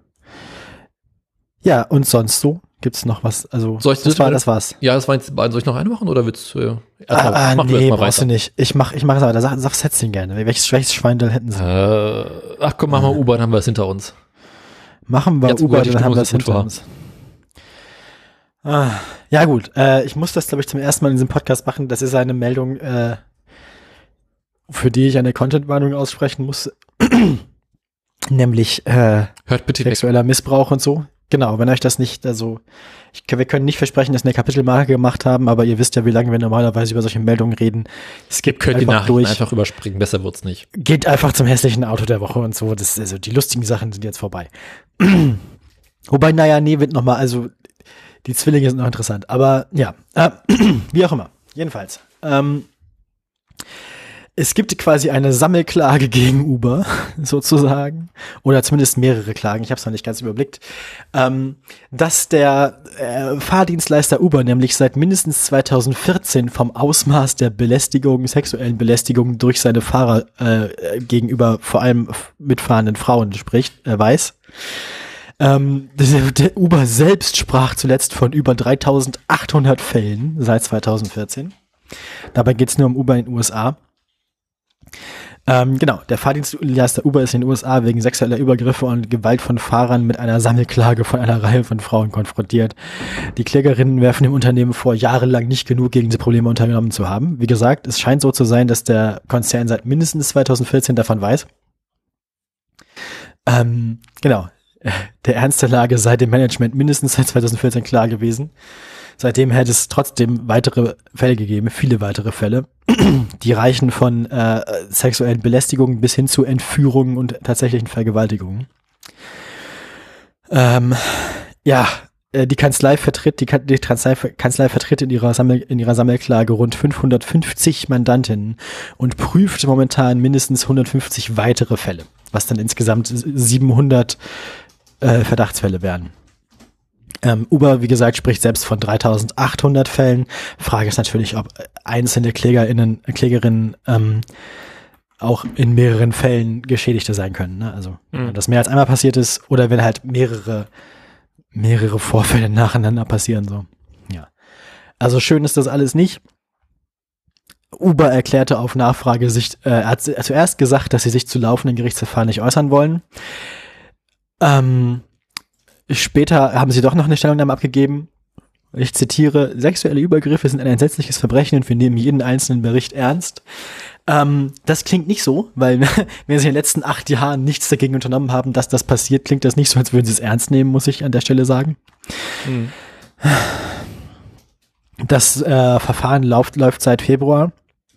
Ja, und sonst so? Gibt's noch was? Also, das war's. Ja, das waren jetzt die beiden. Soll ich noch eine machen oder willst du Nee, erstmal brauchst du nicht. Ich mach es aber. Da sag Sätzchen gerne. Welches Schweindel hätten sie? Ach komm, machen wir U-Bahn, haben wir es hinter uns. Machen wir Jetzt, U-Bahn, wo dann haben wir es die Stimmung so hinter gut uns. Ja gut, ich muss das, glaube ich, zum ersten Mal in diesem Podcast machen. Das ist eine Meldung, für die ich eine Content-Warnung aussprechen muss. Nämlich Hört bitte weg. sexueller Missbrauch und so. Genau, wenn euch das nicht, also wir können nicht versprechen, dass wir eine Kapitelmarke gemacht haben, aber ihr wisst ja, wie lange wir normalerweise über solche Meldungen reden. Es gibt Könnt die einfach Nachrichten durch. einfach überspringen, besser wird's nicht. Geht einfach zum hässlichen Auto der Woche und so. Das, also die lustigen Sachen sind jetzt vorbei. Wobei, naja, nee, wird nochmal, also die Zwillinge sind noch interessant. Aber ja, wie auch immer. Jedenfalls. Es gibt quasi eine Sammelklage gegen Uber, sozusagen. Oder zumindest mehrere Klagen, ich habe es noch nicht ganz überblickt. Dass der Fahrdienstleister Uber nämlich seit mindestens 2014 vom Ausmaß der Belästigung, sexuellen Belästigung durch seine Fahrer gegenüber vor allem mitfahrenden Frauen weiß. Der Uber selbst sprach zuletzt von über 3.800 Fällen seit 2014. Dabei geht es nur um Uber in den USA. Genau, der Fahrdienstleister Uber ist in den USA wegen sexueller Übergriffe und Gewalt von Fahrern mit einer Sammelklage von einer Reihe von Frauen konfrontiert. Die Klägerinnen werfen dem Unternehmen vor, jahrelang nicht genug gegen diese Probleme unternommen zu haben. Wie gesagt, es scheint so zu sein, dass der Konzern seit mindestens 2014 davon weiß. Genau, der Ernst der Lage sei dem Management mindestens seit 2014 klar gewesen. Seitdem hätte es trotzdem weitere Fälle gegeben, viele weitere Fälle. Die reichen von sexuellen Belästigungen bis hin zu Entführungen und tatsächlichen Vergewaltigungen. Die Kanzlei vertritt in ihrer Sammelklage rund 550 Mandantinnen und prüft momentan mindestens 150 weitere Fälle, was dann insgesamt 700 Verdachtsfälle wären. Uber, wie gesagt, spricht selbst von 3.800 Fällen. Frage ist natürlich, ob einzelne Klägerinnen auch in mehreren Fällen Geschädigte sein können. Ne? Also, wenn das mehr als einmal passiert ist oder wenn halt mehrere Vorfälle nacheinander passieren. So. Ja. Also schön ist das alles nicht. Uber erklärte auf Nachfrage er hat zuerst gesagt, dass sie sich zu laufenden Gerichtsverfahren nicht äußern wollen. Später haben sie doch noch eine Stellungnahme abgegeben. Ich zitiere: Sexuelle Übergriffe sind ein entsetzliches Verbrechen und wir nehmen jeden einzelnen Bericht ernst. Das klingt nicht so, weil wenn sie in den letzten 8 Jahren nichts dagegen unternommen haben, dass das passiert, klingt das nicht so, als würden sie es ernst nehmen, muss ich an der Stelle sagen. Das Verfahren läuft seit Februar.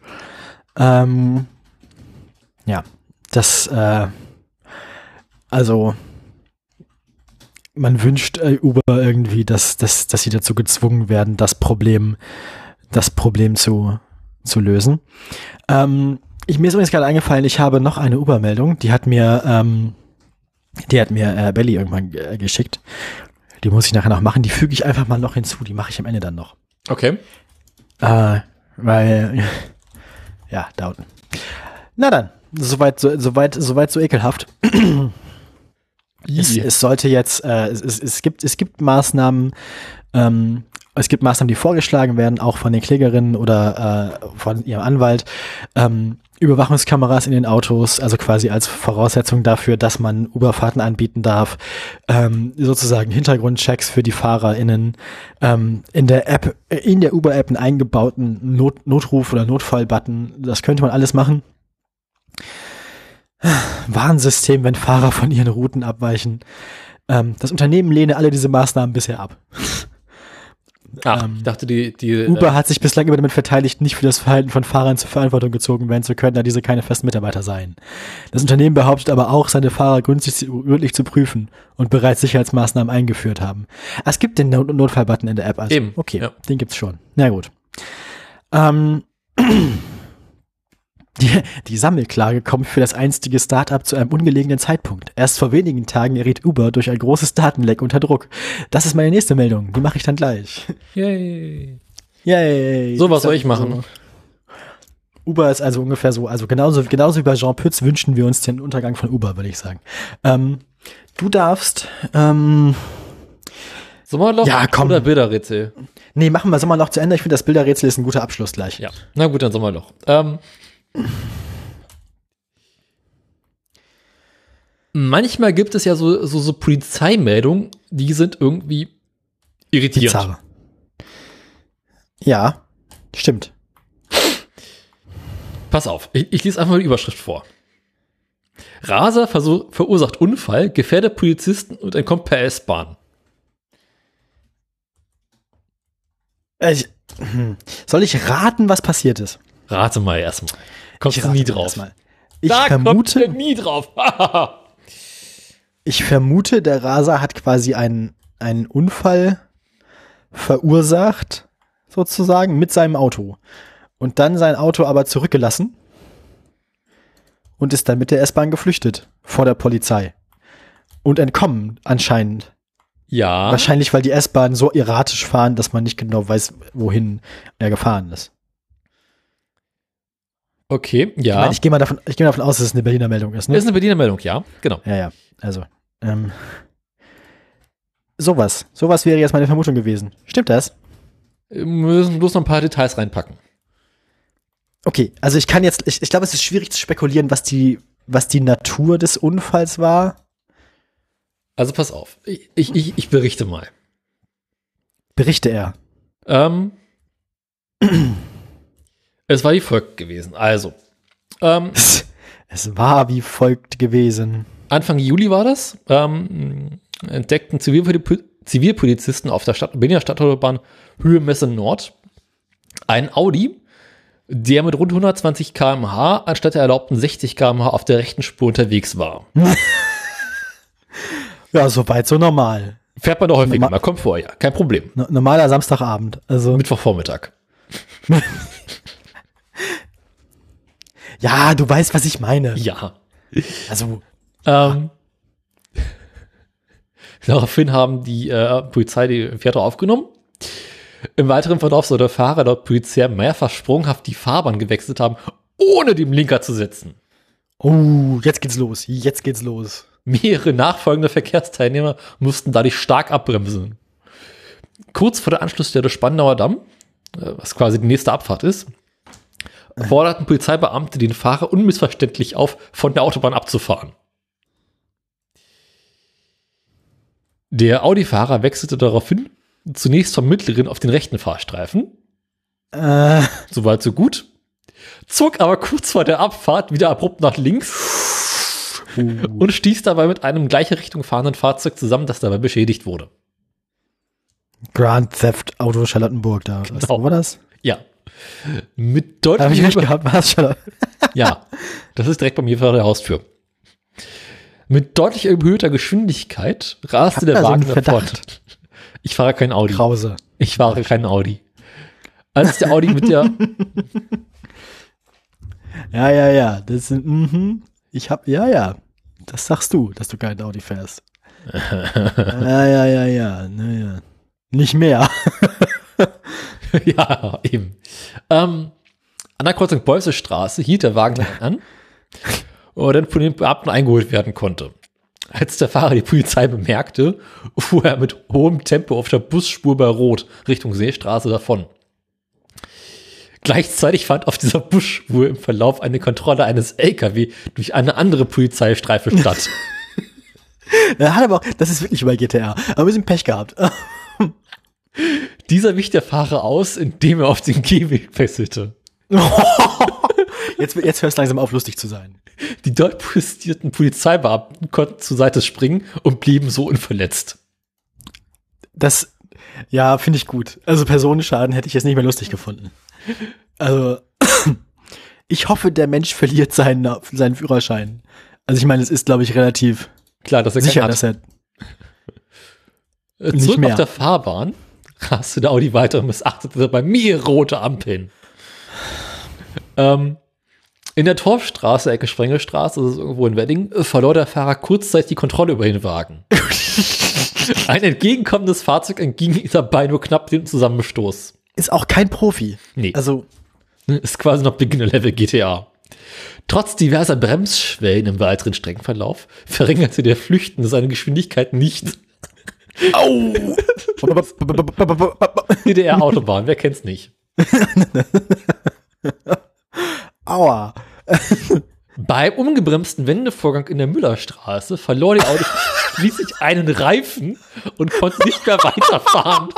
Man wünscht Uber irgendwie, dass sie dazu gezwungen werden, das Problem zu lösen. Mir ist übrigens gerade eingefallen, ich habe noch eine Uber-Meldung, die hat mir Belly irgendwann geschickt. Die muss ich nachher noch machen, die füge ich einfach mal noch hinzu, die mache ich am Ende dann noch. Okay. Weil, ja, da unten. Na dann, soweit so ekelhaft. Es sollte jetzt, es gibt Maßnahmen, die vorgeschlagen werden, auch von den Klägerinnen oder von ihrem Anwalt. Überwachungskameras in den Autos, also quasi als Voraussetzung dafür, dass man Uberfahrten anbieten darf. Sozusagen Hintergrundchecks für die FahrerInnen. In der Uber-App einen eingebauten Notruf- oder Notfall-Button. Das könnte man alles machen. Warnsystem, wenn Fahrer von ihren Routen abweichen. Das Unternehmen lehne alle diese Maßnahmen bisher ab. Ich dachte, Uber hat sich bislang immer damit verteidigt, nicht für das Verhalten von Fahrern zur Verantwortung gezogen werden zu können, da diese keine festen Mitarbeiter seien. Das Unternehmen behauptet aber auch, seine Fahrer gründlich zu prüfen und bereits Sicherheitsmaßnahmen eingeführt haben. Es gibt den Notfallbutton in der App. Also, eben. Okay, ja. Den gibt's schon. Na gut. Die Sammelklage kommt für das einstige Startup zu einem ungelegenen Zeitpunkt. Erst vor wenigen Tagen geriet Uber durch ein großes Datenleck unter Druck. Das ist meine nächste Meldung. Die mache ich dann gleich. Yay. Yay. So, was soll ich machen? Uber ist also ungefähr so, also genauso wie bei Jean Pütz wünschen wir uns den Untergang von Uber, würde ich sagen. Du darfst, Sommerloch oder Bilderrätsel? Nee, machen wir Sommerloch zu Ende. Ich finde, das Bilderrätsel ist ein guter Abschluss gleich. Ja, na gut, dann Sommerloch. Manchmal gibt es ja so Polizeimeldungen, die sind irgendwie irritierend. Bizarre. Ja, stimmt. Pass auf, ich lese einfach mal die Überschrift vor. Raser verursacht Unfall, gefährdet Polizisten und entkommt per S-Bahn. Soll ich raten, was passiert ist? Rate mal erstmal. Kommst Ich du nie rate drauf? erstmal. Ich Da kommst du vermute, nie drauf. der Raser hat quasi einen Unfall verursacht, sozusagen, mit seinem Auto. Und dann sein Auto aber zurückgelassen und ist dann mit der S-Bahn geflüchtet vor der Polizei. Und entkommen anscheinend. Ja. Wahrscheinlich, weil die S-Bahn so erratisch fahren, dass man nicht genau weiß, wohin er gefahren ist. Okay, ja. Ich meine, ich gehe mal davon aus, dass es eine Berliner Meldung ist. Ne? Ist eine Berliner Meldung, ja. Genau. Ja. Also, sowas wäre jetzt meine Vermutung gewesen. Stimmt das? Wir müssen bloß noch ein paar Details reinpacken. Okay, also ich glaube, es ist schwierig zu spekulieren, was die Natur des Unfalls war. Also pass auf. Ich berichte mal. Berichte er. Es war wie folgt gewesen. Also, Es war wie folgt gewesen. Anfang Juli war das. Entdeckten Zivilpolizisten auf der Berliner Stadtautobahn Höhe Messe Nord einen Audi, der mit rund 120 km/h anstatt der erlaubten 60 km/h auf der rechten Spur unterwegs war. Ja, soweit so normal. Fährt man doch häufiger mal, kommt vor, ja, kein Problem. Normaler Samstagabend. Also Mittwochvormittag. ja, du weißt, was ich meine. Ja. Also Daraufhin haben die Polizei die Fährte aufgenommen. Im weiteren Verlauf soll der Fahrer laut Polizei mehrfach sprunghaft die Fahrbahn gewechselt haben, ohne den Blinker zu setzen. oh, jetzt geht's los. Mehrere nachfolgende Verkehrsteilnehmer mussten dadurch stark abbremsen. Kurz vor der Anschlussstelle Spandauer Damm, was quasi die nächste Abfahrt ist, forderten Polizeibeamte den Fahrer unmissverständlich auf, von der Autobahn abzufahren. Der Audi-Fahrer wechselte daraufhin zunächst vom mittleren auf den rechten Fahrstreifen. Soweit so gut. Zog aber kurz vor der Abfahrt wieder abrupt nach links und stieß dabei mit einem gleiche Richtung fahrenden Fahrzeug zusammen, das dabei beschädigt wurde. Grand Theft Auto Charlottenburg da. Genau. Was war das? Ja. Mit Hab ich deutlich recht gehabt? War das Charlotte? Ja, das ist direkt bei mir vor der Haustür. Mit deutlich erhöhter Geschwindigkeit raste der da so Wagen einen davon. Verdacht. Ich fahre kein Audi. Krause. Ich fahre keinen Audi. Als der Audi mit der Ja. Das sind, ja. Das sagst du, dass du keinen Audi fährst. Ja. Naja. Nicht mehr. ja, eben. An der Kreuzung Bolzstraße hielt der Wagen an und dann von den Beamten eingeholt werden konnte. Als der Fahrer die Polizei bemerkte, fuhr er mit hohem Tempo auf der Busspur bei Rot Richtung Seestraße davon. Gleichzeitig fand auf dieser Busspur im Verlauf eine Kontrolle eines LKW durch eine andere Polizeistreife statt. Er hat aber auch, das ist wirklich bei GTA, aber ein bisschen Pech gehabt. Dieser wich der Fahrer aus, indem er auf den Gehweg fesselte. Jetzt hörst du langsam auf, lustig zu sein. Die dort postierten Polizeibeamten konnten zur Seite springen und blieben so unverletzt. Das, ja, finde ich gut. Also Personenschaden hätte ich jetzt nicht mehr lustig gefunden. Also, ich hoffe, der Mensch verliert seinen Führerschein. Also ich meine, es ist, glaube ich, relativ Klar, dass er sicher, keinen dass hat. er nicht Zurück mehr. auf der Fahrbahn raste der Audi weiter und missachtete dabei mehrere rote Ampeln. In der Torfstraße, Ecke Sprengelstraße, das ist irgendwo in Wedding, verlor der Fahrer kurzzeitig die Kontrolle über den Wagen. Ein entgegenkommendes Fahrzeug entging ihm dabei nur knapp dem Zusammenstoß. Ist auch kein Profi. Nee. Also, Ist quasi noch Beginner-Level GTA. Trotz diverser Bremsschwellen im weiteren Streckenverlauf verringerte der Flüchtende seine Geschwindigkeit nicht. au! DDR-Autobahn, wer kennt's nicht? Aua. Beim ungebremsten Wendevorgang in der Müllerstraße verlor die Audi schließlich einen Reifen und konnte nicht mehr weiterfahren.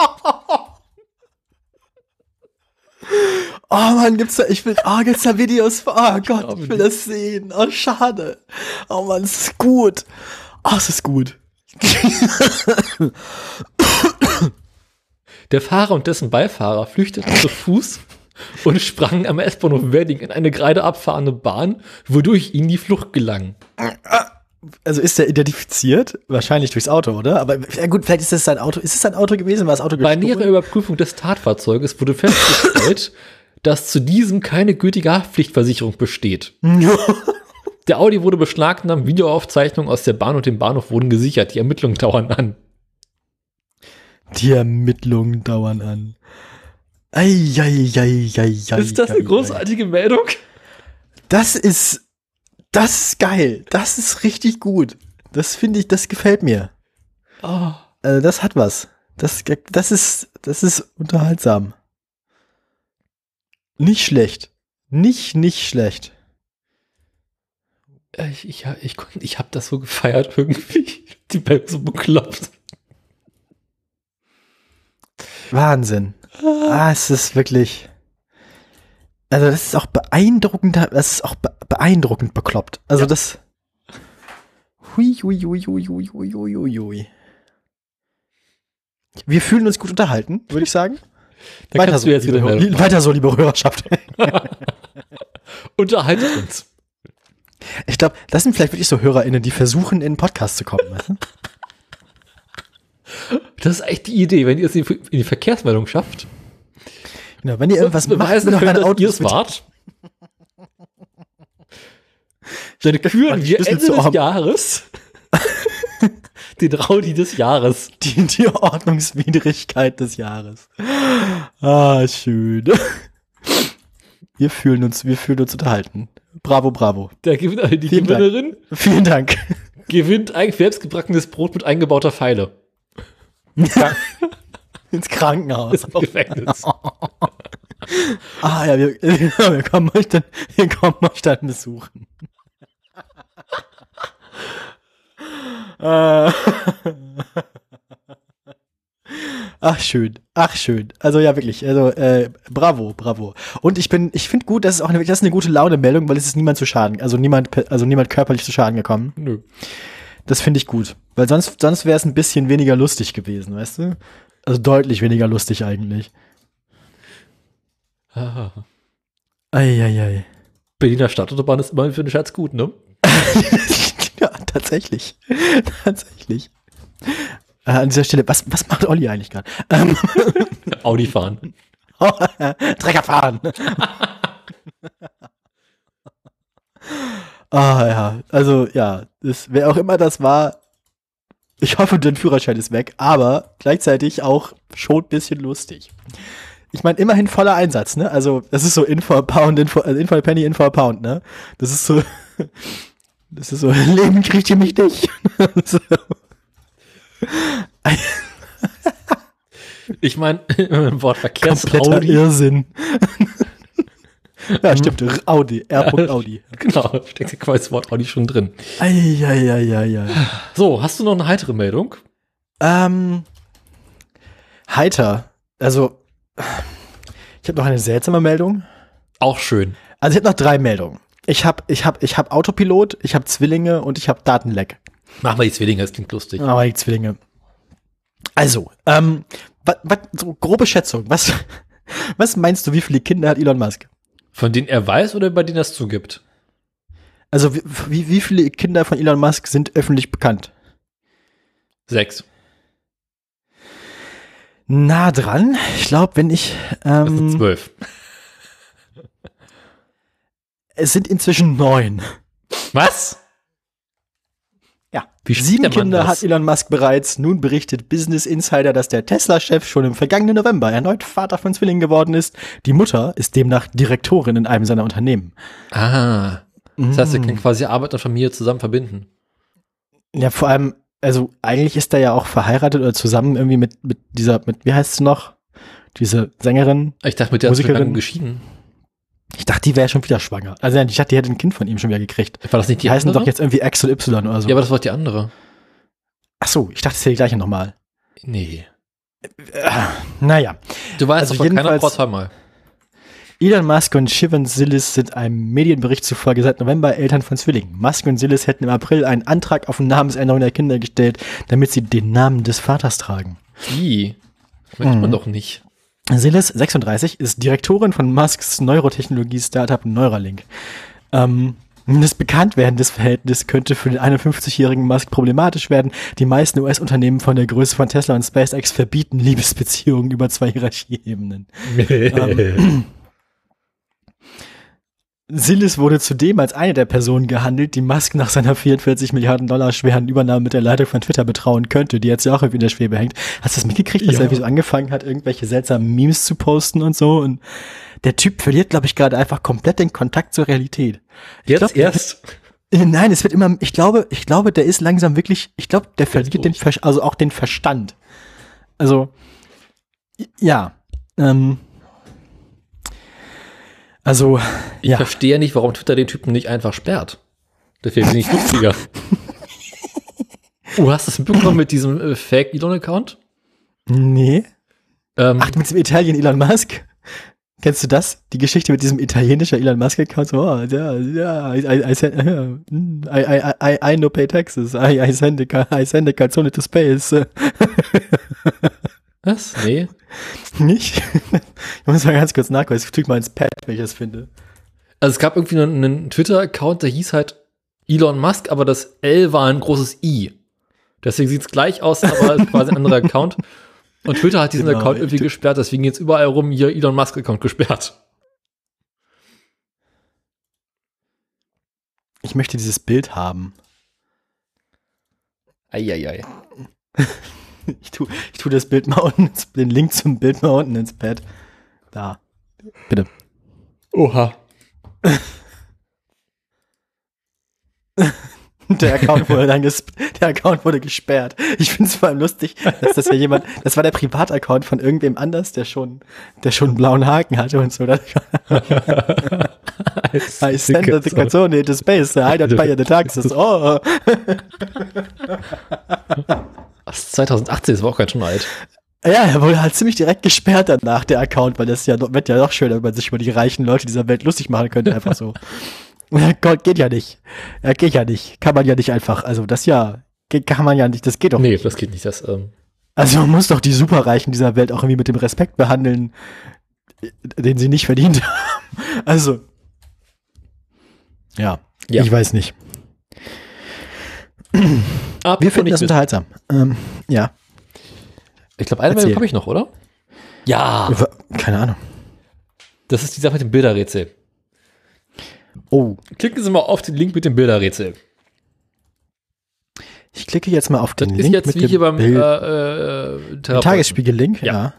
Oh Mann, gibt's da Videos? Oh Gott, ich will das sehen. Oh, schade. Oh Mann, es ist gut. Oh, es ist gut. Der Fahrer und dessen Beifahrer flüchteten zu Fuß und sprangen am S-Bahnhof Wedding in eine gerade abfahrende Bahn, wodurch ihnen die Flucht gelang. Also ist er identifiziert? Wahrscheinlich durchs Auto, oder? Aber ja gut, vielleicht ist es sein Auto. Ist es sein Auto gewesen? War das Auto Bei gestohlen? näherer Überprüfung des Tatfahrzeuges wurde festgestellt, dass zu diesem keine gültige Haftpflichtversicherung besteht. Der Audi wurde beschlagnahmt, Videoaufzeichnungen aus der Bahn und dem Bahnhof wurden gesichert. Die Ermittlungen dauern an. Die Ermittlungen dauern an. Eieieiei. Ist das eine großartige Meldung? Das ist geil. Das ist richtig gut. Das finde ich, das gefällt mir. Oh. Das hat was. Das ist unterhaltsam. Nicht schlecht. Nicht schlecht. Ich habe das so gefeiert irgendwie. Die Welt so bekloppt. Wahnsinn. Es ist wirklich. Also das ist auch beeindruckend. Das ist auch beeindruckend bekloppt. Also das. Hui. Wir fühlen uns gut unterhalten, würde ich sagen. Weiter so, liebe Hörerschaft. Unterhaltet uns. Ich glaube, das sind vielleicht wirklich so HörerInnen, die versuchen, in einen Podcast zu kommen. Weißt du? Das ist echt die Idee, wenn ihr es in die Verkehrsmeldung schafft. Genau, wenn ihr irgendwas macht, wenn ihr es wart. Dann küren wir Ende des Jahres den Raudi des Jahres. Die Ordnungswidrigkeit des Jahres. Schön. Wir fühlen uns unterhalten. Bravo. Die Gewinnerin. Vielen Dank. Gewinnt ein selbstgebackenes Brot mit eingebauter Pfeile. Ins Krankenhaus. Ins Gefängnis. Wir kommen euch dann besuchen. Ach schön. Also ja, wirklich. Also bravo. Und ich finde gut, das ist eine gute Laune-Meldung, weil es ist niemand zu Schaden, also niemand körperlich zu Schaden gekommen. Nö. Das finde ich gut, weil sonst wäre es ein bisschen weniger lustig gewesen, weißt du? Also deutlich weniger lustig eigentlich. Eieiei. Berliner Stadtautobahn ist immerhin für den Scherz gut, ne? Ja, tatsächlich. An dieser Stelle, was macht Olli eigentlich gerade? Audi fahren. Trecker fahren. Ja, also ja, wer auch immer das war, ich hoffe, dein Führerschein ist weg, aber gleichzeitig auch schon ein bisschen lustig. Ich meine, immerhin voller Einsatz, ne? Also, das ist so in for a pound, in for a penny, in for a pound, ne? Das ist so, Leben kriegt ihr mich nicht. So. Ich meine, im Wort kompletter Irrsinn. Ja, stimmt. Audi. R.Audi. Genau, steckt quasi das Wort Audi schon drin. Eieieiei. So, hast du noch eine heitere Meldung? Heiter. Also, ich habe noch eine seltsame Meldung. Auch schön. Also, ich habe noch 3 Meldungen. Ich hab Autopilot, ich habe Zwillinge und ich habe Datenleck. Mach mal die Zwillinge, das klingt lustig. Aber die Zwillinge. Also, so grobe Schätzung. Was meinst du, wie viele Kinder hat Elon Musk? Von denen er weiß oder bei denen er es zugibt? Also, wie viele Kinder von Elon Musk sind öffentlich bekannt? 6. Nah dran. Ich glaube, wenn ich. Das sind 12. Es sind inzwischen 9. Was? Ja. Wie 7 Kinder hat Elon Musk bereits. Nun berichtet Business Insider, dass der Tesla-Chef schon im vergangenen November erneut Vater von Zwillingen geworden ist. Die Mutter ist demnach Direktorin in einem seiner Unternehmen. Das heißt, er kann quasi Arbeit und Familie zusammen verbinden. Ja, vor allem, also eigentlich ist er ja auch verheiratet oder zusammen irgendwie mit wie heißt sie noch? Diese Sängerin. Ich dachte, mit der Musikerin. geschieden. Ich dachte, die wäre schon wieder schwanger. Also ich dachte, die hätte ein Kind von ihm schon wieder gekriegt. War das nicht die heißen andere? Doch jetzt irgendwie X und Y oder so. Ja, aber das war die andere. Ach so, ich dachte, das wäre die gleiche nochmal. Nee. Naja. Du weißt Also doch von keiner jedenfalls- Frau zweimal. Elon Musk und Shivan Silis sind einem Medienbericht zufolge seit November Eltern von Zwillingen. Musk und Silis hätten im April einen Antrag auf Namensänderung der Kinder gestellt, damit sie den Namen des Vaters tragen. Wie? Möchte man doch nicht. Silis, 36, ist Direktorin von Musks Neurotechnologie-Startup Neuralink. Das Bekanntwerden des Verhältnisses könnte für den 51-jährigen Musk problematisch werden. Die meisten US-Unternehmen von der Größe von Tesla und SpaceX verbieten Liebesbeziehungen über 2 Hierarchieebenen. Silis wurde zudem als eine der Personen gehandelt, die Musk nach seiner 44 Milliarden Dollar schweren Übernahme mit der Leitung von Twitter betrauen könnte, die jetzt ja auch irgendwie in der Schwebe hängt. Hast du das mitgekriegt, dass er irgendwie so angefangen hat, irgendwelche seltsamen Memes zu posten und so? Und der Typ verliert, glaube ich, gerade einfach komplett den Kontakt zur Realität. Erst? Nein, es wird immer, ich glaube, der ist langsam wirklich, ich glaube, der verliert also auch den Verstand. Also, ja, Ich verstehe nicht, warum Twitter den Typen nicht einfach sperrt. Das wäre nicht lustiger. Hast du das mitbekommen mit diesem Fake-Elon-Account? Nee. Ach, mit diesem Italien Elon Musk? Kennst du das? Die Geschichte mit diesem italienischen Elon Musk-Account? So, I no pay taxes. I send a calzone to space. Was? Nee. Nicht? Ich muss mal ganz kurz nachgucken. Ich drück mal ins Pad, wenn ich das finde. Also es gab irgendwie einen Twitter-Account, der hieß halt Elon Musk, aber das L war ein großes I. Deswegen sieht es gleich aus, aber ist quasi ein anderer Account. Und Twitter hat diesen Account irgendwie gesperrt, deswegen jetzt überall rum hier Elon Musk-Account gesperrt. Ich möchte dieses Bild haben. Eieiei. Ich tu das Bild mal unten, den Link zum Bild mal unten ins Pad. Da. Bitte. Oha. Der Account wurde gesperrt. Ich finde es vor allem lustig, dass das ja jemand, das war der Privataccount von irgendwem anders, der schon einen blauen Haken hatte und so. I send the calzone into space, I don't pay the taxes. Oh. Das ist 2018, das war auch ganz schön alt. Ja, er wurde halt ziemlich direkt gesperrt danach, der Account, weil das wird ja noch schöner, wenn man sich über die reichen Leute dieser Welt lustig machen könnte, einfach so. Gott, geht ja nicht. Geht ja nicht. Kann man ja nicht einfach, also das ja, kann man ja nicht, das geht doch nicht. Nee, das geht nicht. Also man muss doch die Superreichen dieser Welt auch irgendwie mit dem Respekt behandeln, den sie nicht verdient haben. Also, ja. Ich weiß nicht. Wir finden das unterhaltsam. Ja. Ich glaube, eine Meldung habe ich noch, oder? Ja. Keine Ahnung. Das ist die Sache mit dem Bilderrätsel. Oh. Klicken Sie mal auf den Link mit dem Bilderrätsel. Ich klicke jetzt mal auf den Link. Das ist jetzt wie hier beim Tagesspiegel-Link, ja.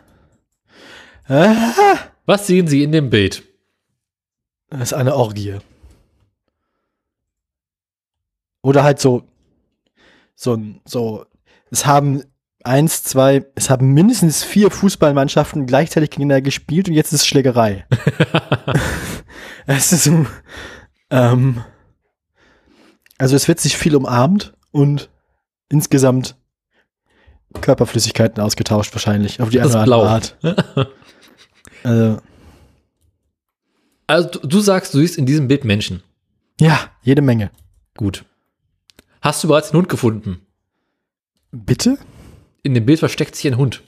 Was sehen Sie in dem Bild? Das ist eine Orgie. Oder halt es haben mindestens 4 Fußballmannschaften gleichzeitig gegeneinander gespielt und jetzt ist es Schlägerei. Es ist also es wird sich viel umarmt und insgesamt Körperflüssigkeiten ausgetauscht wahrscheinlich auf die eine oder andere Art. Also du sagst, du siehst in diesem Bild Menschen. Ja, jede Menge. Gut. Hast du bereits einen Hund gefunden? Bitte? In dem Bild versteckt sich ein Hund.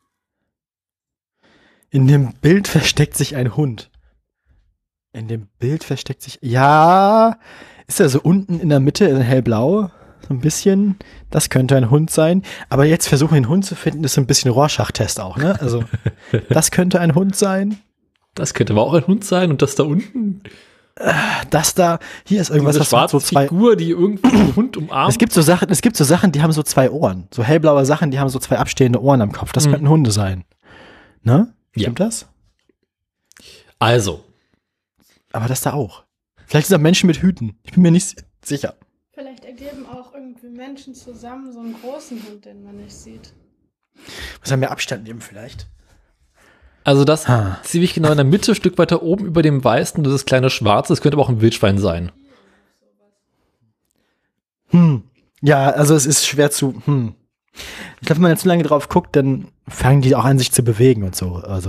In dem Bild versteckt sich ein Hund. In dem Bild versteckt sich... Ja, ist er so unten in der Mitte in hellblau? So ein bisschen. Das könnte ein Hund sein. Aber jetzt versuchen, den Hund zu finden, ist so ein bisschen Rorschach-Test auch, ne? Also, das könnte ein Hund sein. Das könnte aber auch ein Hund sein. Und das da unten... Das da, hier ist irgendwas, was so zwei Figur, die irgendwie einen Hund umarmt. Es gibt so Sachen, die haben so 2 Ohren. So hellblaue Sachen, die haben so 2 abstehende Ohren am Kopf. Das könnten Hunde sein. Ne? Stimmt das? Also. Aber das da auch. Vielleicht sind da Menschen mit Hüten. Ich bin mir nicht sicher. Vielleicht ergeben auch irgendwie Menschen zusammen so einen großen Hund, den man nicht sieht. Muss er mehr Abstand nehmen vielleicht? Also das ziemlich genau in der Mitte, ein Stück weiter oben über dem Weißen, das ist kleine Schwarze, das könnte aber auch ein Wildschwein sein. Ja, also es ist schwer zu, Ich glaube, wenn man jetzt zu lange drauf guckt, dann fangen die auch an, sich zu bewegen und so. Also.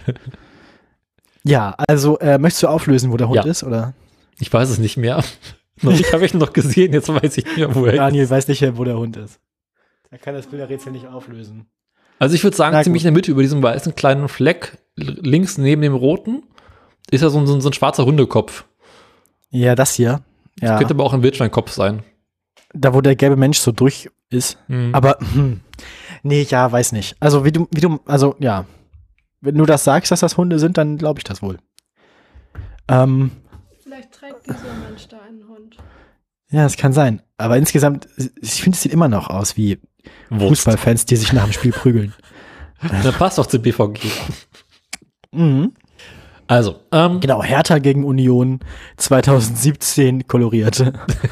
Ja, also möchtest du auflösen, wo der Hund ist, oder? Ich weiß es nicht mehr. Ich habe ihn noch gesehen, jetzt weiß ich nicht mehr, wo er ist. Daniel weiß nicht mehr, wo der Hund ist. Er kann das Bilderrätsel nicht auflösen. Also ich würde sagen, Na ziemlich gut. in der Mitte über diesem weißen kleinen Fleck, links neben dem roten, ist ja so ein schwarzer Hundekopf. Ja, das hier. Ja, Könnte aber auch ein Wildschweinkopf sein. da wo der gelbe Mensch so durch ist. Hm. Aber, nee, ja, weiß nicht. Also also ja. Wenn du das sagst, dass das Hunde sind, dann glaube ich das wohl. Vielleicht trägt dieser Mensch da einen Hund. Ja, das kann sein. Aber insgesamt, ich finde, es sieht immer noch aus wie Fußballfans, die sich nach dem Spiel prügeln. Das passt doch zu BVG. Mhm. Also, Genau, Hertha gegen Union 2017 koloriert.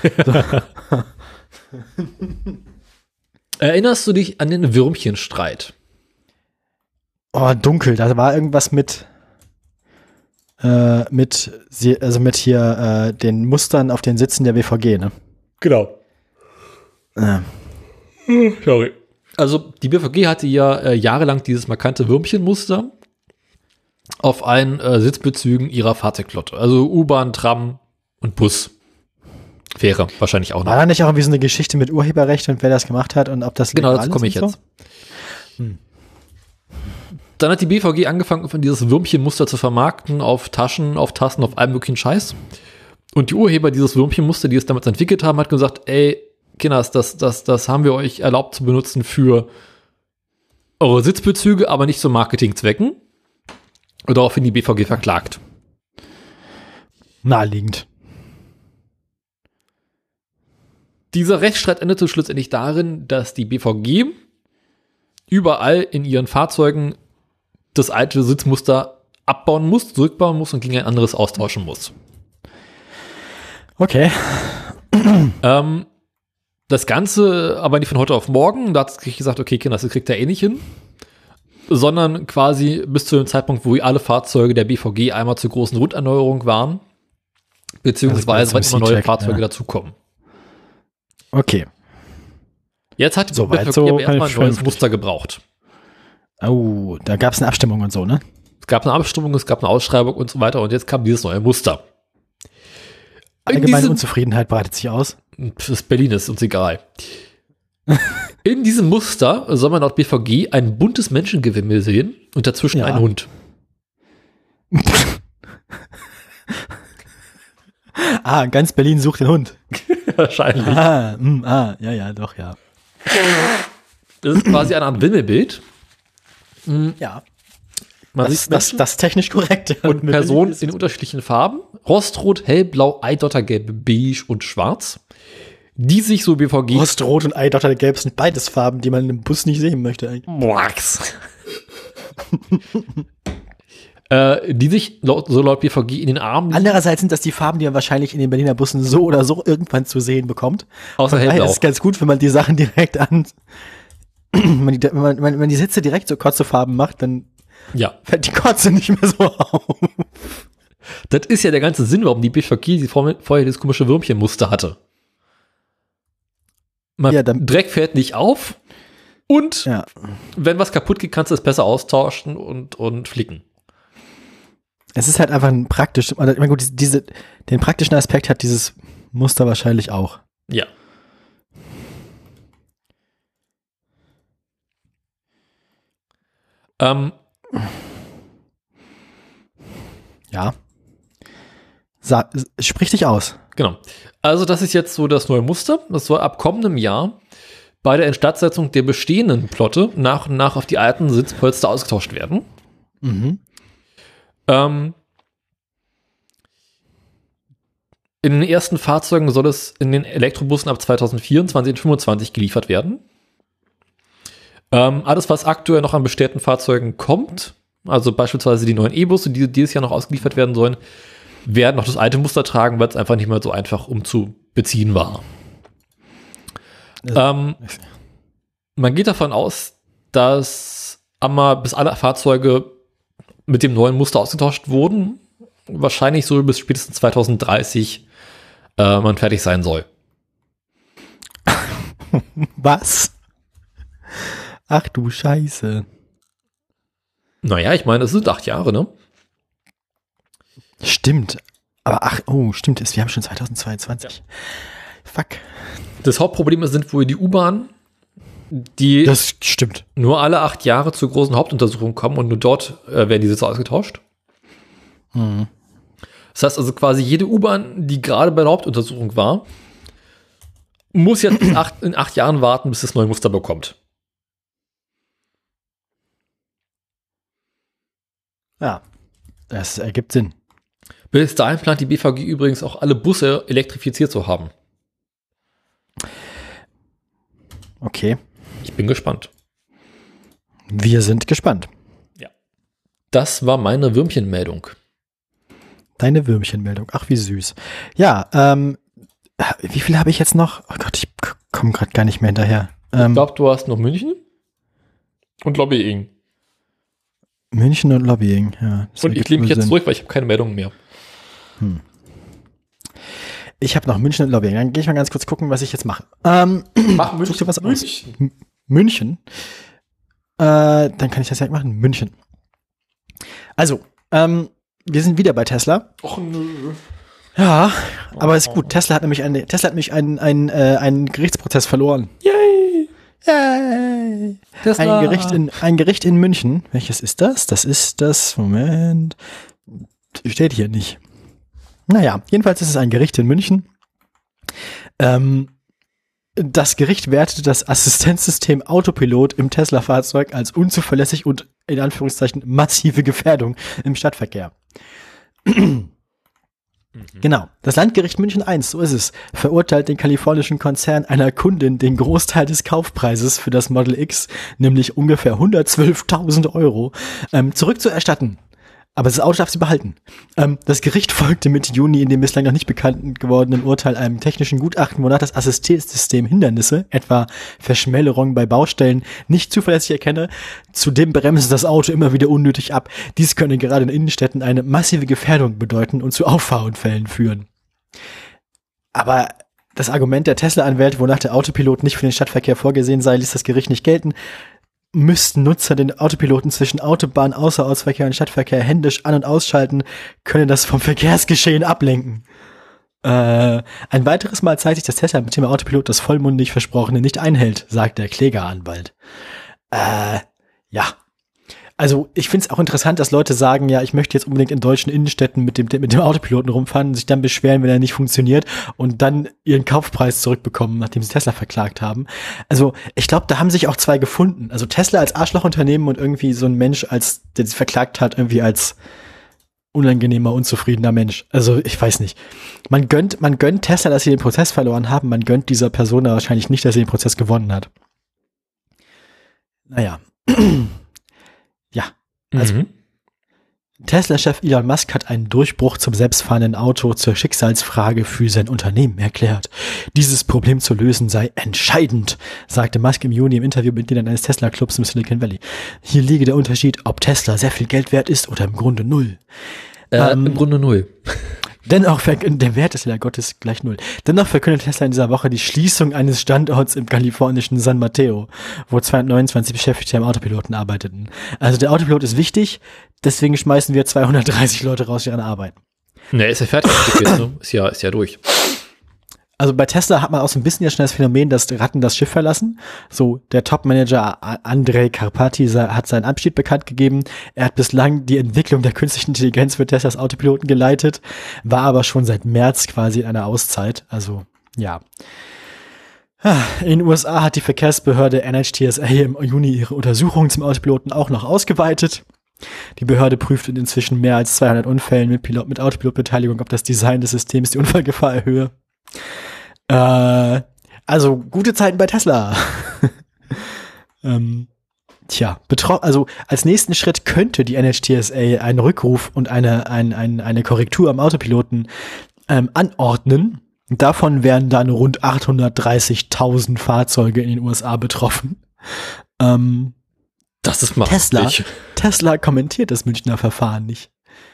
erinnerst du dich an den Würmchenstreit? Oh, dunkel, da war irgendwas mit hier den Mustern auf den Sitzen der BVG, ne? Genau. Ja. Sorry. Also, die BVG hatte ja jahrelang dieses markante Würmchenmuster auf allen Sitzbezügen ihrer Fahrzeugflotte. Also U-Bahn, Tram und Bus. Fähre wahrscheinlich auch noch. War da nicht auch irgendwie so eine Geschichte mit Urheberrecht und wer das gemacht hat und ob das Genau, legal dazu komme ist ich und jetzt. Dann hat die BVG angefangen, von dieses Würmchenmuster zu vermarkten auf Taschen, auf Tassen, auf allem möglichen Scheiß. Und die Urheber dieses Würmchenmuster, die es damals entwickelt haben, hat gesagt, ey, Kinders, das haben wir euch erlaubt zu benutzen für eure Sitzbezüge, aber nicht zu Marketingzwecken. Und daraufhin die BVG verklagt. Naheliegend. Dieser Rechtsstreit endete schlussendlich darin, dass die BVG überall in ihren Fahrzeugen das alte Sitzmuster abbauen muss, zurückbauen muss und gegen ein anderes austauschen muss. Okay. Das Ganze aber nicht von heute auf morgen. Da hat es gesagt, okay, Kinder, das kriegt ihr eh nicht hin. Sondern quasi bis zu dem Zeitpunkt, wo alle Fahrzeuge der BVG einmal zur großen Runderneuerung waren. Beziehungsweise, wenn immer neue Fahrzeuge dazukommen. Okay. Jetzt hat die Soweit BVG so aber erstmal ein neues vernünftig. Muster gebraucht. Oh, da gab es eine Abstimmung und so, ne? Es gab eine Abstimmung, es gab eine Ausschreibung und so weiter. Und jetzt kam dieses neue Muster. Allgemeine Unzufriedenheit breitet sich aus. Das Berlin ist uns egal. In diesem Muster soll man laut BVG ein buntes Menschengewimmel sehen und dazwischen Ja. einen Hund. Ganz Berlin sucht den Hund. Wahrscheinlich. Ja, doch, ja. Das ist quasi eine Art Wimmelbild. Ja. Man Das, sieht das, Menschen das ist technisch korrekt. und Personen in unterschiedlichen Farben. Rostrot, hellblau, Eidottergelb, beige und schwarz. Die sich so BVG... Rostrot und Eidottergelb sind beides Farben, die man im Bus nicht sehen möchte eigentlich. Max. Die sich laut BVG in den Armen Andererseits sind das die Farben, die man wahrscheinlich in den Berliner Bussen so oder so irgendwann zu sehen bekommt. außer Von daher hellblau. ist es ganz gut, wenn man die Sachen direkt an, wenn man die Sitze direkt so Kotzefarben macht, dann Ja, fällt die Kotze nicht mehr so auf. das ist ja der ganze Sinn, warum die BVG vorher das komische Würmchenmuster hatte. Ja, dann- Dreck fällt nicht auf und Ja. wenn was kaputt geht, kannst du es besser austauschen und flicken. Es ist halt einfach ein praktisch, oder, ich meine, gut, den praktischen Aspekt hat dieses Muster wahrscheinlich auch. Ja. Ja. Sprich dich aus. Genau. Also das ist jetzt so das neue Muster. Das soll ab kommendem Jahr bei der Instandsetzung der bestehenden Plotte nach und nach auf die alten Sitzpolster ausgetauscht werden. Mhm. In den ersten Fahrzeugen soll es in den Elektrobussen ab 2024 und 2025 geliefert werden. Alles, was aktuell noch an bestellten Fahrzeugen kommt, also beispielsweise die neuen E-Busse, die dieses Jahr noch ausgeliefert werden sollen, werden noch das alte Muster tragen, weil es einfach nicht mehr so einfach umzubeziehen war. Man geht davon aus, dass bis alle Fahrzeuge mit dem neuen Muster ausgetauscht wurden, wahrscheinlich so bis spätestens 2030 man fertig sein soll. Was? Ach du Scheiße. Naja, ich meine, es sind 8 Jahre, ne? Stimmt. Aber stimmt, wir haben schon 2022. Fuck. Das Hauptproblem sind wohl die U-Bahn die Das stimmt. nur alle 8 Jahre zur großen Hauptuntersuchung kommen und nur dort werden die Sitze ausgetauscht. Mhm. Das heißt also quasi jede U-Bahn, die gerade bei der Hauptuntersuchung war, muss jetzt in 8 Jahren warten, bis das neue Muster bekommt. Ja, das ergibt Sinn. Bis dahin plant die BVG übrigens auch alle Busse elektrifiziert zu haben. Okay, Ich bin gespannt. wir sind gespannt. Das war meine Würmchenmeldung. Deine Würmchenmeldung. Ach, wie süß. Ja, wie viel habe ich jetzt noch? Oh Gott, ich komme gerade gar nicht mehr hinterher. Ich glaube, du hast noch München und Lobbying. München und Lobbying, ja. das Und ich ergibt lehne mich wohl jetzt Sinn. zurück, weil ich habe keine Meldungen mehr. Ich habe noch München und Lobbying. Dann gehe ich mal ganz kurz gucken, was ich jetzt mache. Mach Such dir was aus. München. München? Dann kann ich das direkt machen. München. Also, wir sind wieder bei Tesla. Och nö. Ja, aber ist gut. Tesla hat nämlich einen Gerichtsprozess verloren. Yay! Yay! Tesla. Ein Gericht in München. Welches ist das? Das ist das, Moment. Steht hier nicht. Naja, jedenfalls ist es ein Gericht in München. Das Gericht wertete das Assistenzsystem Autopilot im Tesla-Fahrzeug als unzuverlässig und in Anführungszeichen massive Gefährdung im Stadtverkehr. Genau. Das Landgericht München I, so ist es, verurteilt den kalifornischen Konzern einer Kundin den Großteil des Kaufpreises für das Model X, nämlich ungefähr 112.000 Euro, zurückzuerstatten. Aber das Auto darf sie behalten. Das Gericht folgte Mitte Juni in dem bislang noch nicht bekannt gewordenen Urteil einem technischen Gutachten, wonach das Assistenzsystem Hindernisse, etwa Verschmälerungen bei Baustellen, nicht zuverlässig erkenne. Zudem bremse das Auto immer wieder unnötig ab. Dies könne gerade in Innenstädten eine massive Gefährdung bedeuten und zu Auffahrunfällen führen. Aber das Argument der Tesla-Anwälte, wonach der Autopilot nicht für den Stadtverkehr vorgesehen sei, ließ das Gericht nicht gelten. Müssten Nutzer den Autopiloten zwischen Autobahn, Außerortsverkehr und Stadtverkehr händisch an- und ausschalten, könne das vom Verkehrsgeschehen ablenken. Ein weiteres Mal zeigt sich, dass Tesla mit dem Autopilot das vollmundig Versprochene nicht einhält, sagt der Klägeranwalt. Ja. Also ich finde es auch interessant, dass Leute sagen, ja, ich möchte jetzt unbedingt in deutschen Innenstädten mit dem Autopiloten rumfahren und sich dann beschweren, wenn er nicht funktioniert und dann ihren Kaufpreis zurückbekommen, nachdem sie Tesla verklagt haben. Also ich glaube, da haben sich auch zwei gefunden. Also Tesla als Arschlochunternehmen und irgendwie so ein Mensch, der sie verklagt hat, irgendwie als unangenehmer, unzufriedener Mensch. Also ich weiß nicht. Man gönnt Tesla, dass sie den Prozess verloren haben. Man gönnt dieser Person wahrscheinlich nicht, dass sie den Prozess gewonnen hat. Naja. Ja, also Tesla-Chef Elon Musk hat einen Durchbruch zum selbstfahrenden Auto zur Schicksalsfrage für sein Unternehmen erklärt. Dieses Problem zu lösen sei entscheidend, sagte Musk im Juni im Interview mit Mitgliedern eines Tesla-Clubs im Silicon Valley. Hier liege der Unterschied, ob Tesla sehr viel Geld wert ist oder im Grunde null. Im Grunde null. Dennoch, der Wert ist leider Gottes gleich null. Dennoch verkündet Tesla in dieser Woche die Schließung eines Standorts im kalifornischen San Mateo, wo 229 Beschäftigte am Autopiloten arbeiteten. Also der Autopilot ist wichtig, deswegen schmeißen wir 230 Leute raus, die daran arbeiten. Ne, ist ja fertig. Ne? Ist ja durch. Also bei Tesla hat man auch so ein bisschen ja schon das Phänomen, dass Ratten das Schiff verlassen. So, der Top-Manager Andrej Karpathy hat seinen Abschied bekannt gegeben. Er hat bislang die Entwicklung der künstlichen Intelligenz für Teslas Autopiloten geleitet, war aber schon seit März quasi in einer Auszeit. Also, ja. In den USA hat die Verkehrsbehörde NHTSA im Juni ihre Untersuchungen zum Autopiloten auch noch ausgeweitet. Die Behörde prüft in inzwischen mehr als 200 Unfällen mit Autopilotbeteiligung, ob das Design des Systems die Unfallgefahr erhöhe. Also gute Zeiten bei Tesla. Also als nächsten Schritt könnte die NHTSA einen Rückruf und eine Korrektur am Autopiloten anordnen. Davon wären dann rund 830.000 Fahrzeuge in den USA betroffen. Das ist machtlich. Tesla kommentiert das Münchner Verfahren nicht.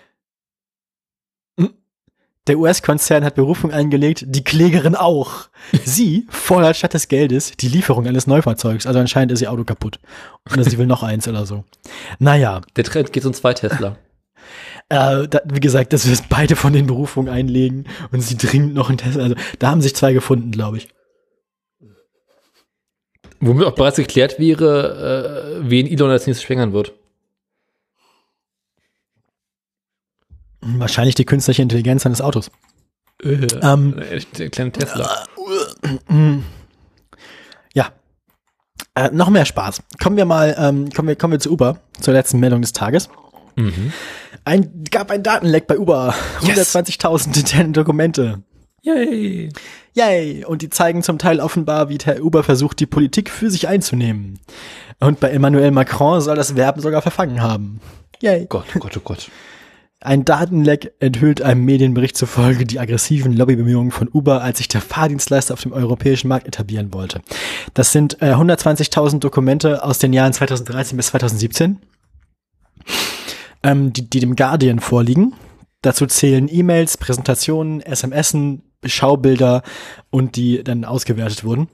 Der US-Konzern hat Berufung eingelegt, die Klägerin auch. Sie fordert statt des Geldes die Lieferung eines Neufahrzeugs. Also anscheinend ist ihr Auto kaputt. Oder sie will noch eins oder so. Naja. Der Trend geht um 2 Tesla. Wie gesagt, dass wir beide von den Berufungen einlegen und sie dringend noch einen Tesla. Also da haben sich 2 gefunden, glaube ich. Womit auch bereits geklärt wäre, wen Elon als nächstes schwängern wird. Wahrscheinlich die künstliche Intelligenz eines Autos. Der kleine Tesla. Ja. Noch mehr Spaß. Kommen wir zu Uber, zur letzten Meldung des Tages. Gab ein Datenleck bei Uber. 120.000 interne Dokumente. Yay! Yay! Und die zeigen zum Teil offenbar, wie der Uber versucht, die Politik für sich einzunehmen. Und bei Emmanuel Macron soll das Verben sogar verfangen haben. Yay! Gott. Ein Datenleck enthüllt einem Medienbericht zufolge die aggressiven Lobbybemühungen von Uber, als sich der Fahrdienstleister auf dem europäischen Markt etablieren wollte. Das sind 120.000 Dokumente aus den Jahren 2013 bis 2017, die dem Guardian vorliegen. Dazu zählen E-Mails, Präsentationen, SMSen, Schaubilder und die dann ausgewertet wurden.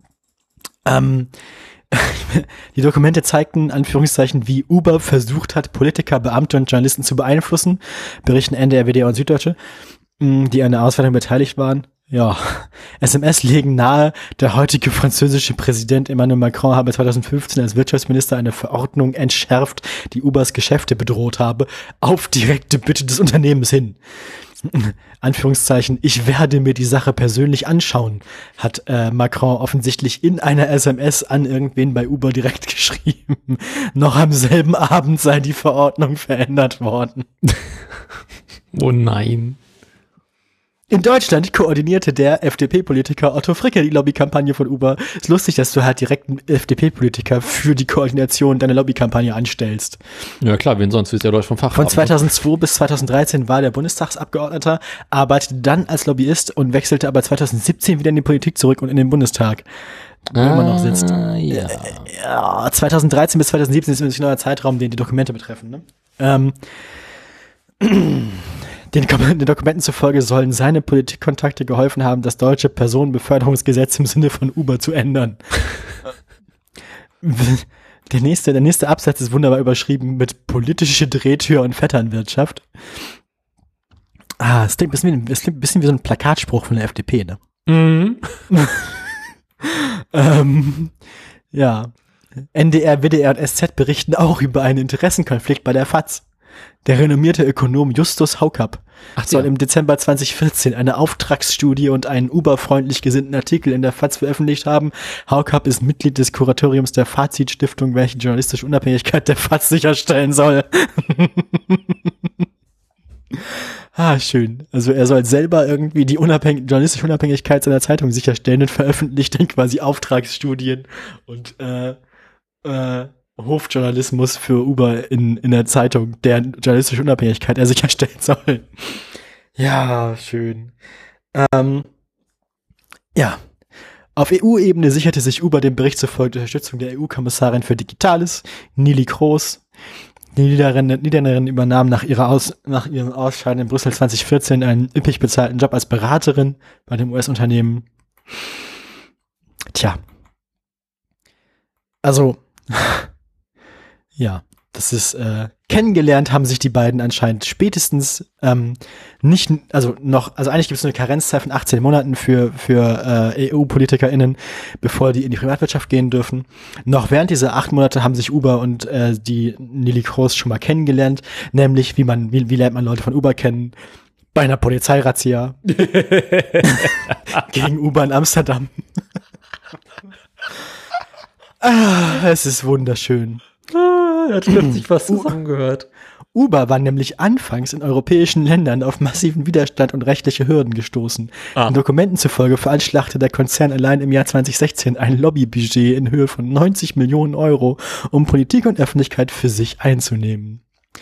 Die Dokumente zeigten, Anführungszeichen, wie Uber versucht hat, Politiker, Beamte und Journalisten zu beeinflussen, berichten NDR, WDR und Süddeutsche, die an der Auswertung beteiligt waren. Ja, SMS legen nahe, der heutige französische Präsident Emmanuel Macron habe 2015 als Wirtschaftsminister eine Verordnung entschärft, die Ubers Geschäfte bedroht habe, auf direkte Bitte des Unternehmens hin. Anführungszeichen, ich werde mir die Sache persönlich anschauen, hat Macron offensichtlich in einer SMS an irgendwen bei Uber direkt geschrieben. Noch am selben Abend sei die Verordnung verändert worden. Oh nein. In Deutschland koordinierte der FDP-Politiker Otto Fricke die Lobbykampagne von Uber. Ist lustig, dass du halt direkt einen FDP-Politiker für die Koordination deiner Lobbykampagne anstellst. Ja klar, wen sonst? Ist ja Deutsch vom Fach. Von 2002 bis 2013 war der Bundestagsabgeordneter, arbeitete dann als Lobbyist und wechselte aber 2017 wieder in die Politik zurück und in den Bundestag, wo er immer noch sitzt. Ja, 2013 bis 2017 ist ein neuer Zeitraum, den die Dokumente betreffen. Ne? Den Dokumenten zufolge sollen seine Politikkontakte geholfen haben, das deutsche Personenbeförderungsgesetz im Sinne von Uber zu ändern. Der nächste Absatz ist wunderbar überschrieben mit politische Drehtür und Vetternwirtschaft. Es klingt ein bisschen wie so ein Plakatspruch von der FDP, ne? Mhm. Ja. NDR, WDR und SZ berichten auch über einen Interessenkonflikt bei der FAZ. Der renommierte Ökonom Justus Haukapp soll im Dezember 2014 eine Auftragsstudie und einen Uber-freundlich gesinnten Artikel in der FAZ veröffentlicht haben. Haukapp ist Mitglied des Kuratoriums der Fazit-Stiftung, welche die journalistische Unabhängigkeit der FAZ sicherstellen soll. Schön. Also er soll selber irgendwie die journalistische Unabhängigkeit seiner Zeitung sicherstellen und veröffentlicht dann quasi Auftragsstudien und Hofjournalismus für Uber in der Zeitung, deren journalistische Unabhängigkeit er sicherstellen soll. Ja, schön. Ja. Auf EU-Ebene sicherte sich Uber dem Bericht zufolge die Unterstützung der EU-Kommissarin für Digitales, Neelie Kroes. Die Niederländerin übernahm nach ihrem Ausscheiden in Brüssel 2014 einen üppig bezahlten Job als Beraterin bei dem US-Unternehmen. Tja. Also, ja, das ist, kennengelernt haben sich die beiden anscheinend spätestens eigentlich gibt es eine Karenzzeit von 18 Monaten für EU-PolitikerInnen, bevor die in die Privatwirtschaft gehen dürfen. Noch während dieser 8 Monate haben sich Uber und die Neelie Kroes schon mal kennengelernt, nämlich wie lernt man Leute von Uber kennen? Bei einer Polizeirazzia gegen Uber in Amsterdam. Es ist wunderschön. Er hat plötzlich was zusammengehört. Uber war nämlich anfangs in europäischen Ländern auf massiven Widerstand und rechtliche Hürden gestoßen. Den Dokumenten zufolge veranschlagte der Konzern allein im Jahr 2016 ein Lobbybudget in Höhe von 90 Millionen Euro, um Politik und Öffentlichkeit für sich einzunehmen.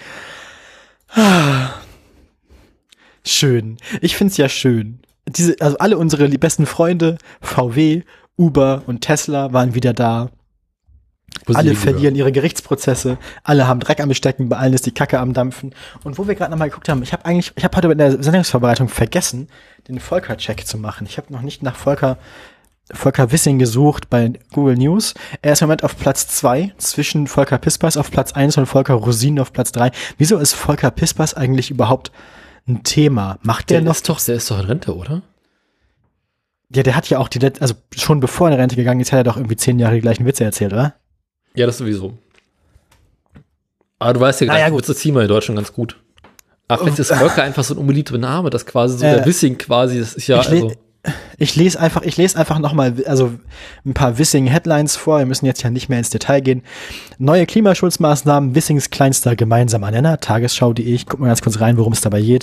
Schön. Ich find's ja schön. Also alle unsere besten Freunde, VW, Uber und Tesla waren wieder da. Alle verlieren ihre Gerichtsprozesse, alle haben Dreck am Bestecken, bei allen ist die Kacke am Dampfen. Und wo wir gerade nochmal geguckt haben, ich habe heute in der Sendungsvorbereitung vergessen, den Volker-Check zu machen. Ich habe noch nicht nach Volker Wissing gesucht bei Google News. Er ist im Moment auf Platz 2, zwischen Volker Pispers auf Platz 1 und Volker Rosin auf Platz 3. Wieso ist Volker Pispers eigentlich überhaupt ein Thema? Macht der noch? Der ist doch in Rente, oder? Ja, der hat ja auch also schon bevor er in Rente gegangen ist, hat er doch irgendwie 10 Jahre die gleichen Witze erzählt, oder? Ja, das sowieso. Aber du weißt ja, Naja, Witze ziehen wir in Deutschland ganz gut. Ach, jetzt ist Volker einfach so ein unbeliebter Name, das quasi so der Wissing quasi, das ist ja, Ich lese einfach nochmal, also ein paar Wissing-Headlines vor. Wir müssen jetzt ja nicht mehr ins Detail gehen. Neue Klimaschutzmaßnahmen, Wissings kleinster gemeinsamer Nenner, Tagesschau.de. Ich guck mal ganz kurz rein, worum es dabei geht.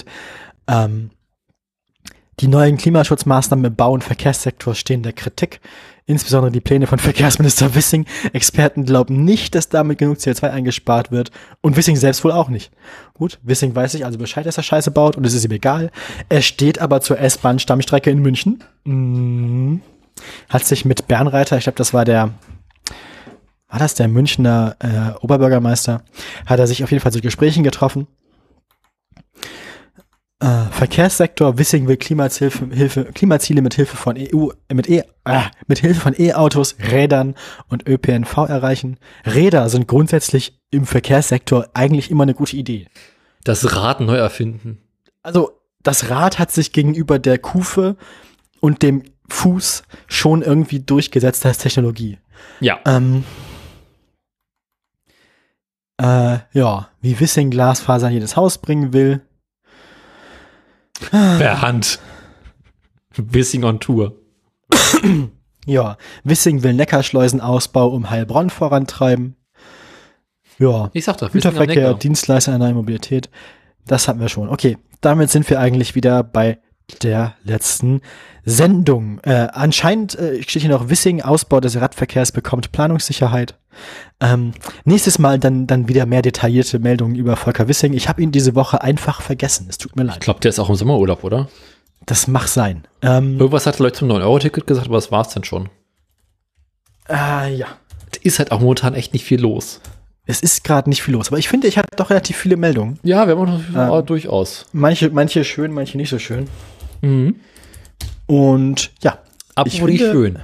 Die neuen Klimaschutzmaßnahmen im Bau- und Verkehrssektor stehen der Kritik. Insbesondere die Pläne von Verkehrsminister Wissing. Experten glauben nicht, dass damit genug CO2 eingespart wird. Und Wissing selbst wohl auch nicht. Gut, Wissing weiß sich also Bescheid, dass er Scheiße baut und es ist ihm egal. Er steht aber zur S-Bahn-Stammstrecke in München. Hat sich mit Bernreiter, ich glaube, das war der Münchner Oberbürgermeister, hat er sich auf jeden Fall zu Gesprächen getroffen. Verkehrssektor, Wissing will Klimaziele mit Hilfe von E-Autos, Rädern und ÖPNV erreichen. Räder sind grundsätzlich im Verkehrssektor eigentlich immer eine gute Idee. das Rad neu erfinden. Also das Rad hat sich gegenüber der Kufe und dem Fuß schon irgendwie durchgesetzt als Technologie. Ja. Ja, wie Wissing Glasfaser in jedes Haus bringen will. Per Hand. Wissing on Tour. Ja, Wissing will Neckarschleusenausbau um Heilbronn vorantreiben. Ja, Ich sag doch, Wissing am Güterverkehr, Neckar. Dienstleister einer Mobilität. Das hatten wir schon. Okay, damit sind wir eigentlich wieder bei der letzten Sendung. Anscheinend steht hier noch Wissing, Ausbau des Radverkehrs bekommt Planungssicherheit. Nächstes Mal dann wieder mehr detaillierte Meldungen über Volker Wissing. Ich habe ihn diese Woche einfach vergessen. Es tut mir Ich leid. glaube, der ist auch im Sommerurlaub, oder? Das mag sein. Irgendwas hat er Leute zum 9-Euro-Ticket gesagt, aber das war's dann schon. Ja. Da ist halt auch momentan echt nicht viel los. Es ist gerade nicht viel los, aber ich finde, ich habe doch relativ viele Meldungen. Ja, wir haben noch durchaus. Manche schön, manche nicht so schön. Mhm. Und ja. Apropos die schön.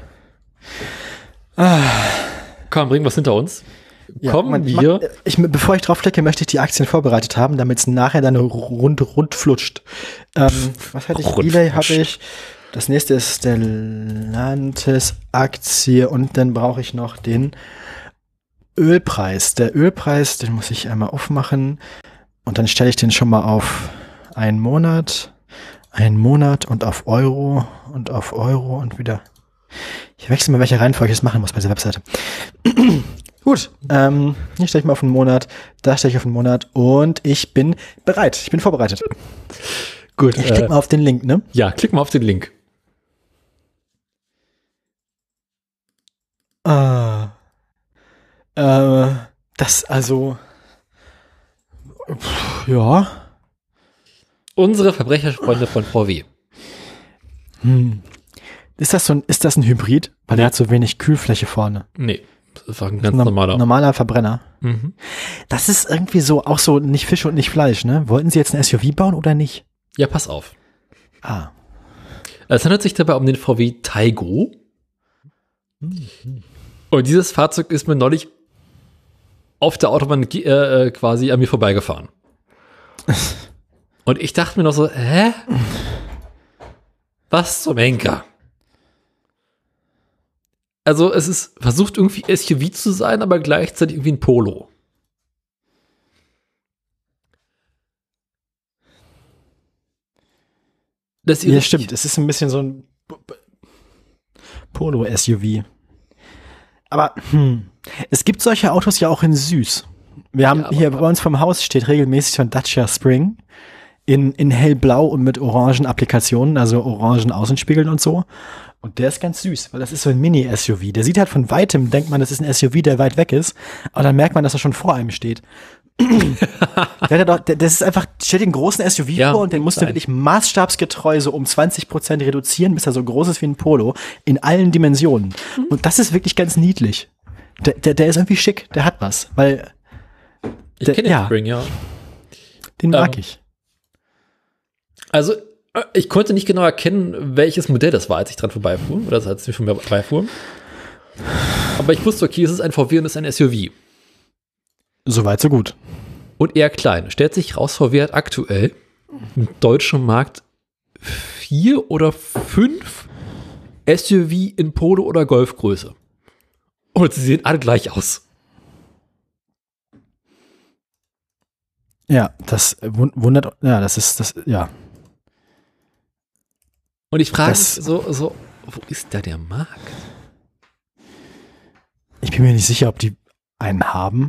Komm, bringen wir es hinter uns. Bevor ich drauf klicke, möchte ich die Aktien vorbereitet haben, damit es nachher dann rund flutscht. Was hatte ich? Delay habe ich. Das nächste ist Stellantis-Aktie und dann brauche ich noch den Ölpreis. Der Ölpreis, den muss ich einmal aufmachen und dann stelle ich den schon mal auf einen Monat und auf Euro und wieder. Ich wechsle mal, welche Reihenfolge ich das machen muss bei dieser Webseite. Gut, hier stelle ich mal auf einen Monat, da stelle ich auf einen Monat und ich bin bereit, ich bin vorbereitet. Gut. Ich klicke mal auf den Link, ne? Ja, klick mal auf den Link. Das also, ja. Unsere Verbrecherfreunde von VW. Ist das ein Hybrid? Weil der hat so wenig Kühlfläche vorne. Nee, das war ein ganz normaler. Normaler Verbrenner. Mhm. Das ist irgendwie so, auch so nicht Fisch und nicht Fleisch, ne? Wollten sie jetzt ein SUV bauen oder nicht? Ja, pass auf. Ah. Es handelt sich dabei um den VW Taigo. Und dieses Fahrzeug ist mir neulich auf der Autobahn quasi an mir vorbeigefahren. Und ich dachte mir noch so, hä? Was zum Henker? Also es ist versucht irgendwie SUV zu sein, aber gleichzeitig irgendwie ein Polo. Ja, stimmt. Es ist ein bisschen so ein Polo-SUV. Aber es gibt solche Autos ja auch in süß. Wir haben hier bei uns vom Haus steht regelmäßig so ein Dacia Spring in hellblau und mit orangen Applikationen, also orangen Außenspiegeln und so. Und der ist ganz süß, weil das ist so ein Mini-SUV. Der sieht halt von weitem, denkt man, das ist ein SUV, der weit weg ist. Aber dann merkt man, dass er schon vor einem steht. Das ist einfach, stell dir einen großen SUV vor und den musst du wirklich maßstabsgetreu so um 20% reduzieren, bis er so groß ist wie ein Polo, in allen Dimensionen. Und das ist wirklich ganz niedlich. Der ist irgendwie schick, der hat was, weil ich kenne den Spring, ja. Den mag ich. Also, ich konnte nicht genau erkennen, welches Modell das war, als ich dran vorbeifuhr, oder als ich von mir vorbeifuhr. Aber ich wusste, okay, es ist ein VW und es ist ein SUV. Soweit, so gut. Und eher klein. Stellt sich raus, VW hat aktuell im deutschen Markt 4 oder 5 SUV in Polo- oder Golfgröße. Und sie sehen alle gleich aus. Ja, das wundert, ja, das ist, das, ja. Und ich frage mich Das- so, wo ist da der Markt? Ich bin mir nicht sicher, ob die einen haben.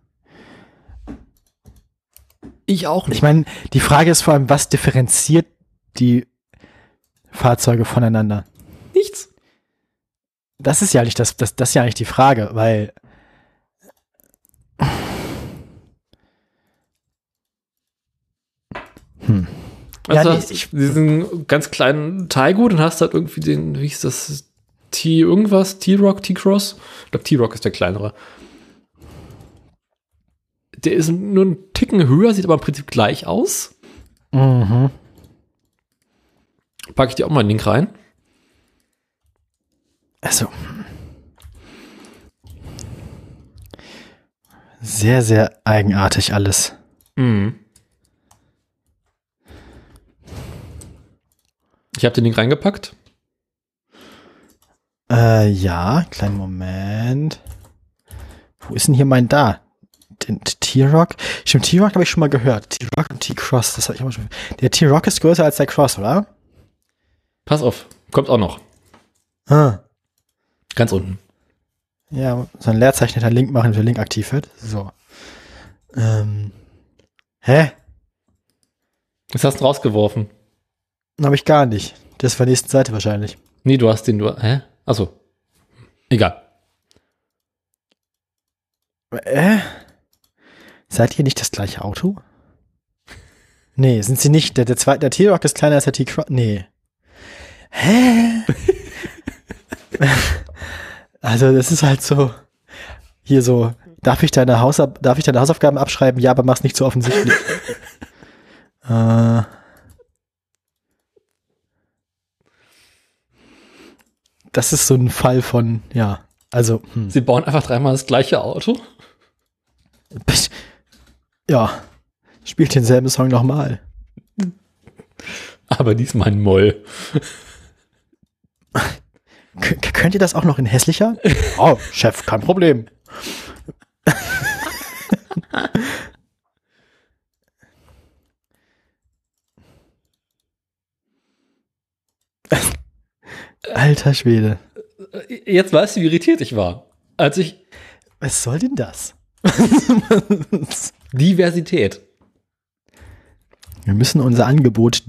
Ich auch nicht. Ich meine, die Frage ist vor allem, was differenziert die Fahrzeuge voneinander? Nichts. Das ist ja nicht das ist ja nicht die Frage, weil Also Ja, du nee, hast diesen ganz kleinen Taigo, dann hast du halt irgendwie den, wie hieß das, T-irgendwas, T-Rock, T-Cross? Ich glaube, T-Rock ist der kleinere. Der ist nur einen Ticken höher, sieht aber im Prinzip gleich aus. Packe ich dir auch mal einen Link rein. also sehr, sehr eigenartig alles. Ich habe den Link reingepackt. Ja, kleinen Moment. Wo ist denn hier mein da? Den T-Rock? Stimmt, T-Rock habe ich schon mal gehört. T-Rock und T-Cross, das habe ich auch mal schon gehört. Der T-Rock ist größer als der Cross, oder? Pass auf, kommt auch noch. Ah. Ganz unten. Ja, so ein Leerzeichen hinter Link machen, wenn der Link aktiv wird. So. Hä? Das hast du rausgeworfen. Habe ich gar nicht. Das war nächste Seite wahrscheinlich. Nee, du hast den nur. Hä? Achso. Egal. Seid ihr nicht das gleiche Auto? Nee, sind sie nicht. Der T-Rock ist kleiner als der T-Cross. Nee. Hä? Also, das ist halt so. Hier so. Darf ich deine Hausaufgaben abschreiben? Ja, aber mach's nicht so offensichtlich. Das ist so ein Fall von, ja, also, Sie bauen einfach dreimal das gleiche Auto. ja, spielt denselben Song nochmal. Aber diesmal ein Moll. Könnt ihr das auch noch in hässlicher? Oh, Chef, kein Problem. Alter Schwede. Jetzt weißt du, wie irritiert ich war. Als ich Was soll denn das? Diversität. Wir müssen unser Angebot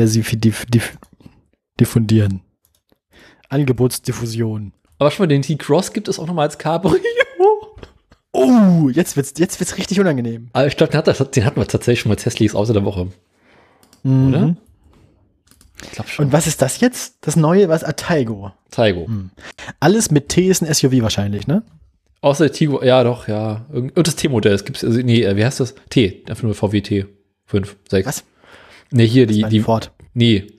diffundieren. Angebotsdiffusion. Aber schon mal den T-Cross gibt es auch nochmal als Cabrio. Oh, jetzt wird's richtig unangenehm. Aber ich glaube, den hatten wir tatsächlich schon mal als hässliches Auto der Woche. Oder? Ich glaube schon. Und was ist das jetzt? Das neue, was? Taigo. Taigo. Alles mit T ist ein SUV wahrscheinlich, ne? Außer der Tigo, ja doch, ja. Und das T-Modell, es gibt, also, nee, wie heißt das? T, einfach nur VW T. 5, 6. Was? Nee, hier die Ford. Nee.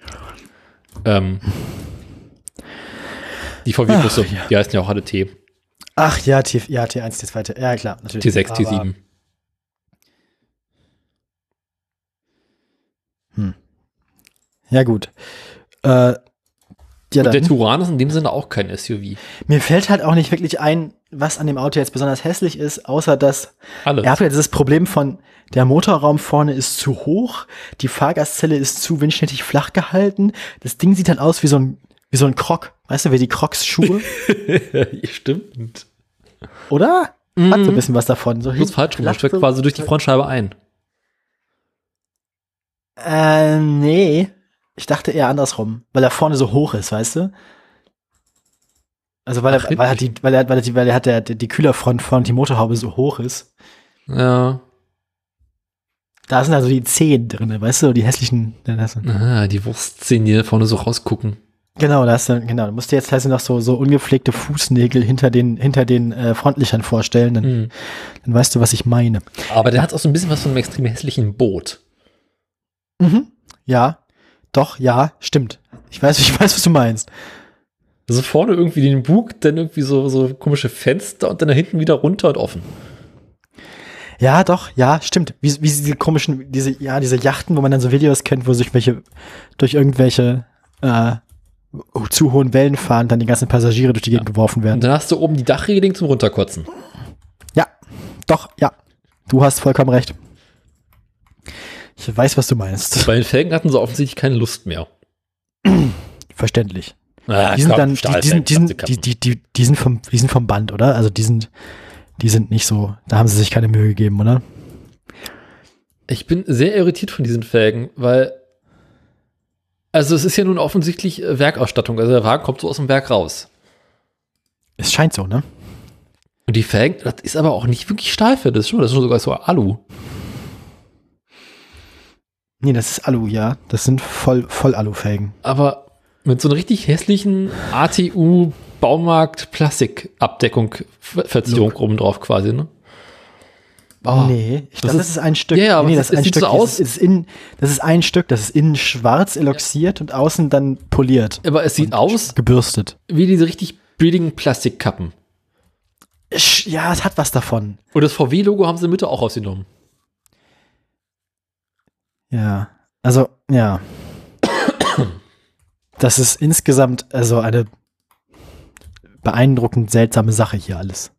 Die VW-Busse, ja. die heißen ja auch alle T. Ach ja, T1, T2, ja klar, natürlich. T6, Aber- T7. Ja gut. Ja, Und der dann. Turan ist in dem Sinne auch kein SUV. Mir fällt halt auch nicht wirklich ein, was an dem Auto jetzt besonders hässlich ist, außer dass Alles. er hat ja dieses Problem von, der Motorraum vorne ist zu hoch, die Fahrgastzelle ist zu windschnittig flach gehalten, das Ding sieht halt aus wie so ein Krog. Weißt du, wie die Crocs-Schuhe, Stimmt. oder? Hat so ein bisschen was davon. So Du bist falsch rum, das schlägt quasi durch die Frontscheibe ein. Nee. Ich dachte eher andersrum, weil er vorne so hoch ist, weißt du? Also weil die Kühlerfront von die Motorhaube so hoch ist. Ja. Da sind also die Zehen drin, weißt du, die hässlichen. Die Wurstzähne, die da vorne so rausgucken. Genau, du musst dir jetzt also noch so ungepflegte Fußnägel hinter den Frontlichern vorstellen, dann weißt du, was ich meine. Aber der hat auch so ein bisschen was von einem extrem hässlichen Boot. Ja, doch, ja, stimmt. Ich weiß, was du meinst. Also vorne irgendwie den Bug, dann irgendwie so komische Fenster und dann da hinten wieder runter und offen. Ja, doch, ja, stimmt. Wie diese komischen, diese Yachten, wo man dann so Videos kennt, wo sich welche durch irgendwelche zu hohen Wellen fahren, dann die ganzen Passagiere durch die Gegend geworfen werden. Und dann hast du oben die Dachregeling zum Runterkotzen. Ja, doch, ja. Du hast vollkommen recht. Ich weiß, was du meinst. Bei den Felgen hatten sie offensichtlich keine Lust mehr. Verständlich. Ah, Die sind komm, dann, Stahlfelgen, die sind vom Band, oder? Also die sind nicht so, da haben sie sich keine Mühe gegeben, oder? Ich bin sehr irritiert von diesen Felgen, weil also es ist ja nun offensichtlich Werkausstattung. Also der Wagen kommt so aus dem Werk raus. Es scheint so, ne? Und die Felgen, das ist aber auch nicht wirklich Stahlfett, das ist schon sogar so Alu. Nee, das ist Alu, ja. Das sind voll Alu-Felgen. Aber mit so einer richtig hässlichen ATU-Baumarkt-Plastikabdeckung, Verzierung oben drauf quasi, ne? Oh. Nee, ich glaube, das ist ein Stück. Ja, aber nee, das sieht so aus. Das ist ein Stück, das ist innen schwarz eloxiert und außen dann poliert. Aber es sieht aus gebürstet. Wie diese richtig billigen Plastikkappen. Ja, es hat was davon. Und das VW-Logo haben sie in der Mitte auch rausgenommen. Ja, also, ja. Das ist insgesamt also eine beeindruckend seltsame Sache hier alles.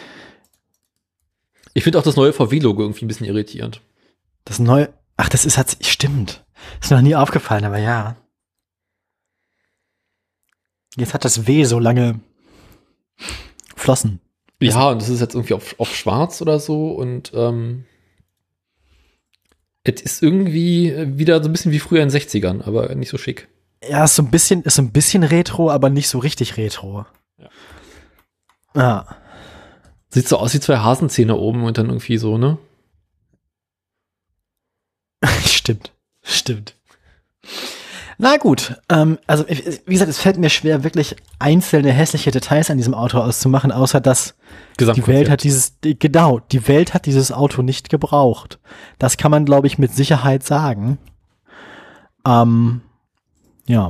Ich finde auch das neue VW-Logo irgendwie ein bisschen irritierend. Das neue, ach, stimmt. Ist mir noch nie aufgefallen, aber ja. Jetzt hat das W so lange Flossen. Ja, und das ist jetzt irgendwie auf schwarz oder so und es ist irgendwie wieder so ein bisschen wie früher in den 60ern, aber nicht so schick. Ja, ist so ein bisschen retro, aber nicht so richtig retro. Ja. Sieht so aus wie zwei Hasenzähne oben und dann irgendwie so, ne? Stimmt. Na gut, also wie gesagt, es fällt mir schwer, wirklich einzelne hässliche Details an diesem Auto auszumachen, außer dass die Welt hat die Welt hat dieses Auto nicht gebraucht. Das kann man, glaube ich, mit Sicherheit sagen. Ja,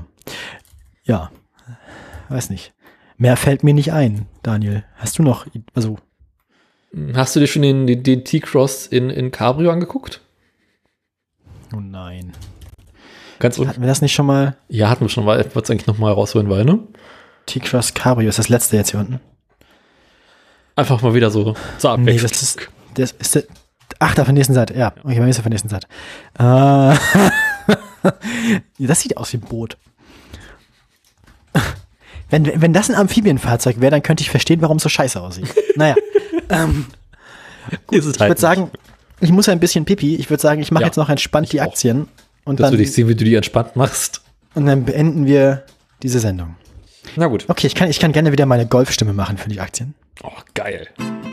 weiß nicht. Mehr fällt mir nicht ein, Daniel. Hast du noch, also hast du dir schon den T-Cross in Cabrio angeguckt? Oh nein. Hatten wir das nicht schon mal? Ja, hatten wir schon mal. Ich wollte es eigentlich noch mal rausholen, weil, ne? T-Cross Cabrio ist das letzte jetzt hier unten. Einfach mal wieder so ab. Nee, das ist ach, da von der nächsten Seite. Ja, okay, bei mir ist er von der nächsten Seite. Das sieht aus wie ein Boot. Wenn das ein Amphibienfahrzeug wäre, dann könnte ich verstehen, warum es so scheiße aussieht. Naja. Gut, ich würde sagen, ich muss ein bisschen Pipi. Ich würde sagen, ich mache jetzt noch entspannt die Aktien. Und das würde ich sehen, wie du die entspannt machst. Und dann beenden wir diese Sendung. Na gut. Okay, ich kann gerne wieder meine Golfstimme machen für die Aktien. Oh, geil.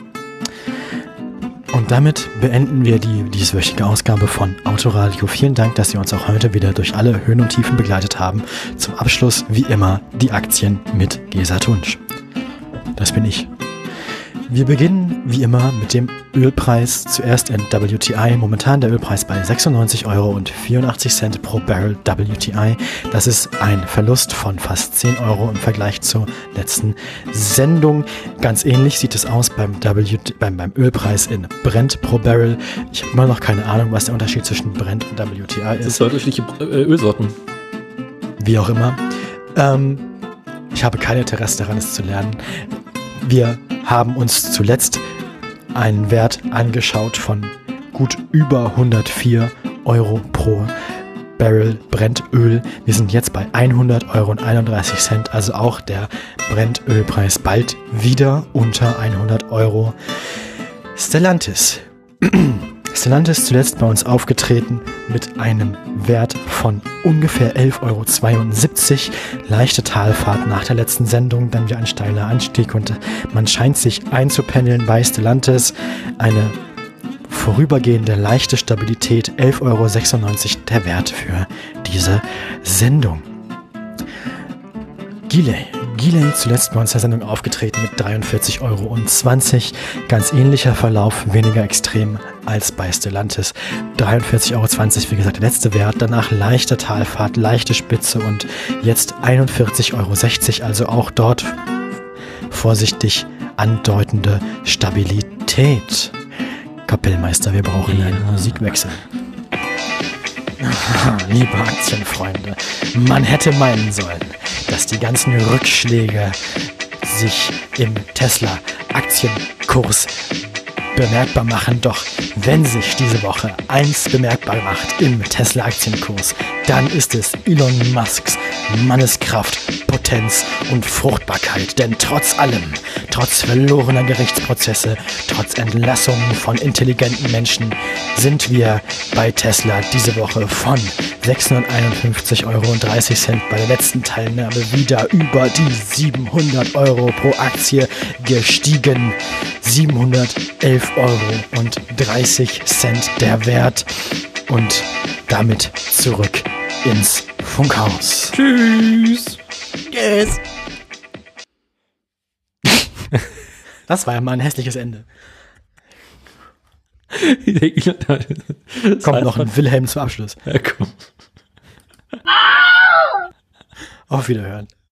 Und damit beenden wir die dieswöchige Ausgabe von Autoradio. Vielen Dank, dass Sie uns auch heute wieder durch alle Höhen und Tiefen begleitet haben. Zum Abschluss, wie immer, die Aktien mit Gesa Tunsch. Das bin ich. Wir beginnen wie immer mit dem Ölpreis. Zuerst in WTI. Momentan der Ölpreis bei 96,84 € pro Barrel WTI. Das ist ein Verlust von fast 10 € im Vergleich zur letzten Sendung. Ganz ähnlich sieht es aus beim Ölpreis in Brent pro Barrel. Ich habe immer noch keine Ahnung, was der Unterschied zwischen Brent und WTI ist. Das sind unterschiedliche Ölsorten. Wie auch immer. Ich habe kein Interesse daran, es zu lernen. Wir haben uns zuletzt einen Wert angeschaut von gut über 104 € pro Barrel Brennöl. Wir sind jetzt bei 100,31 €, also auch der Brennölpreis bald wieder unter 100 €. Stellantis. Stellantis zuletzt bei uns aufgetreten mit einem Wert von ungefähr 11,72 €. Leichte Talfahrt nach der letzten Sendung, dann wieder ein steiler Anstieg und man scheint sich einzupendeln bei Stellantis. Eine vorübergehende leichte Stabilität, 11,96 € der Wert für diese Sendung. Gilet zuletzt bei uns in der Sendung aufgetreten mit 43,20 €. Ganz ähnlicher Verlauf, weniger extrem als bei Stellantis. 43,20 €, wie gesagt, der letzte Wert. Danach leichte Talfahrt, leichte Spitze und jetzt 41,60 €. Also auch dort vorsichtig andeutende Stabilität. Kapellmeister, wir brauchen einen Musikwechsel. Liebe Aktienfreunde, man hätte meinen sollen, dass die ganzen Rückschläge sich im Tesla-Aktienkurs bemerkbar machen. Doch wenn sich diese Woche eins bemerkbar macht im Tesla-Aktienkurs, dann ist es Elon Musks Manneskraft, Potenz und Fruchtbarkeit. Denn trotz allem, trotz verlorener Gerichtsprozesse, trotz Entlassungen von intelligenten Menschen, sind wir bei Tesla diese Woche von 651,30 € bei der letzten Teilnahme wieder über die 700 € pro Aktie gestiegen. 711,30 € der Wert und damit zurück ins Funkhaus. Tschüss. Yes. Das war ja mal ein hässliches Ende. Kommt noch ein Wilhelm zum Abschluss. Ja, komm. Auf Wiederhören.